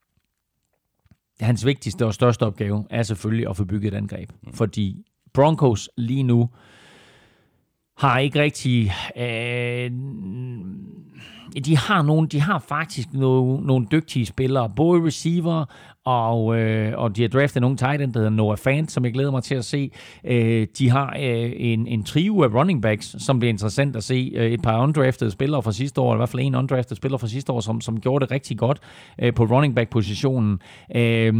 hans vigtigste og største opgave er selvfølgelig at få bygget et angreb. Mm. Fordi Broncos lige nu har ikke rigtig... Øh, de har nogle, de har faktisk nogle, nogle dygtige spillere, både receiver, og, øh, og de har draftet nogle tight end, der hedder Noah Fant, som jeg glæder mig til at se. Øh, de har øh, en, en trio af running backs, som bliver interessant at se. Øh, et par undraftede spillere fra sidste år, eller i hvert fald en undrafted spiller fra sidste år, som, som gjorde det rigtig godt øh, på running back-positionen. Øh,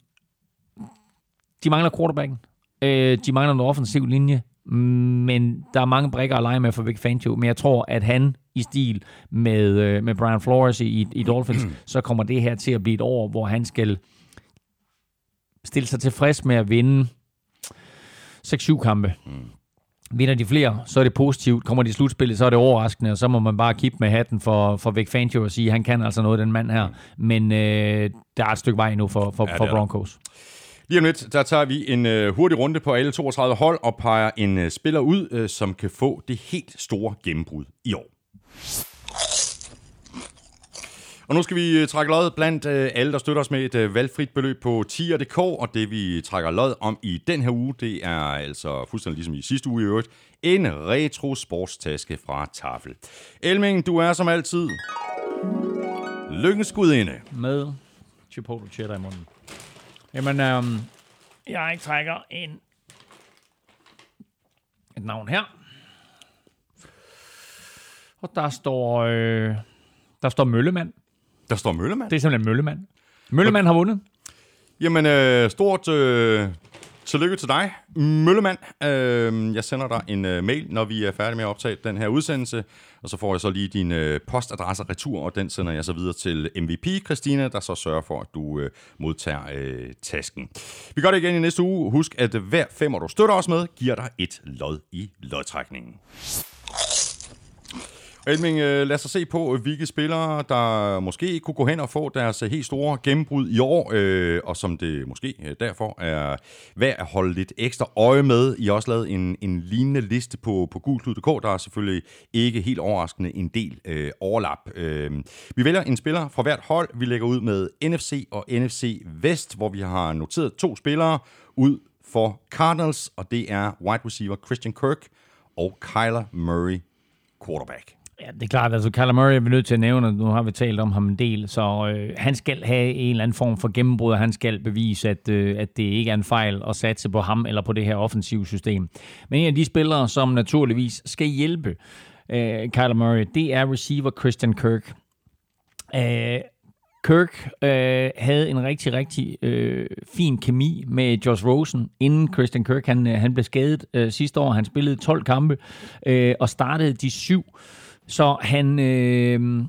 de mangler quarterbacken. Øh, de mangler en offensiv linje. Men der er mange brikker at lege med for Vic Fangio, men jeg tror, at han i stil med, med Brian Flores i, i Dolphins, så kommer det her til at blive et år, hvor han skal stille sig tilfreds med at vinde seks syv kampe. Vinder de flere, så er det positivt. Kommer de i slutspillet, så er det overraskende, og så må man bare kippe med hatten for, for Vic Fangio og sige, at han kan altså noget, den mand her. Men øh, der er et stykke vej nu for, for, ja, for Broncos. Lige om lidt, der tager vi en øh, hurtig runde på alle toogtredive hold og peger en øh, spiller ud, øh, som kan få det helt store gennembrud i år. Og nu skal vi øh, trække lod blandt øh, alle, der støtter os med et øh, valgfrit beløb på tier punktum d k, og det vi trækker lod om i den her uge, det er altså fuldstændig ligesom i sidste uge i øvrigt, en retro sportstaske fra Tafel. Elming, du er som altid lykkens gudinde. Med chipotle cheddar i munden. Jamen, øhm, jeg trækker en et navn her. Og der står, øh, der står Møllemand. Der står Møllemand? Det er simpelthen Møllemand. Møllemand har vundet. Jamen, øh, stort øh, tillykke til dig, Møllemand. Øh, jeg sender dig en øh, mail, når vi er færdige med at optage den her udsendelse. Og så får jeg så lige din øh, postadresse retur, og den sender jeg så videre til M V P Christina, der så sørger for, at du øh, modtager øh, tasken. Vi gør det igen i næste uge. Husk, at hver femmer, du støtter os med, giver dig et lod i lodtrækningen. Elming, lad os se på, hvilke spillere, der måske kunne gå hen og få deres helt store gennembrud i år, øh, og som det måske derfor er værd at holde lidt ekstra øje med. I har også lavet en, en lignende liste på, på gulklud punktum d k. Der er selvfølgelig ikke helt overraskende en del øh, overlap. Øh, vi vælger en spiller fra hvert hold. Vi lægger ud med N F C og N F C Vest, hvor vi har noteret to spillere ud for Cardinals, og det er wide receiver Christian Kirk og Kyler Murray, quarterback. Ja, det er klart, altså Kyler Murray er vi nødt til at nævne, nu har vi talt om ham en del, så øh, han skal have en eller anden form for gennembrud, og han skal bevise, at, øh, at det ikke er en fejl at satse på ham eller på det her offensive system. Men en af de spillere, som naturligvis skal hjælpe øh, Kyler Murray, det er receiver Christian Kirk. Øh, Kirk øh, havde en rigtig, rigtig øh, fin kemi med Josh Rosen, inden Christian Kirk han, han blev skadet øh, sidste år. Han spillede tolv kampe øh, og startede de syv. Så han, øh,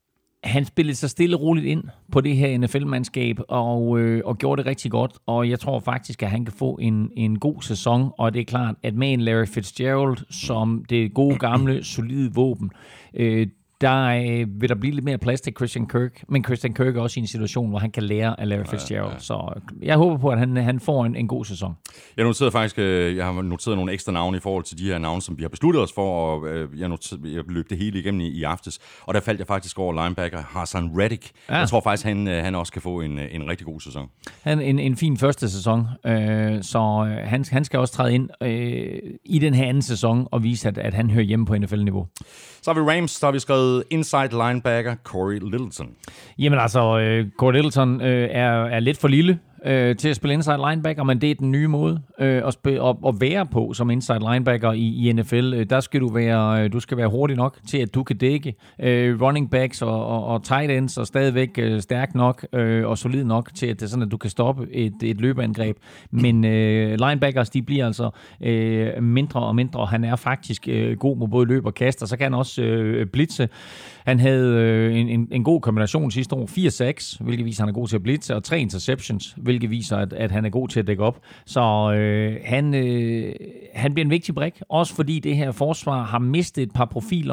han spillede sig stille og roligt ind på det her N F L-mandskab og, øh, og gjorde det rigtig godt. Og jeg tror faktisk, at han kan få en, en god sæson. Og det er klart, at med en Larry Fitzgerald som det gode, gamle, solide våben, øh, der øh, vil der blive lidt mere plads til Christian Kirk, men Christian Kirk er også i en situation, hvor han kan lære af Larry Fitzgerald. Ja, ja. Så jeg håber på, at han, han får en, en god sæson. Jeg noterede faktisk, jeg har noteret nogle ekstra navne i forhold til de her navne, som vi har besluttet os for, og jeg, noterede, jeg løb det hele igennem i, i aftes, og der faldt jeg faktisk over linebacker Hassan Reddick. Ja. Jeg tror faktisk, han, han også kan få en, en rigtig god sæson. Han en, en fin første sæson, øh, så han, han skal også træde ind øh, i den her anden sæson og vise, at, at han hører hjemme på N F L-niveau. Så har vi Rams, der har vi skrevet inside linebacker Corey Littleton. Jamen altså, øh, Corey Littleton øh, er, er lidt for lille øh, til at spille inside linebacker, men det er den nye måde øh, at, spille, at, at være på som inside linebacker i, i N F L. Der skal du være, du skal være hurtig nok til, at du kan dække øh, running backs og, og, og tight ends, og stadigvæk øh, stærk nok øh, og solid nok til, at det er sådan, at du kan stoppe et, et løbeangreb. Men øh, linebackers, de bliver altså øh, mindre og mindre, og han er faktisk øh, god med både løb og kast, og så kan han også øh, blitze. Han havde øh, en, en, en god kombination sidste år. fire seks, hvilket viser, at han er god til at blitze, og tre interceptions, hvilket viser, at, at han er god til at dække op. Så øh, han, øh, han bliver en vigtig brik, også fordi det her forsvar har mistet et par profiler,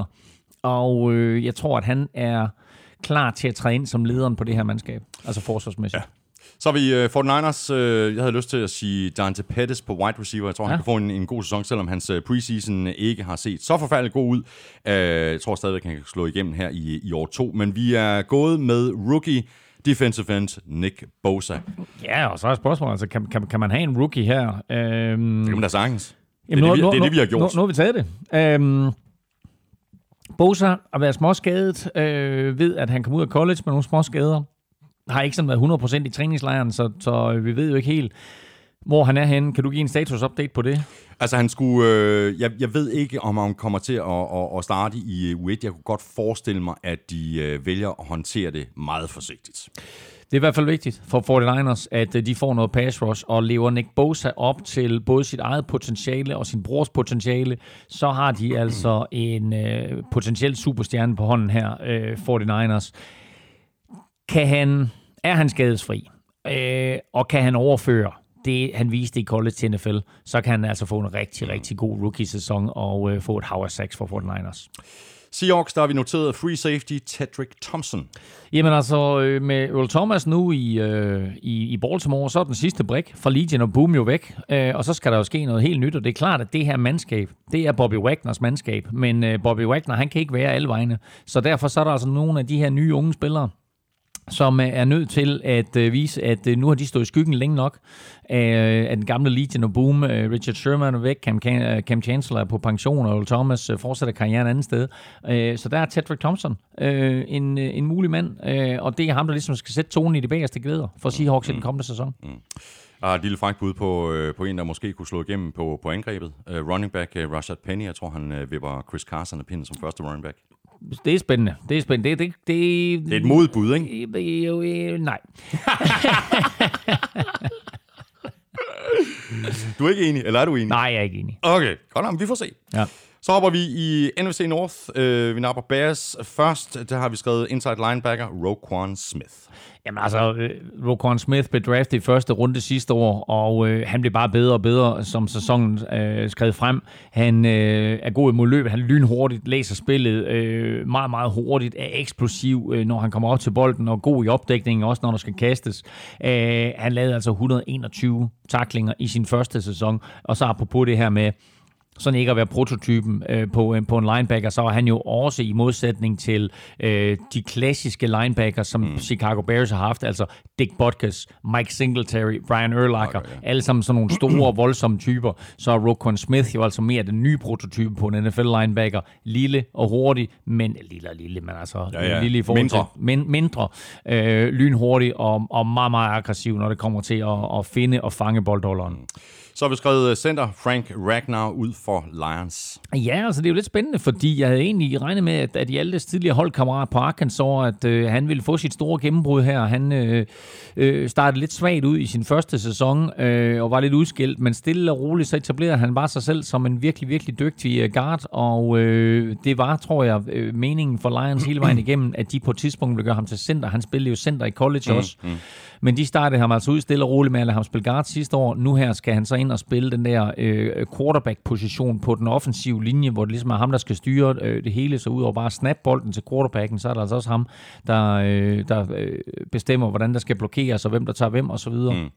og øh, jeg tror, at han er klar til at træde ind som lederen på det her mandskab, altså forsvarsmæssigt. Ja. Så har vi uh, forty-niners. Uh, jeg havde lyst til at sige Dante Pettis på wide receiver. Jeg tror, ja. han kan få en, en god sæson, selvom hans uh, preseason ikke har set så forfærdeligt god ud. Uh, jeg tror stadigvæk, han kan slå igennem her i, i år to. Men vi er gået med rookie defensive end Nick Bosa. Ja, og så er spørgsmålet, altså, kan, kan, kan man have en rookie her? Um, det kan man da sagtens. Det er, nu, det, vi, nu, det, er det, vi har gjort. Nu, nu har vi taget det. Um, Bosa har været småskadet, øh, ved at han kom ud af college med nogle småskader. Har ikke sådan været hundrede procent i træningslejren, så, så vi ved jo ikke helt, hvor han er henne. Kan du give en status-update på det? Altså han skulle, øh, jeg, jeg ved ikke, om han kommer til at, at, at starte i U et. Jeg kunne godt forestille mig, at de øh, vælger at håndtere det meget forsigtigt. Det er i hvert fald vigtigt for forty-niners, at de får noget pass rush, og lever Nick Bosa op til både sit eget potentiale og sin brors potentiale, så har de altså en øh, potentiel superstjerne på hånden her, øh, forty-niners. Kan han, er han skadesfri, øh, og kan han overføre det, han viste i college til N F L, så kan han altså få en rigtig, rigtig god rookie-sæson og øh, få et hav af sacks for forty-niners. Seahawks, der har vi noteret free safety Tedrick Thompson. Jamen altså, øh, med Earl Thomas nu i, øh, i, i Baltimore, så er den sidste brik fra Legion og Boom jo væk, øh, og så skal der jo ske noget helt nyt, og det er klart, at det her mandskab, det er Bobby Wagners mandskab, men øh, Bobby Wagner, han kan ikke være alle vegne, så derfor så er der altså nogle af de her nye unge spillere, som er nødt til at øh, vise, at øh, nu har de stået i skyggen længe nok af, af den gamle Legion og Boom. Øh, Richard Sherman er væk, Cam, Cam Chancellor er på pension, og Earl Thomas øh, fortsætter karrieren et andet sted. Øh, så der er Tedrick Thompson øh, en, en mulig mand, øh, og det er ham, der ligesom skal sætte tonen i de bagerste glæder for Seahawks mm. i den kommende sæson. Mm. Jeg har et lille fragtbud på, øh, på en, der måske kunne slå igennem på, på angrebet. Uh, running back uh, Rashad Penny, jeg tror, han uh, vipper Chris Carson af pinden som første running back. Det er spændende. Det er spændende. Det, det, det, det er et modbud, ikke? Jo, nej. Du er ikke enig, eller er du enig? Nej, jeg er ikke enig. Okay, godt nok, vi får se. Ja. Så hopper vi i N F C North. Uh, vi napper Bears først. Der har vi skrevet inside linebacker Roquan Smith. Jamen altså, uh, Roquan Smith blev draftet i første runde sidste år, og uh, han blev bare bedre og bedre, som sæsonen uh, skred frem. Han uh, er god imod løbet, han lynhurtigt, læser spillet uh, meget, meget hurtigt, er eksplosiv, uh, når han kommer op til bolden, og god i opdækningen, også når der skal kastes. Uh, han lavede altså et hundrede og enogtyve tacklinger i sin første sæson, og så apropos det her med, sådan ikke at være prototypen øh, på, på en linebacker, så er han jo også i modsætning til øh, de klassiske linebackers, som mm. Chicago Bears har haft, altså Dick Butkus, Mike Singletary, Brian Urlacher, okay, ja. Alle sammen sådan nogle store, voldsomme typer. Så er Roquan Smith jo altså mere den nye prototype på en N F L-linebacker. Lille og hurtig, men lille og lille, men altså ja, ja. lille i forhold mindre. til min, mindre, øh, lynhurtig og, og meget, meget aggressiv, når det kommer til at, at finde og fange boldholderen. Mm. Så har vi skrevet center Frank Ragnar ud for Lions. Ja, altså det er jo lidt spændende, fordi jeg havde egentlig regnet med, at, at Hjaltes tidligere holdkammerat på Arkansas, at øh, han ville få sit store gennembrud her. Han øh, øh, startede lidt svagt ud i sin første sæson øh, og var lidt udskilt, men stille og roligt så etablerede han bare sig selv som en virkelig, virkelig dygtig guard, og øh, det var, tror jeg, øh, meningen for Lions hele vejen igennem, at de på et tidspunkt ville gøre ham til center. Han spillede jo center i college mm, også, mm. men de startede ham altså ud stille og roligt med at lade ham spille guard sidste år. Nu her skal han så ind og spille den der øh, quarterback-position på den offensive linje, hvor det ligesom er ham, der skal styre øh, det hele, så ud over bare snap bolden til quarterbacken, så er der altså også ham, der, øh, der øh, bestemmer, hvordan der skal blokeres, og hvem der tager hvem, og så videre. Mm.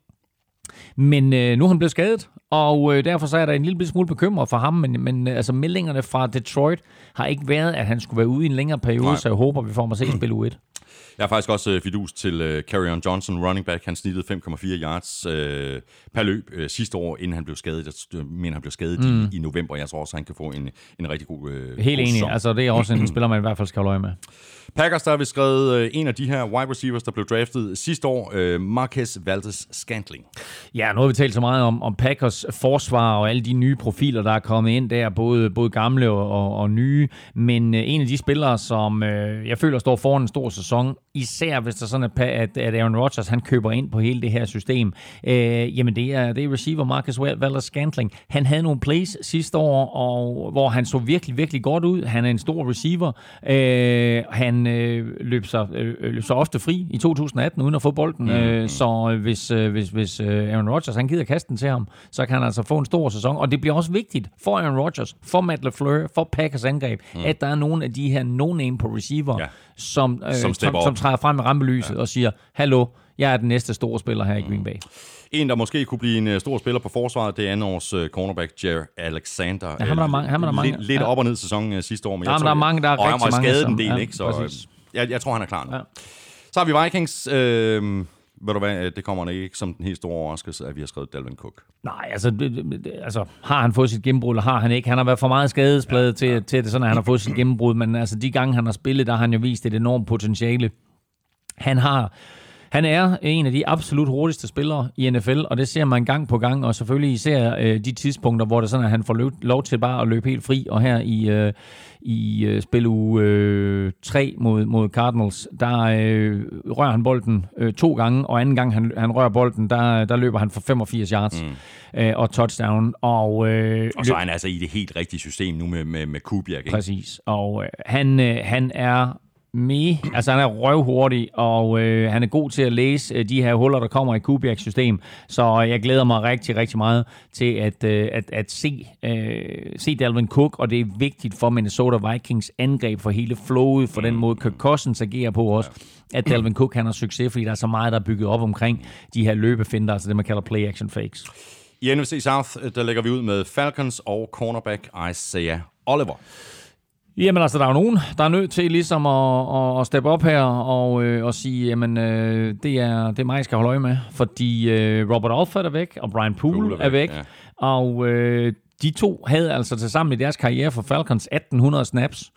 Men øh, nu er han blevet skadet, og øh, derfor så er der en lille smule bekymret for ham, men, men altså meldingerne fra Detroit har ikke været, at han skulle være ude i en længere periode, Nej. Så jeg håber, vi får ham at se spille U et. Jeg har faktisk også øh, fidus til øh, Kerryon Johnson, running back. Han snittede fem komma fire yards øh, per løb øh, sidste år, inden han blev skadet. Jeg mener, han blev skadet mm. i, i november. Jeg tror også, han kan få en, en rigtig god øh, Helt god enig. Altså, det er også en spiller, man i hvert fald skal holde øje med. Packers, der har vi skrevet øh, en af de her wide receivers, der blev draftet sidste år, øh, Marquez Valdes-Scantling. Ja, nu har vi talt så meget om, om Packers forsvar og alle de nye profiler, der er kommet ind der, både, både gamle og, og, og nye. Men øh, en af de spillere, som øh, jeg føler står foran en stor sæson, især hvis der sådan er, at, at Aaron Rodgers han køber ind på hele det her system, øh, jamen det er, det er receiver Marcus Valdes-Scantling. Han havde nogle plays sidste år, og, hvor han så virkelig, virkelig godt ud. Han er en stor receiver. Øh, han øh, løb, sig, øh, løb sig ofte fri i to tusind atten uden at få bolden. Mm. Øh, så hvis, øh, hvis, hvis øh, Aaron Rodgers han gider kaste den til ham, så kan han altså få en stor sæson. Og det bliver også vigtigt for Aaron Rodgers, for Matt LaFleur, for Packers angreb, mm. at der er nogle af de her no-name på receiver, ja. som, øh, som, som, som træder frem i rampelyset ja. og siger, hallo, jeg er den næste store spiller her i Green Bay. En, der måske kunne blive en stor spiller på forsvaret, det er anden års uh, cornerback, Jair Alexander. Ja, han er mange, han er mange. Lidt, lidt ja. op og ned sæsonen uh, sidste år. Men ja, jeg men tror, der er mange, der er og rigtig mange. Og han var skadet en del, ja, ikke? Så jeg, jeg tror, han er klar nu. Ja. Så har vi Vikings. Øh, ved du hvad, det kommer ikke som den helt store overraskelse, at vi har skrevet Dalvin Cook. Nej, altså, det, det, altså har han fået sit gennembrud, eller har han ikke? Han har været for meget skadespladet ja, til, ja. til det, sådan at han har fået sit gennembrud, men altså de gange, han har spillet, der har han jo vist et enormt potentiale. Han har... Han er en af de absolut hurtigste spillere i N F L, og det ser man gang på gang, og selvfølgelig især øh, de tidspunkter, hvor det sådan, at han får løb, lov til bare at løbe helt fri, og her i, øh, i øh, spil uge øh, tre mod, mod Cardinals, der øh, rører han bolden øh, to gange, og anden gang han, han rører bolden, der, der løber han for femogfirs yards mm. øh, og touchdown. Og, øh, og så er han altså i det helt rigtige system nu med, med, med Kubiak. Ikke? Præcis, og øh, han, øh, han er... Me. Altså han er røvhurtig, og øh, han er god til at læse øh, de her huller, der kommer i Kubiaks system. Så jeg glæder mig rigtig, rigtig meget til at, øh, at, at se, øh, se Dalvin Cook, og det er vigtigt for Minnesota Vikings angreb for hele flowet, for den måde Kirk Cousins agerer på også, at Dalvin Cook han har succes, fordi der er så meget, der er bygget op omkring de her løbefinder, altså det man kalder play action fakes. I N F C South, der lægger vi ud med Falcons og cornerback Isaiah Oliver. Jamen altså, der er jo nogen, der er nødt til ligesom at, at steppe op her og, øh, og sige, jamen øh, det, er, det er mig, jeg skal holde øje med, fordi øh, Robert Alford er væk, og Brian Poole, Poole er væk, er væk ja. og øh, de to havde altså til sammen i deres karriere for Falcons atten hundrede snaps.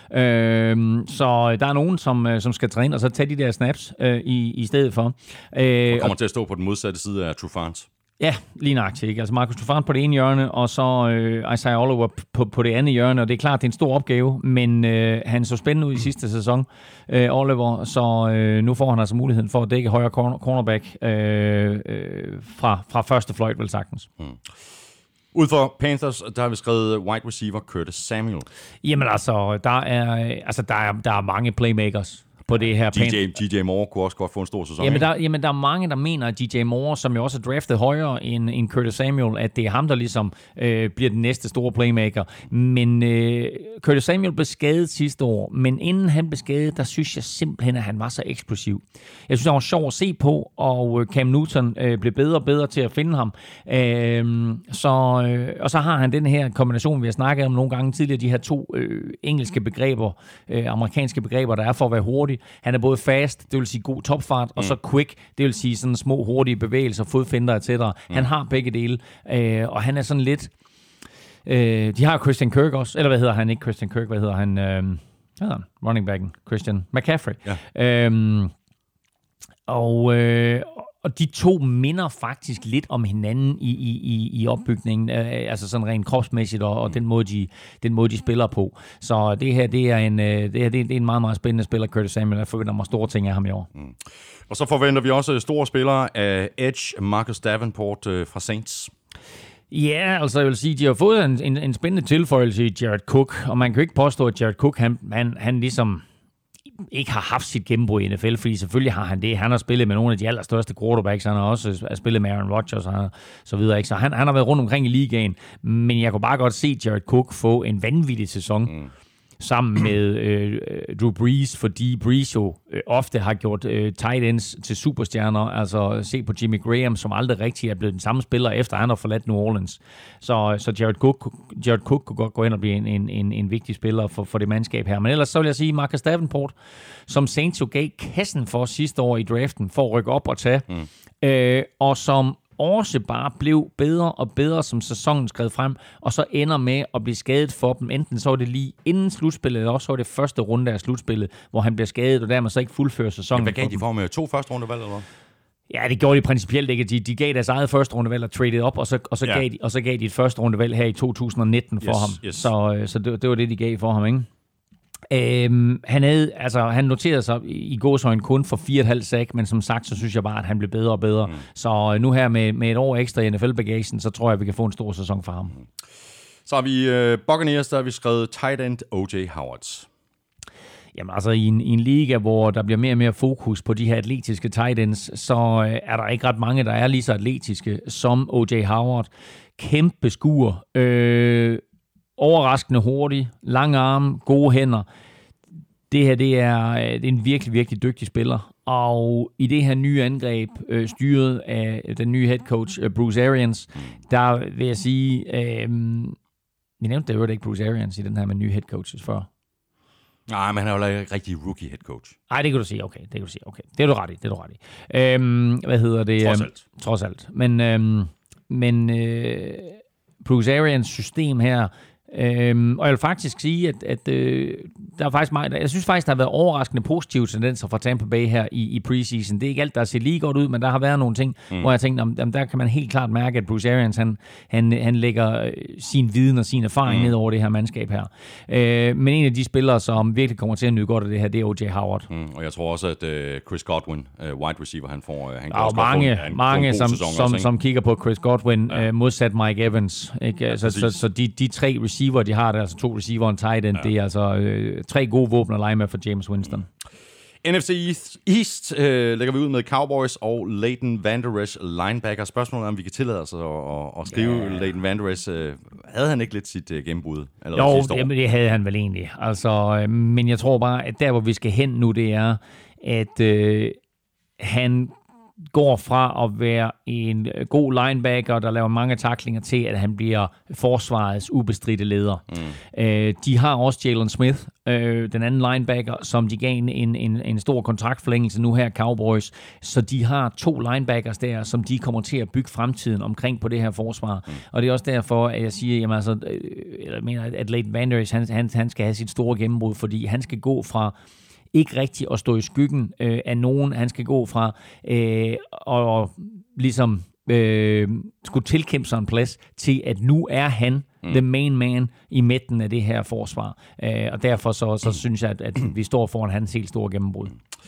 Øh, så der er nogen, som, som skal træne og så tage de der snaps øh, i, i stedet for. Øh, og kommer til at stå på den modsatte side af Trufant. Ja, lige nøjagtigt, ikke? Altså Marcus Trufant på det ene hjørne, og så øh, Isaiah Oliver på, på det andet hjørne, og det er klart, det er en stor opgave, men øh, han så spændende ud i sidste sæson, øh, Oliver, så øh, nu får han altså muligheden for at dække højre corner, cornerback øh, øh, fra, fra første fløjt, vel sagtens. Hmm. Ud for Panthers, der har vi skrevet wide receiver Curtis Samuel. Jamen altså, der er, altså, der er, der er mange playmakers på det her. D J, D J Moore kunne også godt få en stor sæson. Jamen der, jamen, der er mange, der mener, at D J Moore, som jo også er draftet højere end, end Curtis Samuel, at det er ham, der ligesom øh, bliver den næste store playmaker. Men øh, Curtis Samuel blev skadet sidste år, men inden han blev skadet, der synes jeg simpelthen, at han var så eksplosiv. Jeg synes, han var sjov at se på, og Cam Newton øh, blev bedre og bedre til at finde ham. Øh, så, øh, og så har han den her kombination, vi har snakket om nogle gange tidligere, de her to øh, engelske begreber, øh, amerikanske begreber, der er for at være hurtig. Han er både fast, det vil sige god topfart, mm. og så quick, det vil sige sådan små, hurtige bevægelser, fodfinder et cetera. Mm. Han har begge dele, øh, og han er sådan lidt... Øh, de har Christian Kirk også, eller hvad hedder han? Ikke Christian Kirk, hvad hedder han? Øh, hvad hedder han? Running backen, Christian McCaffrey. Ja. Øh, og... Øh, og de to minder faktisk lidt om hinanden i, i, i, i opbygningen, øh, altså sådan rent kropsmæssigt, og, og den, måde, de, den måde, de spiller på. Så det her, det er en, øh, det her, det er en meget, meget spændende spiller, Curtis Samuel. Jeg forventer mig store ting af ham i år. Mm. Og så forventer vi også store spillere af Edge, Marcus Davenport øh, fra Saints. Ja, altså jeg vil sige, de har fået en, en, en spændende tilføjelse i Jared Cook, og man kan jo ikke påstå, at Jared Cook, han, han, han ligesom ikke har haft sit gennembrud i N F L, fordi selvfølgelig har han det. Han har spillet med nogle af de allerstørste quarterbacks, han har også spillet med Aaron Rodgers og så videre. Ikke? Så han, han har været rundt omkring i ligaen, men jeg kunne bare godt se Jared Cook få en vanvittig sæson. Mm. sammen med øh, Drew Brees, fordi Brees jo øh, ofte har gjort øh, tight ends til superstjerner. Altså se på Jimmy Graham, som aldrig rigtig er blevet den samme spiller, efter han har forladt New Orleans. Så, så Jared Cook, Jared Cook kunne godt gå ind og blive en, en, en, en vigtig spiller for, for det mandskab her. Men ellers så vil jeg sige Marcus Davenport, som Saints jo gav kassen for sidste år i draften, for at rykke op og tage, mm. øh, og som også bare blev bedre og bedre, som sæsonen skred frem, og så ender med at blive skadet for dem. Enten så var det lige inden slutspillet, eller også så var det første runde af slutspillet, hvor han bliver skadet, og dermed så ikke fuldfører sæsonen. Ja, hvad gav de for med to første rundevalg, eller hvad? Ja, det gjorde de principielt ikke. De, de gav deres eget første rundevalg og traded op, og så, og så, ja. gav, de, og så gav de et første rundevalg her i to tusind nitten for yes, ham. Yes. Så, så det, det var det, de gav for ham, ikke? Øhm, han, havde, altså, han noterede sig i gåseøjne kun for fire komma fem sack, men som sagt, så synes jeg bare, at han blev bedre og bedre. Mm. Så nu her med, med et år ekstra i N F L-bagagen, så tror jeg, at vi kan få en stor sæson for ham. Mm. Så har vi uh, Buccaneers, der har vi skrevet tight end O J Howard. Jamen altså, i en, i en liga, hvor der bliver mere og mere fokus på de her atletiske tight ends, så øh, er der ikke ret mange, der er lige så atletiske som O J Howard. Kæmpe skur. Øh, overraskende hurtig, lange arme, gode hænder. Det her, det er, det er en virkelig, virkelig dygtig spiller. Og i det her nye angreb, øh, styret af den nye head coach, øh, Bruce Arians, der vil jeg sige, øh, vi nævnte det jo ikke Bruce Arians i den her med nye head coaches før. Nej, men han er jo ikke rigtig rookie head coach. Nej, det kan du sige. Okay, det kan du sige. Okay, det er du ret i. Det er du ret i. Øhm, hvad hedder det? Trods alt. Øhm, trods alt. Men, øhm, men øh, Bruce Arians system her. Øhm, og jeg vil faktisk sige, at, at øh, der er faktisk meget, jeg synes faktisk, der har været overraskende positive tendenser fra Tampa Bay her i, i preseason. Det er ikke alt, der ser lige godt ud, men der har været nogle ting, mm. hvor jeg tænkte, om, der kan man helt klart mærke, at Bruce Arians, han, han, han lægger sin viden og sin erfaring mm. ned over det her mandskab her. Øh, men en af de spillere, som virkelig kommer til at nyde godt af det her, det er O J Howard. Mm. Og jeg tror også, at uh, Chris Godwin, uh, wide receiver, han får... Uh, han og mange, få en, mange en som, som, som kigger på Chris Godwin, ja. uh, modsat Mike Evans. Ikke? Ja, så så, så de, de tre receiver, de har der, altså to receiver og en tight end, ja. Det er altså øh, tre gode våben at lege med for James Winston. Mm. N F C East, East øh, lægger vi ud med Cowboys og Leighton Vander Esch, linebacker. Spørgsmålet er, om vi kan tillade os at, at, at skrive ja. Leighton Vander Esch. Øh, havde han ikke lidt sit øh, gennembrud? Jo, det, det havde han vel egentlig. Altså, øh, men jeg tror bare, at der, hvor vi skal hen nu, det er, at øh, han går fra at være en god linebacker, der laver mange tacklinger, til at han bliver forsvarets ubestridte leder. Mm. Øh, de har også Jalen Smith, øh, den anden linebacker, som de gav en, en, en stor kontraktforlængelse nu her, Cowboys. Så de har to linebackers der, som de kommer til at bygge fremtiden omkring på det her forsvar. Mm. Og det er også derfor, at jeg siger, jamen altså, øh, jeg mener, at Leighton Vander Esch, han, han, han skal have sit store gennembrud, fordi han skal gå fra ikke rigtig at stå i skyggen øh, af nogen. Han skal gå fra øh, og, og ligesom øh, skulle tilkæmpe sig en plads til, at nu er han mm. the main man i midten af det her forsvar. Øh, og derfor så, så synes jeg, at, at vi står foran hans helt store gennembrud.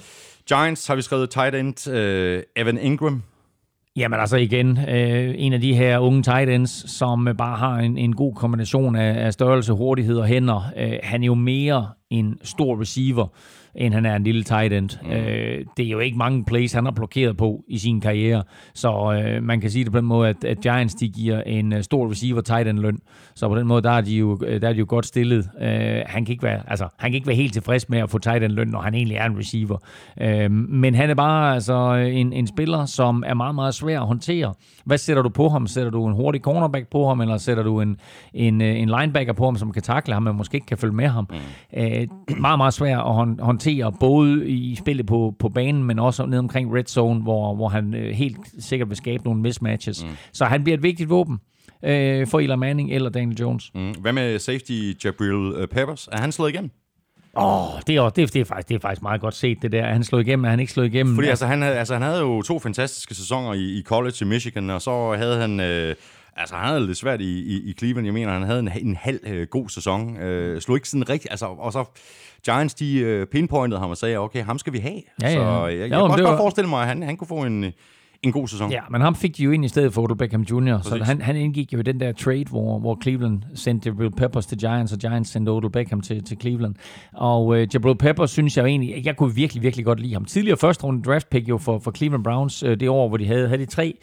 Giants har vi skrevet tight end øh, Evan Ingram. Jamen altså igen, øh, en af de her unge tight ends, som bare har en, en god kombination af, af størrelse, hurtighed og hænder. Øh, han er jo mere en stor receiver, end han er en lille tight end. Mm. Øh, det er jo ikke mange plays, han har blokeret på i sin karriere. Så øh, man kan sige det på den måde, at, at Giants, de giver en uh, stor receiver tight end løn. Så på den måde, der er de jo, der er de jo godt stillet. Øh, han, kan ikke være, altså, han kan ikke være helt tilfreds med at få tight end løn, når han egentlig er en receiver. Øh, men han er bare altså, en, en spiller, som er meget, meget svær at håndtere. Hvad sætter du på ham? Sætter du en hurtig cornerback på ham, eller sætter du en, en, en linebacker på ham, som kan takle ham, men måske ikke kan følge med ham? Mm. Øh, meget, meget svær at håndtere, både i spillet på, på banen, men også ned omkring red zone, hvor, hvor han øh, helt sikkert vil skabe nogle mismatches. Mm. Så han bliver et vigtigt våben øh, for Eli Manning eller Daniel Jones. Mm. Hvad med safety Jabril Peppers? Er han slået igennem? Åh, oh, det, er, det, er, det, er faktisk, det er faktisk meget godt set, det der. Er han slået igennem? Er han ikke slået igennem? Fordi altså, han, havde, altså, han havde jo to fantastiske sæsoner i, i college i Michigan, og så havde han... Øh, altså, han havde lidt svært i, i, i Cleveland. Jeg mener, han havde en, en halv øh, god sæson. Øh, slog ikke sådan rigtigt... Altså, og så Giants, de øh, pinpointede ham og sagde, okay, ham skal vi have. Ja, ja. Så jeg, jeg, jeg jo, kan også var... godt forestille mig, at han, han kunne få en... En god sæson. Ja, men ham fik de jo ind i stedet for Odell Beckham junior Præcis. Så han, han indgik jo i den der trade, hvor, hvor Cleveland sendte Jabril Peppers til Giants, og Giants sendte Odell Beckham til, til Cleveland. Og uh, Jabril Peppers synes jeg jo egentlig, jeg kunne virkelig, virkelig godt lide ham. Tidligere første runde draft pick jo for, for Cleveland Browns, uh, det år, hvor de havde, havde de tre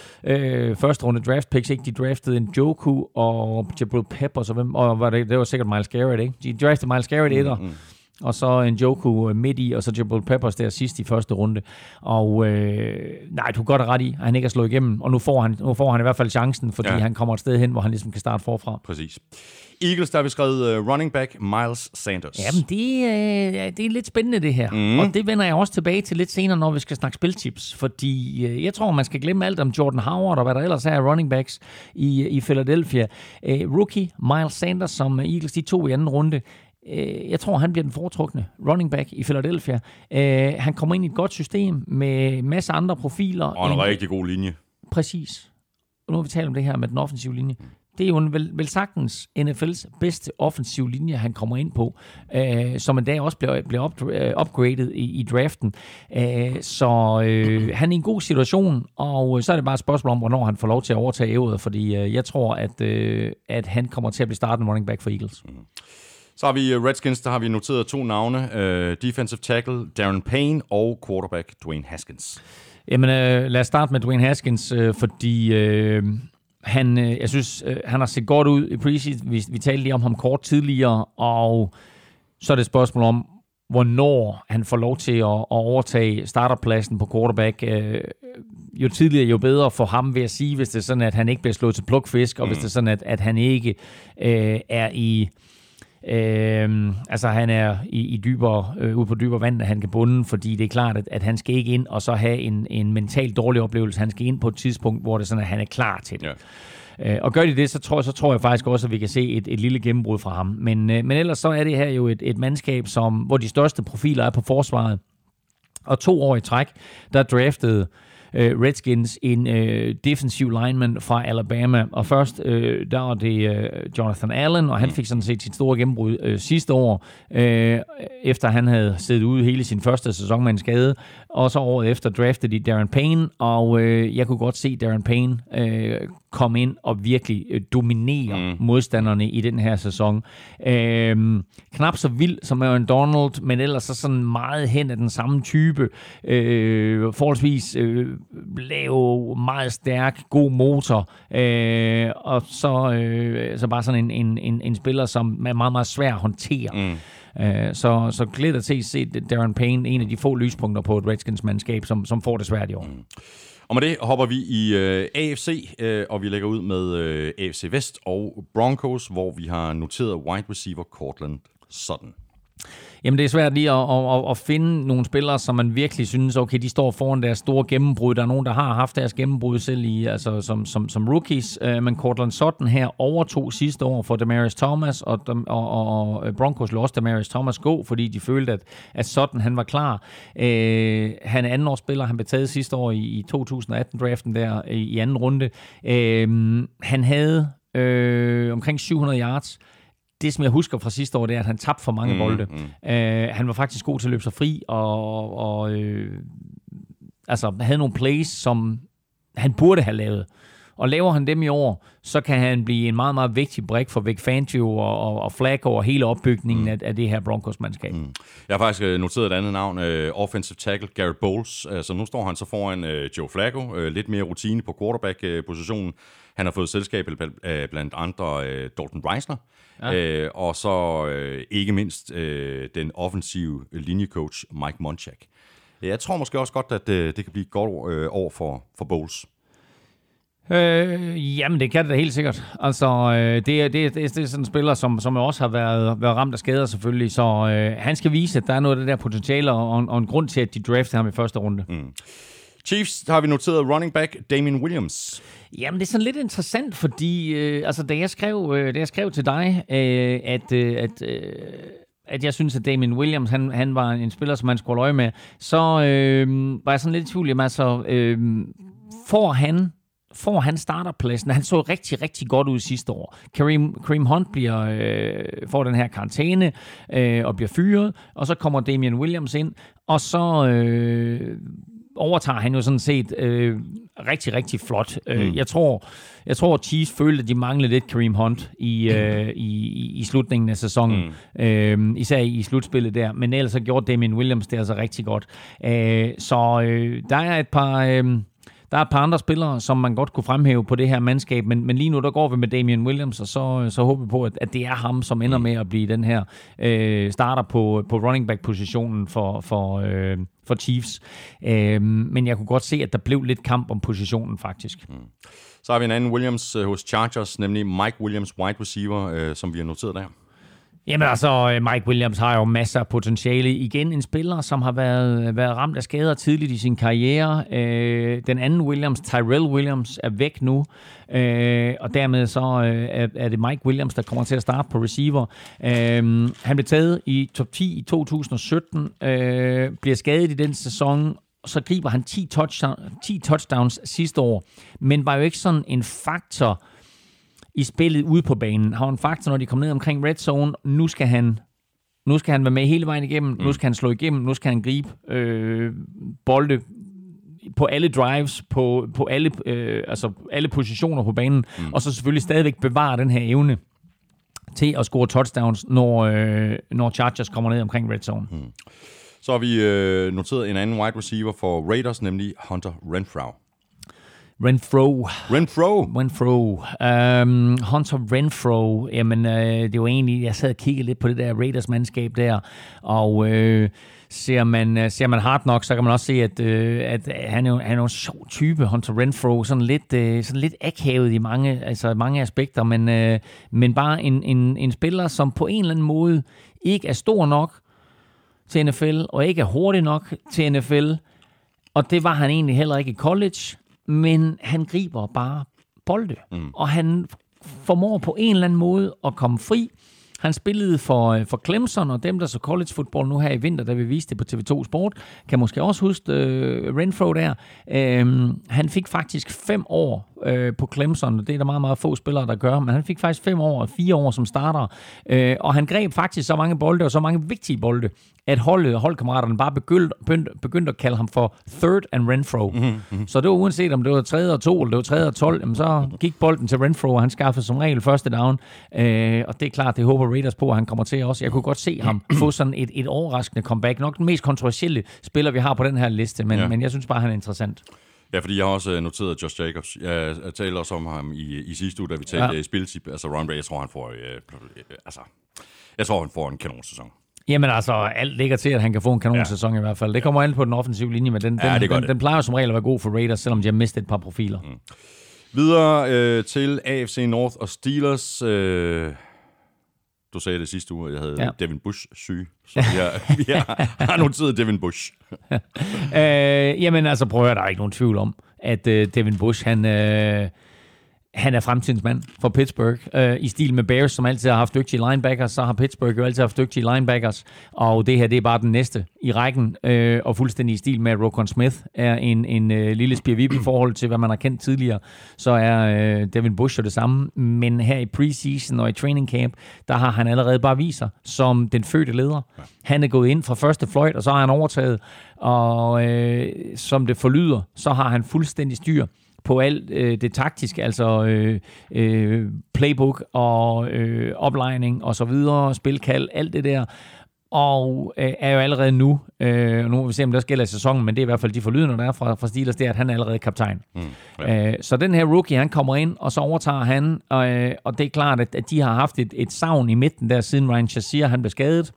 uh, første runde draft picks, ikke? De draftede en Njoku og Jabril Peppers, og, hvem, og var det, det var sikkert Myles Garrett, ikke? De draftede Myles Garrett etter. Mm-hmm. Og så en Njoku midt i, og så Jabril Peppers der sidst i første runde. Og øh, nej, du har godt ret i, at han ikke er slået igennem. Og nu får han, nu får han i hvert fald chancen, fordi ja. han kommer et sted hen, hvor han ligesom kan starte forfra. Præcis. Eagles, der har vi skrevet uh, running back Miles Sanders. Jamen, det, øh, det er lidt spændende det her. Mm. Og det vender jeg også tilbage til lidt senere, når vi skal snakke spiltips. Fordi øh, jeg tror, man skal glemme alt om Jordan Howard og hvad der ellers er af running backs i, i Philadelphia. Uh, rookie Miles Sanders, som Eagles de tog i anden runde. Jeg tror, han bliver den foretrukne running back i Philadelphia. Uh, han kommer ind i et godt system med masser af andre profiler. Og en, en rigtig god linje. Præcis. Og nu har vi talt om det her med den offensive linje. Det er jo en vel, vel sagtens N F L's bedste offensive linje, han kommer ind på, uh, som en dag også bliver, bliver up, uh, upgraded i, i draften. Uh, så uh, han er i en god situation, og så er det bare et spørgsmål om, hvornår han får lov til at overtage ævret, fordi uh, jeg tror, at, uh, at han kommer til at blive startende running back for Eagles. Mm. Så har vi Redskins, der har vi noteret to navne. Uh, defensive tackle Darren Payne og quarterback Dwayne Haskins. Jamen, uh, lad os starte med Dwayne Haskins, uh, fordi uh, han, uh, jeg synes, uh, han har set godt ud i preseason. Vi, vi talte lige om ham kort tidligere, og så er det et spørgsmål om, hvornår han får lov til at, at overtage starterpladsen på quarterback. Uh, jo tidligere, jo bedre for ham, vil jeg sige, hvis det er sådan, at han ikke bliver slået til plukfisk, og mm. hvis det er sådan, at, at han ikke uh, er i... Øhm, altså han er i, i dybere, øh, ude på dybere vand, at han kan bunde, fordi det er klart, at, at han skal ikke ind og så have en, en mentalt dårlig oplevelse. Han skal ind på et tidspunkt, hvor det er sådan, at han er klar til det. Ja. Øh, og gør de det, så tror, så tror jeg faktisk også, at vi kan se et, et lille gennembrud fra ham. Men, øh, men ellers så er det her jo et, et mandskab, som, hvor de største profiler er på forsvaret. Og to år i træk, der draftede Redskins en øh, defensiv lineman fra Alabama, og først øh, der var det øh, Jonathan Allen, og han fik sådan set sit store gennembrud øh, sidste år, øh, efter han havde siddet ude hele sin første sæson med en skade, og så året efter draftede de Darren Payne, og øh, jeg kunne godt se Darren Payne øh, komme ind og virkelig øh, dominere mm. modstanderne i den her sæson. Øh, knap så vild som Aaron Donald, men ellers så sådan meget hen af den samme type, øh, forholdsvis øh, lav, meget stærk, god motor, øh, og så, øh, så bare sådan en, en, en, en spiller, som er meget, meget svær at håndtere. Mm. Uh, så, så glæder til at se Darren Payne, en af de få lyspunkter på et Redskins-mandskab, som, som får det svært i år. Mm. Og med det hopper vi i uh, A F C, uh, og vi lægger ud med uh, A F C Vest og Broncos, hvor vi har noteret wide receiver Courtland Sutton. Jamen, det er svært lige at, at, at finde nogle spillere, som man virkelig synes, okay, de står foran deres store gennembrud. Der er nogen, der har haft deres gennembrud selv i, altså, som, som, som rookies. Men Courtland Sutton her overtog sidste år for Demaryius Thomas, og, og, og Broncos lod også Demaryius Thomas gå, fordi de følte, at, at Sutton han var klar. Øh, han er andenårsspiller, han blev taget sidste år i, i to tusind atten-draften der i, i anden runde. Øh, han havde øh, omkring syv hundrede yards. Det, som jeg husker fra sidste år, det er, at han tabte for mange mm, bolde. Mm. Øh, han var faktisk god til at løbe sig fri, og, og øh, altså, havde nogle plays, som han burde have lavet. Og laver han dem i år, så kan han blive en meget, meget vigtig brik for Vic Fangio og, og, og Flacco og hele opbygningen mm. af, af det her Broncos-mandskab. Mm. Jeg har faktisk noteret et andet navn, uh, offensive tackle Garrett Bowles. Uh, så nu står han så foran uh, Joe Flacco, uh, lidt mere rutine på quarterback-positionen. Han har fået selskab blandt andre uh, Dalton Reisner. Ja. Uh, og så uh, ikke mindst uh, den offensive linjecoach Mike Munchak. Jeg tror måske også godt, at uh, det kan blive et godt uh, år for, for Bowles. Øh, jamen, det kan det da helt sikkert. Altså, øh, det, er, det, er, det er sådan en spiller, som, som også har været, været ramt af skader selvfølgelig, så øh, han skal vise, at der er noget af det der potentiale, og, og en grund til, at de draftede ham i første runde. Mm. Chiefs, der har vi noteret running back Damien Williams. Jamen, det er sådan lidt interessant, fordi øh, altså, da, jeg skrev, øh, da jeg skrev til dig, øh, at, øh, at øh, at jeg synes, at Damien Williams, han, han var en spiller, som man skulle holde øje med, så øh, var jeg sådan lidt i tvivl, jamen, altså, øh, får han får han starterpladsen. Han så rigtig, rigtig godt ud sidste år. Kareem, Kareem Hunt bliver, øh, får den her karantæne øh, og bliver fyret, og så kommer Damien Williams ind, og så øh, overtager han jo sådan set øh, rigtig, rigtig flot. Mm. Øh, jeg tror, jeg tror, at Chiefs følte, at de manglede lidt Kareem Hunt i, øh, i, i slutningen af sæsonen. Mm. Øh, især i slutspillet der. Men ellers så gjorde Damien Williams det altså rigtig godt. Øh, så øh, der er et par... Øh, Der er et par andre spillere, som man godt kunne fremhæve på det her mandskab, men, men lige nu der går vi med Damien Williams, og så, så håber vi på, at, at det er ham, som ender med at blive den her øh, starter på, på running back-positionen for, for, øh, for Chiefs. Øh, men jeg kunne godt se, at der blev lidt kamp om positionen faktisk. Mm. Så har vi en anden Williams øh, hos Chargers, nemlig Mike Williams, wide receiver, øh, som vi har noteret der. Jamen altså, Mike Williams har jo masser af potentiale. Igen en spiller, som har været, været ramt af skader tidligt i sin karriere. Øh, den anden Williams, Tyrell Williams, er væk nu. Øh, og dermed så øh, er, er det Mike Williams, der kommer til at starte på receiver. Øh, han blev taget i top ti i to tusind og sytten, øh, bliver skadet i den sæson, så griber han ti, touchdown, ti touchdowns sidste år, men var jo ikke sådan en faktor i spillet ude på banen. Han var en faktor, når de kom ned omkring red zone. Nu skal han, nu skal han være med hele vejen igennem. Mm. Nu skal han slå igennem. Nu skal han gribe øh, bolde på alle drives, på, på alle, øh, altså alle positioner på banen. Mm. Og så selvfølgelig stadigvæk bevare den her evne til at score touchdowns, når, øh, når Chargers kommer ned omkring red zone. Mm. Så har vi øh, noteret en anden wide receiver for Raiders, nemlig Hunter Renfrow. Renfrow. Renfrow. Renfrow. Um, Hunter Renfrow. Jamen, øh, det var egentlig, jeg sad og kiggede lidt på det der Raiders-mandskab der, og øh, ser man, ser man hard nok, så kan man også se, at, øh, at han, er, han er en sjov type, Hunter Renfrow. Sådan lidt, øh, sådan lidt akavet i mange, altså mange aspekter, men, øh, men bare en, en, en spiller, som på en eller anden måde ikke er stor nok til N F L, og ikke er hurtig nok til N F L, og det var han egentlig heller ikke i college. Men han griber bare bolde, mm. og han formår på en eller anden måde at komme fri. Han spillede for, for Clemson, og dem, der så college football nu her i vinter, da vi viste det på T V to Sport, kan måske også huske uh, Renfrow der. Uh, han fik faktisk fem år uh, på Clemson, og det er der meget, meget få spillere, der gør, men han fik faktisk fem år og fire år som starter, uh, og han greb faktisk så mange bolde, og så mange vigtige bolde, at holdet, holdkammeraterne bare begyndte, begyndte, begyndte at kalde ham for Third and Renfrow. Mm-hmm. Så det var uanset, om det var tredje og to, eller det var tredje og tolv, jamen så gik bolden til Renfrow, og han skaffede som regel første down. Øh, og det er klart, det håber Raiders på, at han kommer til også. Jeg kunne godt se ham få sådan et, et overraskende comeback. Nok den mest kontroversielle spiller, vi har på den her liste, men, ja. men jeg synes bare, han er interessant. Ja, fordi jeg har også noteret Josh Jacobs. Jeg, jeg talte også om ham i, i sidste uge, da vi talte ja. spilletip. Altså Ron Ray, jeg tror, han får, øh, altså, jeg tror, han får en kanonsæson. Jamen altså, alt ligger til, at han kan få en kanonsæson ja. i hvert fald. Det kommer ja. an på den offensive linje, men den, ja, den, den, den plejer som regel at være god for Raiders, selvom de har mistet et par profiler. Mm. Videre øh, til A F C North og Steelers. Øh, du sagde det sidste uge, at jeg havde ja. Devin Bush syg, så vi har, vi har, har noteret Devin Bush. øh, jamen altså, prøv at høre, der er ikke nogen tvivl om, at øh, Devin Bush, han... Øh, Han er fremtidens mand for Pittsburgh. Uh, I stil med Bears, som altid har haft dygtige linebackers, så har Pittsburgh jo altid haft dygtige linebackers. Og det her, det er bare den næste i rækken. Uh, og fuldstændig i stil med, at Roquan Smith er en, en uh, lille spirvip i forhold til, hvad man har kendt tidligere. Så er uh, Devin Bush jo det samme. Men her i preseason og i training camp, der har han allerede bare vist sig som den fødte leder. Ja. Han er gået ind fra første fløjt, og så har han overtaget. Og uh, som det forlyder, så har han fuldstændig styr på alt øh, det taktiske, altså øh, øh, playbook og øh, oplejning og så videre, spilkald, alt det der, og øh, er jo allerede nu, øh, nu må vi se, om der sker i sæsonen, men det er i hvert fald de forlydende, der er fra, fra Steelers, det er, at han er allerede kaptajn. Mm, ja. øh, så den her rookie, han kommer ind, og så overtager han, øh, og det er klart, at, at de har haft et, et savn i midten der, siden Ryan Shazier, han blev skadet.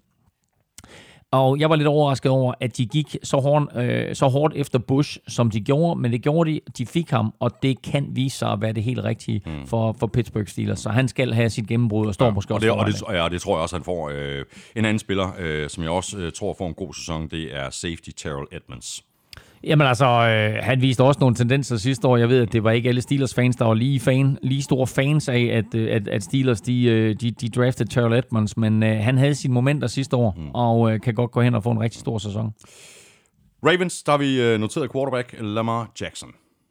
Og jeg var lidt overrasket over, at de gik så hårdt, øh, så hårdt efter Bush, som de gjorde, men det gjorde de, de fik ham, og det kan vise sig at være det helt rigtige mm. for, for Pittsburgh Steelers. Så han skal have sit gennembrud og står ja, måske og også det, og det, ja, det tror jeg også, han får. Øh, en anden spiller, øh, som jeg også øh, tror får en god sæson, det er safety Terrell Edmonds. Jamen altså, øh, han viste også nogle tendenser sidste år. Jeg ved, at det var ikke alle Steelers-fans, der var lige, fan, lige store fans af, at, at, at Steelers de, de, de draftede Terrell Edmonds, men øh, han havde sine momenter sidste år, mm. og øh, kan godt gå hen og få en rigtig stor sæson. Ravens, der har vi øh, noteret quarterback Lamar Jackson.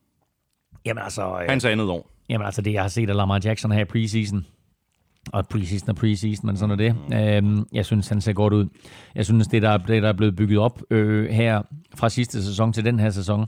Jamen altså... Øh, Hans andet år. Jamen altså, det jeg har set af Lamar Jackson her i preseason, og preseason og preseason, men sådan er det. Øhm, jeg synes, han ser godt ud. Jeg synes, det der, det, der er blevet bygget op øh, her fra sidste sæson til den her sæson,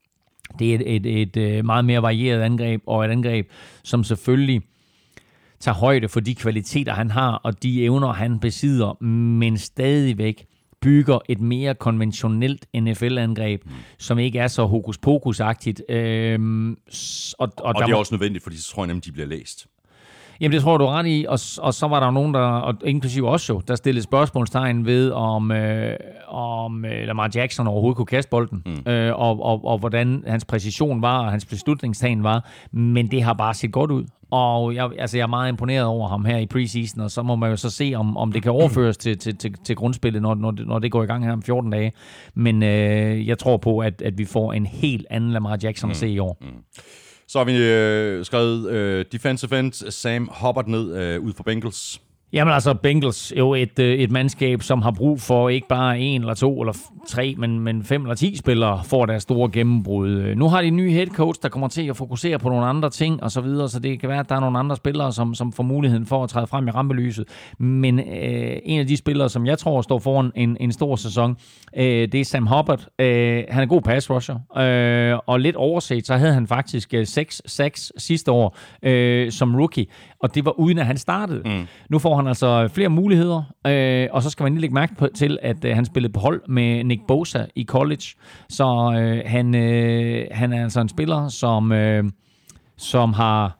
det er et, et, et meget mere varieret angreb, og et angreb, som selvfølgelig tager højde for de kvaliteter, han har, og de evner, han besidder, men stadigvæk bygger et mere konventionelt N F L-angreb, mm. som ikke er så hokus-pokus-agtigt. Øhm, og, og, og det er også nødvendigt, fordi så tror jeg nemlig, de bliver læst. Jamen, det tror du ret i, og, og så var der nogen, der, og inklusive også jo, der stillede spørgsmålstegn ved, om, øh, om øh, Lamar Jackson overhovedet kunne kaste bolden, mm. øh, og, og, og hvordan hans præcision var, og hans beslutningstagen var, men det har bare set godt ud. Og jeg, altså, jeg er meget imponeret over ham her i preseason, og så må man jo så se, om, om det kan overføres til, til, til, til grundspillet, når, når, det, når det går i gang her om fjorten dage. Men øh, jeg tror på, at, at vi får en helt anden Lamar Jackson at se i år. Mm. Så har vi øh, skrevet øh, defensive end Sam Hubbard ned øh, ud for Bengals. Jamen altså, Bengals er jo et, et mandskab, som har brug for ikke bare en eller to eller tre, men, men fem eller ti spillere for deres store gennembrud. Nu har de en ny head coach, der kommer til at fokusere på nogle andre ting og så videre, så det kan være, at der er nogle andre spillere, som, som får muligheden for at træde frem i rampelyset. Men øh, en af de spillere, som jeg tror står foran en, en stor sæson, øh, det er Sam Hubbard. Øh, han er god pass rusher, øh, og lidt overset, så havde han faktisk seks sacks sidste år øh, som rookie, og det var uden, at han startede. Mm. Nu får han altså flere muligheder, øh, og så skal man lige lægge mærke på, til, at øh, han spillede på hold med Nick Bosa i college. Så øh, han, øh, han er altså en spiller, som, øh, som har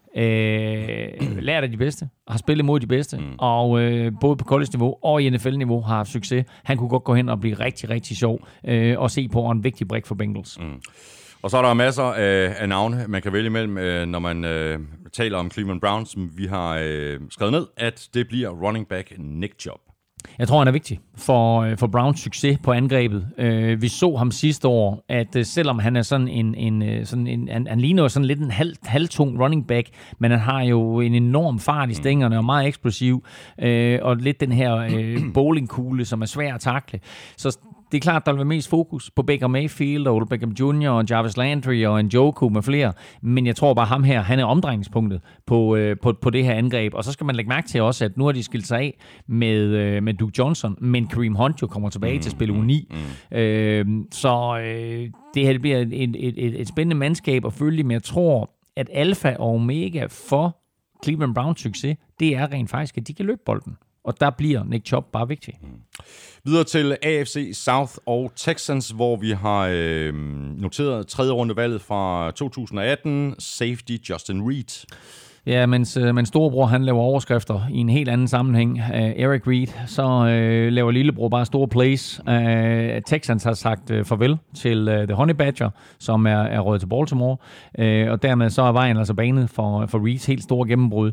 øh, lært af de bedste, har spillet mod de bedste, mm. og øh, både på college-niveau og i N F L-niveau har haft succes. Han kunne godt gå hen og blive rigtig, rigtig sjov øh, og se på en vigtig brik for Bengals. Mm. Og så er der masser af, af navne, man kan vælge imellem, øh, når man øh, taler om Cleveland Browns. Vi har øh, skrevet ned, at det bliver running back Nick Chubb. Jeg tror, han er vigtig for, for Browns succes på angrebet. Øh, vi så ham sidste år, at øh, selvom han er sådan en, en, sådan en han, han ligner jo sådan lidt en halv, halvtung running back, men han har jo en enorm fart i stængerne og meget eksplosiv, øh, og lidt den her øh, bowlingkugle, som er svær at takle. Så det er klart, der vil være mest fokus på Baker Mayfield og Odell Beckham junior og Jarvis Landry og Njoku med flere, men jeg tror bare, ham her, han er omdrejningspunktet på, øh, på, på det her angreb, og så skal man lægge mærke til også, at nu har de skilt sig af med, øh, med Duke Johnson, men Kareem Hunt jo kommer tilbage mm, til at spille uge ni. Mm. Øh, så øh, det her bliver et, et, et, et spændende mandskab at følge, men jeg tror, at alfa og omega for Cleveland Browns succes, det er rent faktisk, at de kan løbe bolden. Og der bliver Nick Chubb bare vigtig. Mm. Videre til A F C South og Texans, hvor vi har øh, noteret tredje rundevalget fra to tusind og atten, safety Justin Reed. Ja, mens, mens storebror han laver overskrifter i en helt anden sammenhæng, uh, Eric Reed, så uh, laver lillebror bare store plays. Uh, Texans har sagt uh, farvel til uh, The Honey Badger, som er, er røget til Baltimore, uh, og dermed så er vejen altså banet for, for Reeds helt store gennembrud.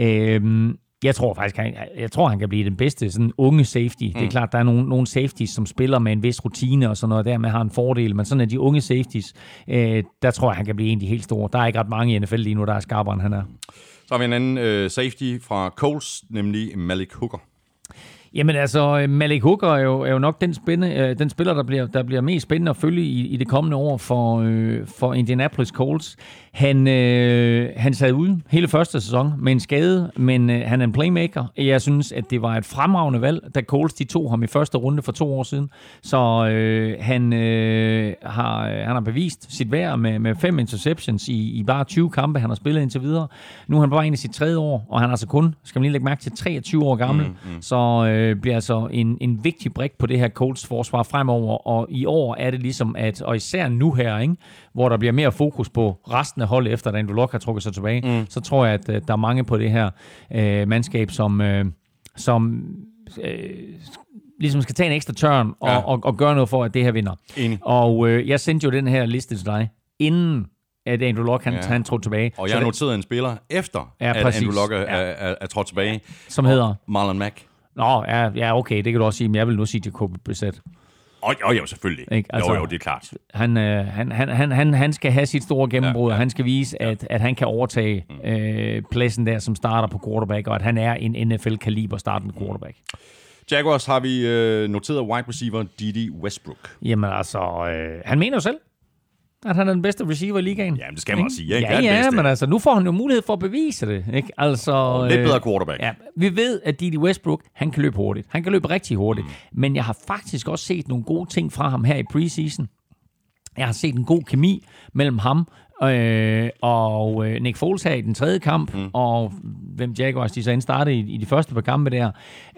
Uh, Jeg tror faktisk, han, jeg tror, han kan blive den bedste sådan unge safety. Mm. Det er klart, der er nogle, nogle safeties, som spiller med en vis rutine og sådan noget, dermed har en fordel. Men sådan er de unge safeties, øh, der tror jeg, han kan blive en af de helt store. Der er ikke ret mange i N F L lige nu, der er skarpere, end han er. Så har vi en anden øh, safety fra Colts, nemlig Malik Hooker. Jamen altså, Malik Hooker er jo, er jo nok den, spændende, den spiller, der bliver, der bliver mest spændende at følge i, i det kommende år for, øh, for Indianapolis Colts. Han, øh, han sad ude hele første sæson med en skade, men øh, han er en playmaker. Jeg synes, at det var et fremragende valg, da Colts de tog ham i første runde for to år siden. Så øh, han, øh, har, han har bevist sit værd med, med fem interceptions i, i bare tyve kampe, han har spillet indtil videre. Nu er han bare inde i sit tredje år, og han er altså kun, skal man lige lægge mærke til, treogtyve år gammel. Mm, mm. Så øh, bliver altså en, en vigtig brik på det her Colts forsvar fremover, og i år er det ligesom, at, og især nu her, ikke, hvor der bliver mere fokus på resten af holdet, efter at Andrew Luck har trukket sig tilbage, mm. så tror jeg, at, at der er mange på det her øh, mandskab, som, øh, som øh, ligesom skal tage en ekstra turn og, ja. og, og, og gøre noget for, at det her vinder. Enig. Og øh, jeg sendte jo den her liste til dig, inden at Andrew Luck han, ja. han trådte tilbage. Og jeg noterede en spiller efter, ja, at Andrew Luck er, ja. er, er, er trådt tilbage. Ja. Som hedder? Marlon Mack. Nå, ja, ja, okay, det kan du også sige, men jeg vil nu sige Jacoby Brissett. Og oh, jo, selvfølgelig. Ikke? Altså, jo, jo, det er klart. Han, øh, han, han, han, han, han skal have sit store gennembrud, ja, ja. og han skal vise, at, at han kan overtage mm. øh, pladsen der, som starter på quarterback, og at han er en N F L-kaliber startende quarterback. Jaguars har vi øh, noteret wide receiver Dede Westbrook. Jamen altså, øh, han mener jo selv, at han er den bedste receiver i ligaen. Jamen, det skal man sige, ikke? Ja, ja, men altså, nu får han jo mulighed for at bevise det, ikke? Altså, og lidt bedre quarterback. Ja, vi ved, at Dede Westbrook, han kan løbe hurtigt. Han kan løbe rigtig hurtigt. Mm. Men jeg har faktisk også set nogle gode ting fra ham her i preseason. Jeg har set en god kemi mellem ham øh, og øh, Nick Foles her i den tredje kamp, mm. og hvem Jaguars de så indstartede i, i de første par kampe der.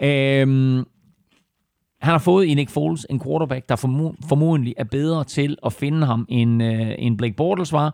Øh, Han har fået i Nick Foles en quarterback, der formo- formodentlig er bedre til at finde ham, end, øh, end Blake Bortles var.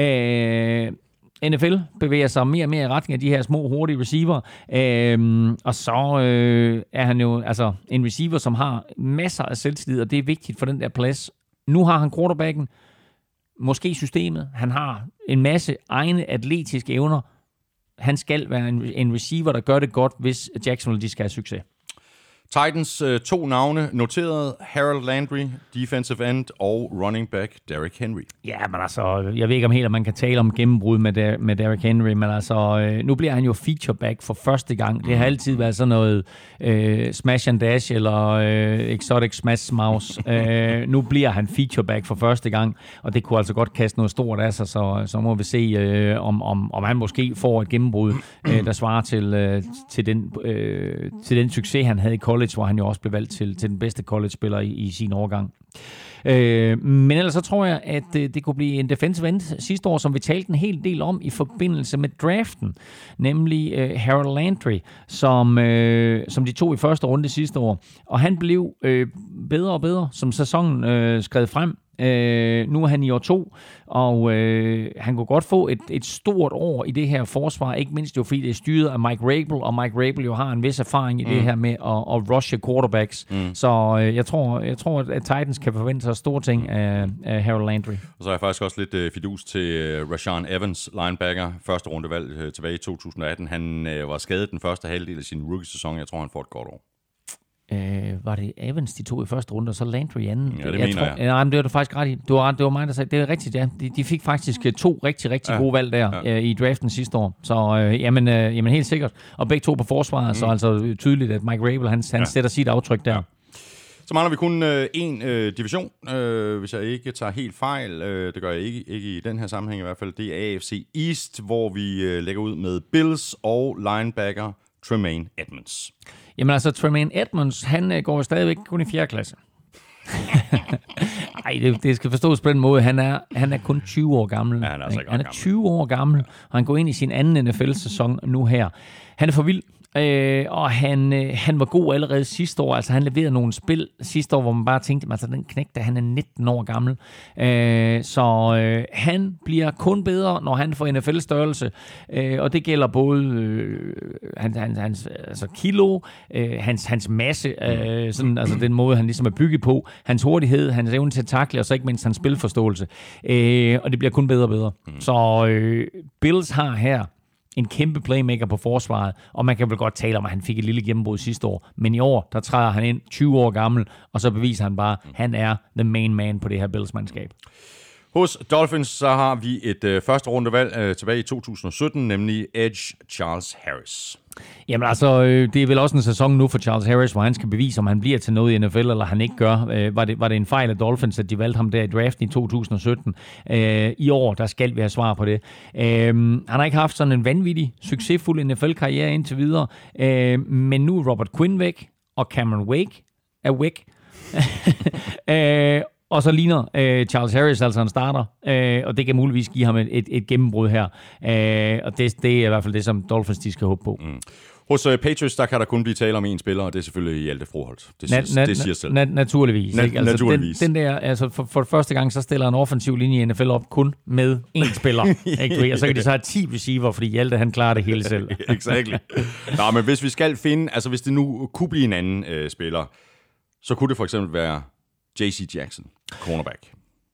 Øh, N F L bevæger sig mere og mere i retning af de her små, hurtige receiver. Øh, og så øh, er han jo altså en receiver, som har masser af selvtillid, og det er vigtigt for den der plads. Nu har han quarterbacken, måske systemet. Han har en masse egne atletiske evner. Han skal være en, en receiver, der gør det godt, hvis Jacksonville de skal have succes. Titans øh, to navne noteret, Harold Landry, defensive end, og running back Derrick Henry. Ja, men altså, jeg ved ikke om helt, om man kan tale om gennembrud med, der, med Derrick Henry, men altså, øh, nu bliver han jo featureback for første gang. Det har altid været sådan noget øh, smash and dash, eller øh, exotic smash mouse. øh, nu bliver han featureback for første gang, og det kunne altså godt kaste noget stort af sig, så, så må vi se, øh, om, om, om han måske får et gennembrud, øh, der svarer til, øh, til, den, øh, til den succes, han havde i college, hvor han jo også blev valgt til, til den bedste college-spiller i, i sin årgang. Øh, men ellers så tror jeg, at det, det kunne blive en defensive end sidste år, som vi talte en hel del om i forbindelse med draften, nemlig øh, Harold Landry, som, øh, som de tog i første runde sidste år. Og han blev øh, bedre og bedre, som sæsonen øh, skred frem. Øh, nu er han i år to, og øh, han kunne godt få et, et stort år i det her forsvar, ikke mindst jo fordi det er styret af Mike Rabel, og Mike Rabel jo har en vis erfaring i mm. det her med at, at rushe quarterbacks. Mm. Så øh, jeg tror, jeg tror, at Titans kan forvente sig store ting af, af Harold Landry. Og så er jeg faktisk også lidt øh, fidus til øh, Rashaan Evans, linebacker, første rundevalg øh, tilbage i to tusind atten. Han øh, var skadet den første halvdel af sin rookie-sæson. Jeg tror, han får et godt år. Øh, var det Evans, de tog i første runde, og så Landry i anden? Ja, det jeg mener tror, jeg. Nej, men det var du faktisk ret i. Det var, det var mig, der sagde, det er rigtigt, ja. De, de fik faktisk to rigtig, rigtig ja. gode valg der ja. øh, i draften sidste år. Så øh, jamen, øh, jamen helt sikkert. Og begge to på forsvaret, mm. så altså tydeligt, at Mike Rabel, han, han ja. sætter sit aftryk der. Ja. Så mangler vi kun øh, en øh, division, øh, hvis jeg ikke tager helt fejl. Øh, det gør jeg ikke, ikke i den her sammenhæng i hvert fald. Det er A F C East, hvor vi øh, lægger ud med Bills og linebacker Tremaine Edmunds. Jamen altså, Tremaine Edmunds, han øh, går stadigvæk kun i fjerde klasse. Ej, det, det skal forstås på den måde. Han er, han er kun tyve år gammel. Ja, han er, altså han er tyve år gammel, og han går ind i sin anden N F L-sæson nu her. Han er for vild. Øh, og han, øh, han var god allerede sidste år. Altså han leverede nogle spil sidste år, hvor man bare tænkte, altså den knæk, da han er nitten år gammel. Øh, så øh, han bliver kun bedre, når han får N F L-størrelse. Øh, og det gælder både øh, hans, hans, hans altså kilo, øh, hans, hans masse, øh, sådan, altså den måde, han ligesom er bygget på, hans hurtighed, hans evne til at takle, og så ikke mindst hans spilforståelse. Øh, og det bliver kun bedre og bedre. Så øh, Bills har her en kæmpe playmaker på forsvaret, og man kan vel godt tale om, at han fik et lille gennembrud sidste år. Men i år, der træder han ind tyve år gammel, og så beviser han bare, at han er the main man på det her Bills-mandskab. Hos Dolphins, så har vi et øh, første rundevalg øh, tilbage i to tusind sytten, nemlig Edge Charles Harris. Jamen altså, øh, det er vel også en sæson nu for Charles Harris, hvor han skal bevise, om han bliver til noget i N F L, eller han ikke gør. Øh, var, det, var det en fejl af Dolphins, at de valgte ham der i draften i to tusind sytten? Øh, I år, der skal vi have svar på det. Øh, han har ikke haft sådan en vanvittig, succesfuld N F L-karriere indtil videre, øh, men nu er Robert Quinn væk, og Cameron Wake er væk. øh, Og så ligner øh, Charles Harris altså en starter, øh, og det kan muligvis give ham et, et, et gennembrud her. Øh, og det, det er i hvert fald det, som Dolphins de skal håbe på. Mm. Hos uh, Patriots, der kan der kun blive tale om én spiller, og det er selvfølgelig Hjalte Froholt. Det, nat, siger, nat, det siger selv. Nat, naturligvis. Nat, ikke? Altså, naturligvis. Den, den der, altså for, for første gang, så stiller en offensiv linje i N F L op kun med én spiller. Ikke? Og så kan de så have ti receiver, fordi Hjalte, han klarer det hele selv. Exakt. Nå, men hvis vi skal finde, altså hvis det nu kunne blive en anden øh, spiller, så kunne det for eksempel være J C Jackson, cornerback.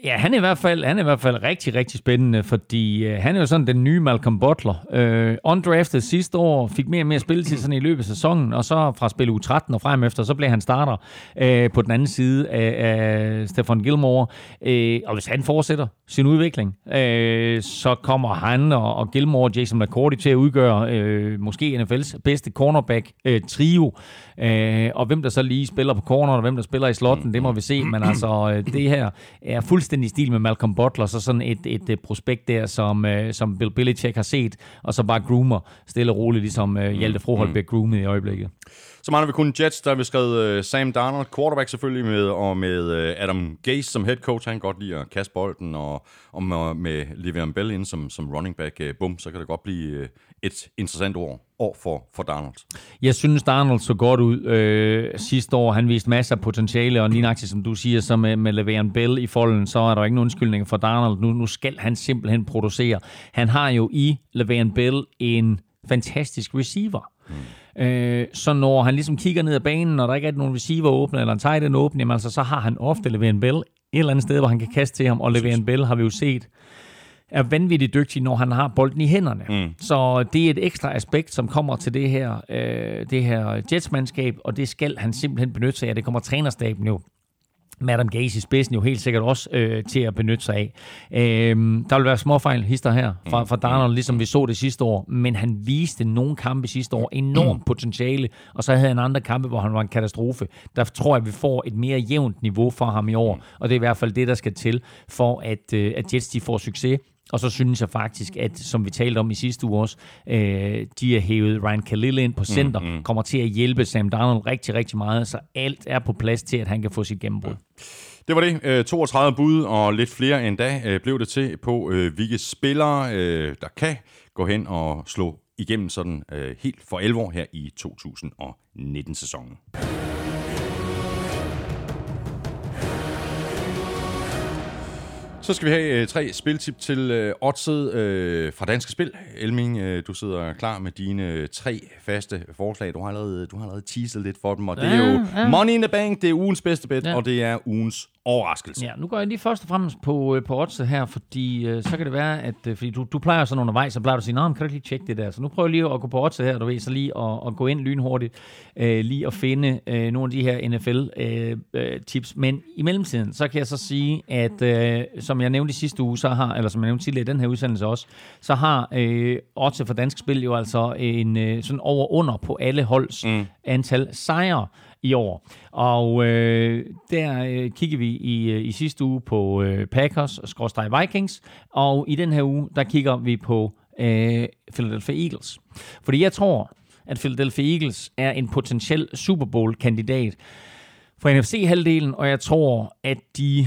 Ja, han er i hvert fald, han er i hvert fald rigtig, rigtig spændende, fordi øh, han er jo sådan den nye Malcolm Butler. Øh, undrafted sidste år, fik mere og mere spilletid sådan i løbet af sæsonen, og så fra spil uge tretten og frem efter, så blev han starter øh, på den anden side af, af Stephon Gilmore. Øh, og hvis han fortsætter sin udvikling, øh, så kommer han og, og Gilmore og Jason McCourty til at udgøre øh, måske N F L's bedste cornerback-trio. Øh, og hvem der så lige spiller på corner, og hvem der spiller i slotten, det må vi se, men altså øh, det her er fuldstændig i stil med Malcolm Butler, så sådan et, et, et prospekt der, som, øh, som Bill Belichick har set, og så bare groomer stille og roligt, ligesom øh, Hjalte Froholt bliver groomet i øjeblikket. Så mangler vi kun Jets, der har vi skrevet uh, Sam Darnold, quarterback selvfølgelig, med, og med uh, Adam Gase som head coach. Han kan godt lide at kaste bolden, og, og med, med Le'Veon Bell ind som, som running back. Uh, bum, så kan det godt blive uh, et interessant år, år for, for Darnold. Jeg synes, Darnold så godt ud øh, sidste år. Han viste masser af potentiale, og lige nøjagtigt, som du siger, så med, med Le'Veon Bell i folden, så er der ikke nogen undskyldning for Darnold. Nu, nu skal han simpelthen producere. Han har jo i Le'Veon Bell en fantastisk receiver. Mm. Øh, så når han ligesom kigger ned ad banen, og der ikke er nogen receiver åbne, eller en tight end åbne, altså, så har han ofte Le'Veon Bell et eller andet sted, hvor han kan kaste til ham, og Le'Veon Bell har vi jo set er vanvittigt dygtig, når han har bolden i hænderne. Mm. Så det er et ekstra aspekt, som kommer til det her, øh, det her Jets-mandskab, og det skal han simpelthen benytte sig af. Det kommer trænerstaben jo, Madam Gase i spidsen jo helt sikkert også øh, til at benytte sig af. Øh, der vil være småfejl hister her fra, fra Darnold, ligesom vi så det sidste år, men han viste nogle kampe sidste år enormt potentiale, og så havde han andre kampe, hvor han var en katastrofe. Der tror jeg, vi får et mere jævnt niveau for ham i år, og det er i hvert fald det, der skal til, for at, øh, at Jets de får succes. Og så synes jeg faktisk, at som vi talte om i sidste uge også, øh, de har hævet Ryan Khalil ind på center, mm, mm. kommer til at hjælpe Sam Darnold rigtig, rigtig meget, så alt er på plads til, at han kan få sit gennembrud. Ja. Det var det. toogtredive bud, og lidt flere end da blev det til på, hvilke spillere, der kan gå hen og slå igennem sådan helt for alvor her i to tusind nitten-sæsonen. Så skal vi have øh, tre spiltip til øh, oddset øh, fra Danske Spil. Elming, øh, du sidder klar med dine øh, tre faste forslag. Du har allerede, du har allerede teaset lidt for dem, og det er jo ja. Money in the Bank, det er ugens bedste bet, ja. Og det er ugens overraskelse. Ja, nu går jeg lige først og fremmest på, på oddset her, fordi øh, så kan det være, at øh, fordi du, du plejer sådan undervejs, så plejer du at sige, nå, kan du lige tjekke det der? Så nu prøver jeg lige at gå på oddset her, du ved, så lige at, at gå ind lynhurtigt, øh, lige at finde øh, nogle af de her N F L-tips. Øh, Men i mellemtiden, så kan jeg så sige, at øh, som jeg nævnte i sidste uge, så har, eller som jeg nævnte tidligere i den her udsendelse også, så har øh, oddset for Dansk Spil jo altså en øh, sådan over-under på alle holds mm. antal sejre i år. Og øh, der øh, kigger vi i, øh, i sidste uge på øh, Packers skråstreg Vikings, og i den her uge, der kigger vi på øh, Philadelphia Eagles. Fordi jeg tror, at Philadelphia Eagles er en potentiel Super Bowl-kandidat for N F C-halvdelen, og jeg tror, at de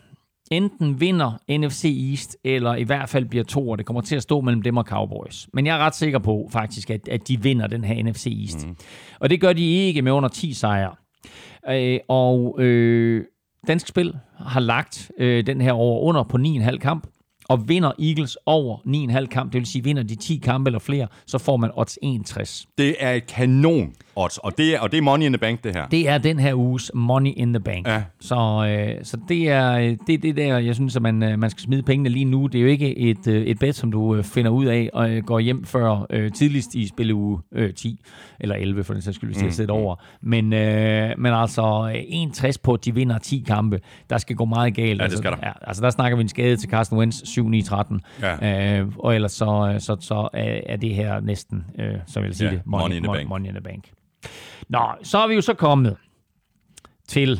enten vinder N F C East, eller i hvert fald bliver to, og det kommer til at stå mellem dem og Cowboys. Men jeg er ret sikker på faktisk, at, at de vinder den her N F C East. Mm. Og det gør de ikke med under ti sejre. Øh, og øh, Dansk Spil har lagt øh, den her over under på ni komma fem kamp, og vinder Eagles over ni komma fem kamp, det vil sige, vinder de ti kampe eller flere, så får man odds enogtres. Det er et kanon odds, og det er, og det er money in the bank, det her. Det er den her uges money in the bank. Ja. Så, øh, så det er det, det der, jeg synes, at man, man skal smide pengene lige nu. Det er jo ikke et, et bet, som du finder ud af og går hjem før øh, tidligst i spilleuge øh, ti eller elleve, for den sags skyld, hvis jeg sætter over. Men, øh, men altså enogtres på, at de vinder ti kampe, der skal gå meget galt. Ja, det skal altså, der. Ja, altså der snakker vi en skade til Carson Wentz, syv ni tretten. Ja. Øh, og ellers så, så, så er det her næsten, øh, så vil jeg sige ja, det, money, money, in the money, bank. money in the bank. Nå, så er vi jo så kommet til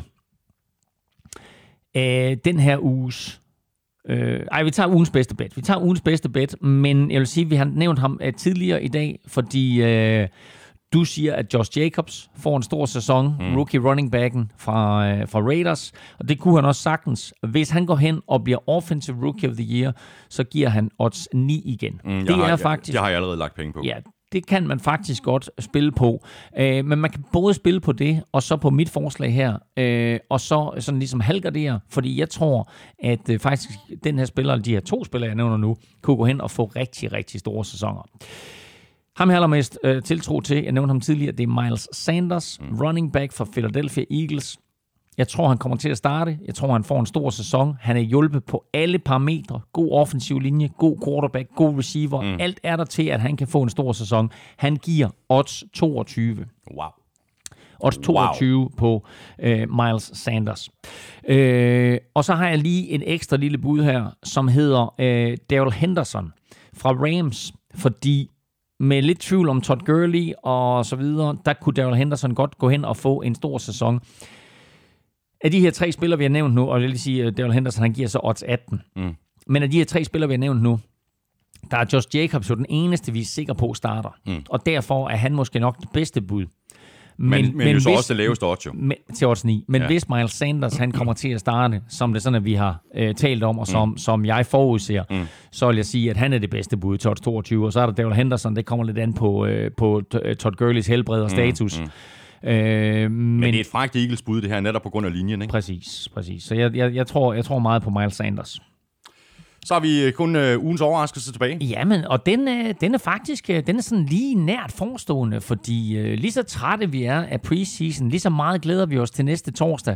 øh, den her uges... Øh, ej, vi tager ugens bedste bet. Vi tager ugens bedste bet, men jeg vil sige, at vi har nævnt ham øh, tidligere i dag, fordi øh, du siger, at Josh Jacobs får en stor sæson, mm. rookie running backen fra, øh, fra Raiders, og det kunne han også sagtens. Hvis han går hen og bliver offensive rookie of the year, så giver han odds ni igen. Mm, det har, er faktisk... Det har jeg allerede lagt penge på. Ja, det kan man faktisk godt spille på. Øh, men man kan både spille på det, og så på mit forslag her, øh, og så sådan ligesom halvgardere, fordi jeg tror, at øh, faktisk den her spiller, de her to spillere, jeg nævner nu, kunne gå hen og få rigtig, rigtig store sæsoner. Ham jeg allermest øh, tiltro til, jeg nævnte ham tidligere, det er Miles Sanders, mm. running back for Philadelphia Eagles. Jeg tror, han kommer til at starte. Jeg tror, han får en stor sæson. Han er hjulpet på alle parametre. God offensiv linje, god quarterback, god receiver. Mm. Alt er der til, at han kan få en stor sæson. Han giver odds toogtyve. Wow. Odds toogtyve wow. på øh, Miles Sanders. Øh, og så har jeg lige en ekstra lille bud her, som hedder øh, Darrell Henderson fra Rams. Fordi med lidt tvivl om Todd Gurley og så videre, der kunne Darrell Henderson godt gå hen og få en stor sæson. Af de her tre spillere, vi har nævnt nu, og jeg vil sige, at Darrell Henderson, han giver så odds atten. Mm. Men af de her tre spillere, vi har nævnt nu, der er Josh Jacobs jo den eneste, vi er sikre på starter. Mm. Og derfor er han måske nok det bedste bud. Men, men, men, men jo så hvis, også det laveste odds jo. Men, til odds ni. Men ja. Hvis Miles Sanders, han kommer til at starte, som det sådan, at vi har øh, talt om, og som, mm. som jeg forudser, mm. så vil jeg sige, at han er det bedste bud til odds toogtyve. Og så er der Darrell Henderson, det kommer lidt an på, øh, på Todd Gurleys helbred og status. Mm. Mm. Øh, men, men det er et frækt Eagles bud, det her, netop på grund af linjen, ikke? Præcis, præcis. Så jeg, jeg, jeg, tror, jeg tror meget på Miles Sanders. Så har vi kun øh, ugens overraskelse tilbage. Jamen, og den, øh, den er faktisk øh, den er sådan lige nært forestående, fordi øh, lige så trætte vi er af preseason, lige så meget glæder vi os til næste torsdag,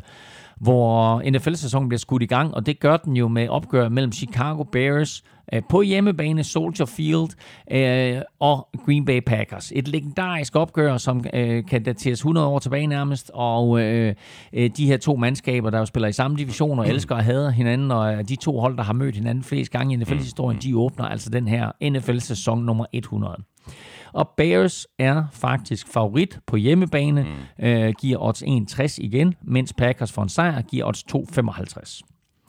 hvor N F L-sæsonen bliver skudt i gang, og det gør den jo med opgør mellem Chicago Bears øh, på hjemmebane Soldier Field øh, og Green Bay Packers. Et legendarisk opgør, som øh, kan dateres hundrede år tilbage nærmest, og øh, de her to mandskaber, der jo spiller i samme division og elsker og hader hinanden, og de to hold, der har mødt hinanden flest gange i N F L-historien, de åbner altså den her N F L-sæson nummer hundrede. Og Bears er faktisk favorit på hjemmebane, mm. øh, giver odds en komma tres igen, mens Packers for en sejr giver odds to komma femoghalvtreds.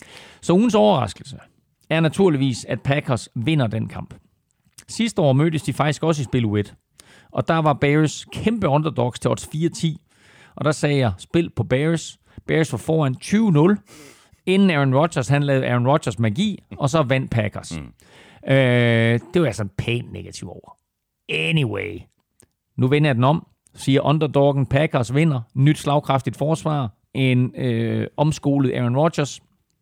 Så ugens overraskelse er naturligvis, at Packers vinder den kamp. Sidste år mødtes de faktisk også i spil U et, og der var Bears kæmpe underdogs til odds fire ti, og der sagde jeg, spil på Bears. Bears var foran tyve nul, inden Aaron Rodgers, han lavede Aaron Rodgers magi, og så vandt Packers. Mm. Øh, det var altså en pænt negativ over. Anyway, nu vender jeg den om, siger underdoggen Packers vinder, nyt slagkraftigt forsvar, en øh, omskolet Aaron Rodgers,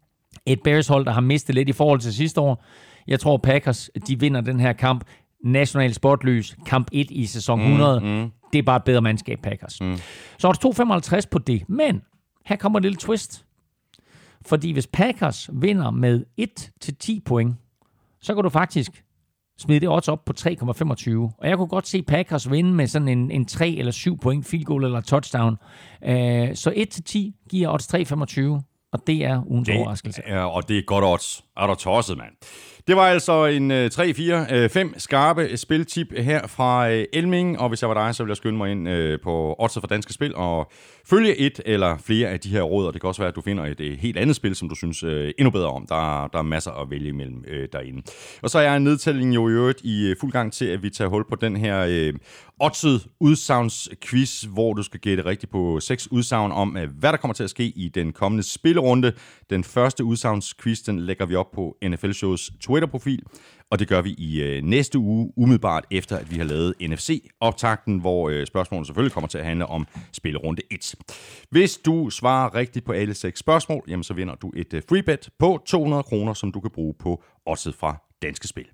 et Bears-hold, der har mistet lidt i forhold til sidste år. Jeg tror, Packers, de vinder den her kamp, national spotlys, kamp et i sæson hundrede. Mm, mm. Det er bare et bedre mandskab, Packers. Mm. Så er det to komma femoghalvtreds på det, men her kommer et lille twist. Fordi hvis Packers vinder med et til ti point, så kan du faktisk smide det odds op på tre komma femogtyve. Og jeg kunne godt se Packers vinde med sådan en, en tre eller syv point field goal eller touchdown. Uh, så et til ti giver odds tre komma femogtyve, og det er ugens det, overraskelse. Ja, og det er godt odds. Er du tosset, mand? Det var altså en uh, tre, fire, fem skarpe spiltip her fra uh, Elming, og hvis jeg var dig, så ville jeg skynde mig ind uh, på Oddset for Danske Spil og følge et eller flere af de her råd, og det kan også være, at du finder et, et helt andet spil, som du synes uh, endnu bedre om. Der, der er masser at vælge imellem uh, derinde. Og så er en nedtælling jo i øvrigt i uh, fuld gang til, at vi tager hul på den her uh, Oddset udsagnsquiz, hvor du skal gætte rigtigt på seks udsagn om, uh, hvad der kommer til at ske i den kommende spillerunde. Den første udsagnsquiz, den lægger vi op på N F L-shows Twitter-profil, og det gør vi i øh, næste uge, umiddelbart efter, at vi har lavet N F C-optakten, hvor øh, spørgsmålet selvfølgelig kommer til at handle om spillerunde et. Hvis du svarer rigtigt på alle seks spørgsmål, jamen, så vinder du et øh, free bet på to hundrede kroner, som du kan bruge på Oddset fra Danske Spil.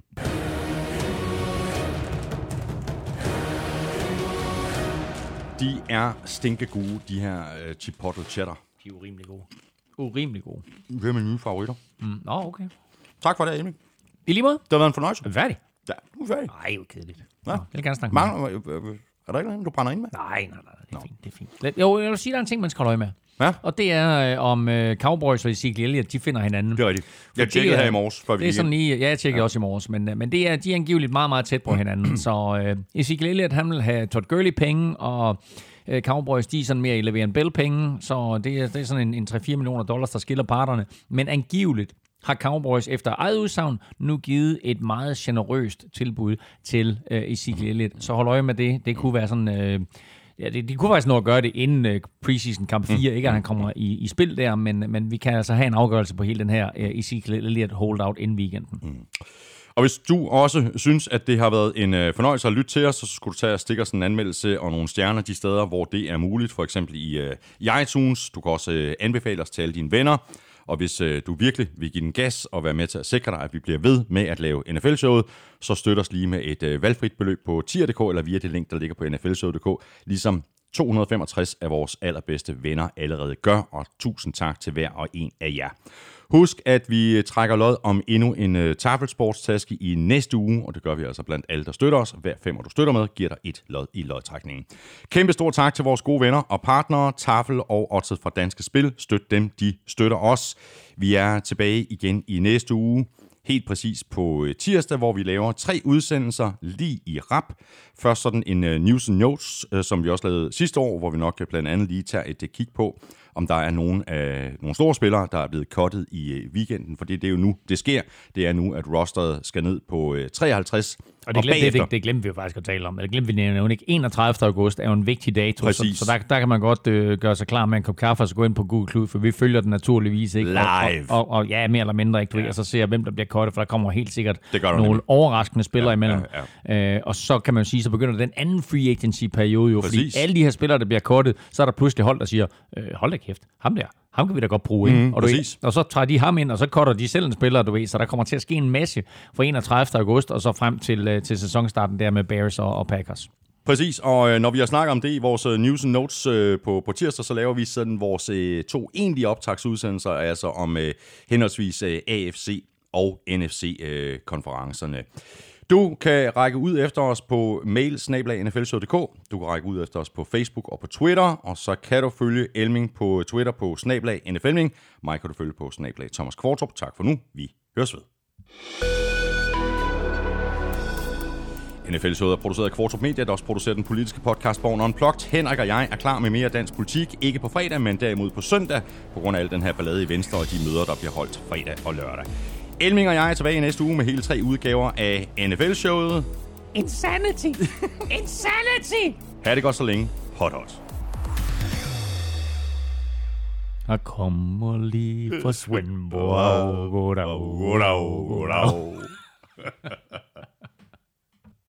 De er stinkegode, de her øh, chipotle cheddar. De er urimelig gode. Urimelig gode. Det er mine nye favoritter. Mm. Nå, okay. Tak for det, Emil. I lige måde. Det har været en fornøjelse. Er vi færdige? Ja, nu er vi færdige. Nej, det er jo kedeligt. Ja. Nå, jeg vil gerne snakke Mange, med. Er der ikke noget, du brænder ind med? Nej, nej, nej. Det er fint. Det er fint. Jo, jeg vil sige, der er en ting, man skal holde øje med. Ja? Og det er, øh, om øh, Cowboys og Ezekiel Elliott, de finder hinanden. Det er rigtigt. Jeg tjekkede her i morges. Før vi det er sådan lige, ja, jeg tjekkede ja. også i morges, men, men det er, de er angiveligt meget, meget tæt på hinanden. Så øh, Ezekiel Elliott, han vil have Todd Gurley penge, og øh, Cowboys, de er sådan mere i Le'Veon Bell penge, så det er, det er sådan en, en tre til fire millioner dollars, der skiller parterne. Men angiveligt har Cowboys efter eget udsagn nu givet et meget generøst tilbud til øh, Ezekiel Elliott. Så hold øje med det. Det kunne være sådan... Øh, ja, det, det kunne faktisk nå at gøre det inden øh, preseason kamp fire, ikke at han kommer i, i spil der, men, men vi kan altså have en afgørelse på hele den her øh, Ezekiel Elliott holdout inden weekenden. Mm. Og hvis du også synes, at det har været en øh, fornøjelse at lytte til os, så skulle du tage og stikke os en anmeldelse og nogle stjerner de steder, hvor det er muligt. For eksempel i, øh, i iTunes. Du kan også øh, anbefale os til alle dine venner. Og hvis øh, du virkelig vil give den gas og være med til at sikre dig, at vi bliver ved med at lave N F L-showet, så støt os lige med et øh, valgfrit beløb på tier punktum d k eller via det link, der ligger på N F L showet punktum d k, ligesom to hundrede og femogtres af vores allerbedste venner allerede gør, og tusind tak til hver og en af jer. Husk, at vi trækker lod om endnu en uh, Tafel-sportstaske i næste uge, og det gør vi altså blandt alle, der støtter os. Hver femmer, du støtter med, giver dig et lod i lodtrækningen. Kæmpe stor tak til vores gode venner og partnere, Tafel og Oddset fra Danske Spil. Støt dem, de støtter os. Vi er tilbage igen i næste uge. Helt præcis på tirsdag, hvor vi laver tre udsendelser lige i rap. Først sådan en uh, news and notes, uh, som vi også lavede sidste år, hvor vi nok blandt andet lige tager et uh, kig på, om der er nogen, af, nogle store spillere, der er blevet cuttet i uh, weekenden. For det er jo nu, det sker. Det er nu, at rosteret skal ned på uh, treoghalvtreds. Og det, glemte, det, det, det glemte vi jo faktisk at tale om. Det glemte vi nævne ikke. enogtredivte august er jo en vigtig dato, så, så der, der kan man godt øh, gøre sig klar med en kop kaffe og så gå ind på Google Klud, for vi følger den naturligvis ikke. Live! Og, og, og, og ja, mere eller mindre ikke, ja. Og så ser hvem der bliver cuttet, for der kommer helt sikkert nogle nemlig. overraskende spillere ja, imellem. Ja, ja. Øh, og så kan man jo sige, så begynder den anden free agency-periode jo, Præcis. fordi alle de her spillere, der bliver cuttet, så er der pludselig hold, der siger, øh, hold da kæft, ham der. Ham kan vi da godt bruge, ikke? Mm, og, du ved, og så tager de ham ind, og så cutter de selv en spiller, du ved. Så der kommer til at ske en masse fra enogtredivte august, og så frem til, til sæsonstarten der med Bears og, og Packers. Præcis, og øh, når vi har snakket om det i vores øh, news and notes øh, på, på tirsdag, så laver vi sådan vores øh, to egentlige optagsudsendelser, altså om øh, henholdsvis øh, A F C og N F C-konferencerne. Øh, Du kan række ud efter os på mail snabel-a n f l show punktum d k. Du kan række ud efter os på Facebook og på Twitter, og så kan du følge Elming på Twitter på snabel-a N F Elming. Mig kan du følge på snabel-a Thomas Kvartrup. Tak for nu. Vi høres ved. N F L-showet er produceret af Kvartrup Media, der også producerer den politiske podcast Born Unplugged. Henrik og jeg er klar med mere dansk politik, ikke på fredag, men derimod på søndag, på grund af al den her ballade i Venstre og de møder, der bliver holdt fredag og lørdag. Elming og jeg er tilbage i næste uge med hele tre udgaver af N F L-showet. Insanity! Insanity! Ha' det godt så længe. Hot hot. Jeg kommer lige fra Svendborg. Goddag, goddag, goddag.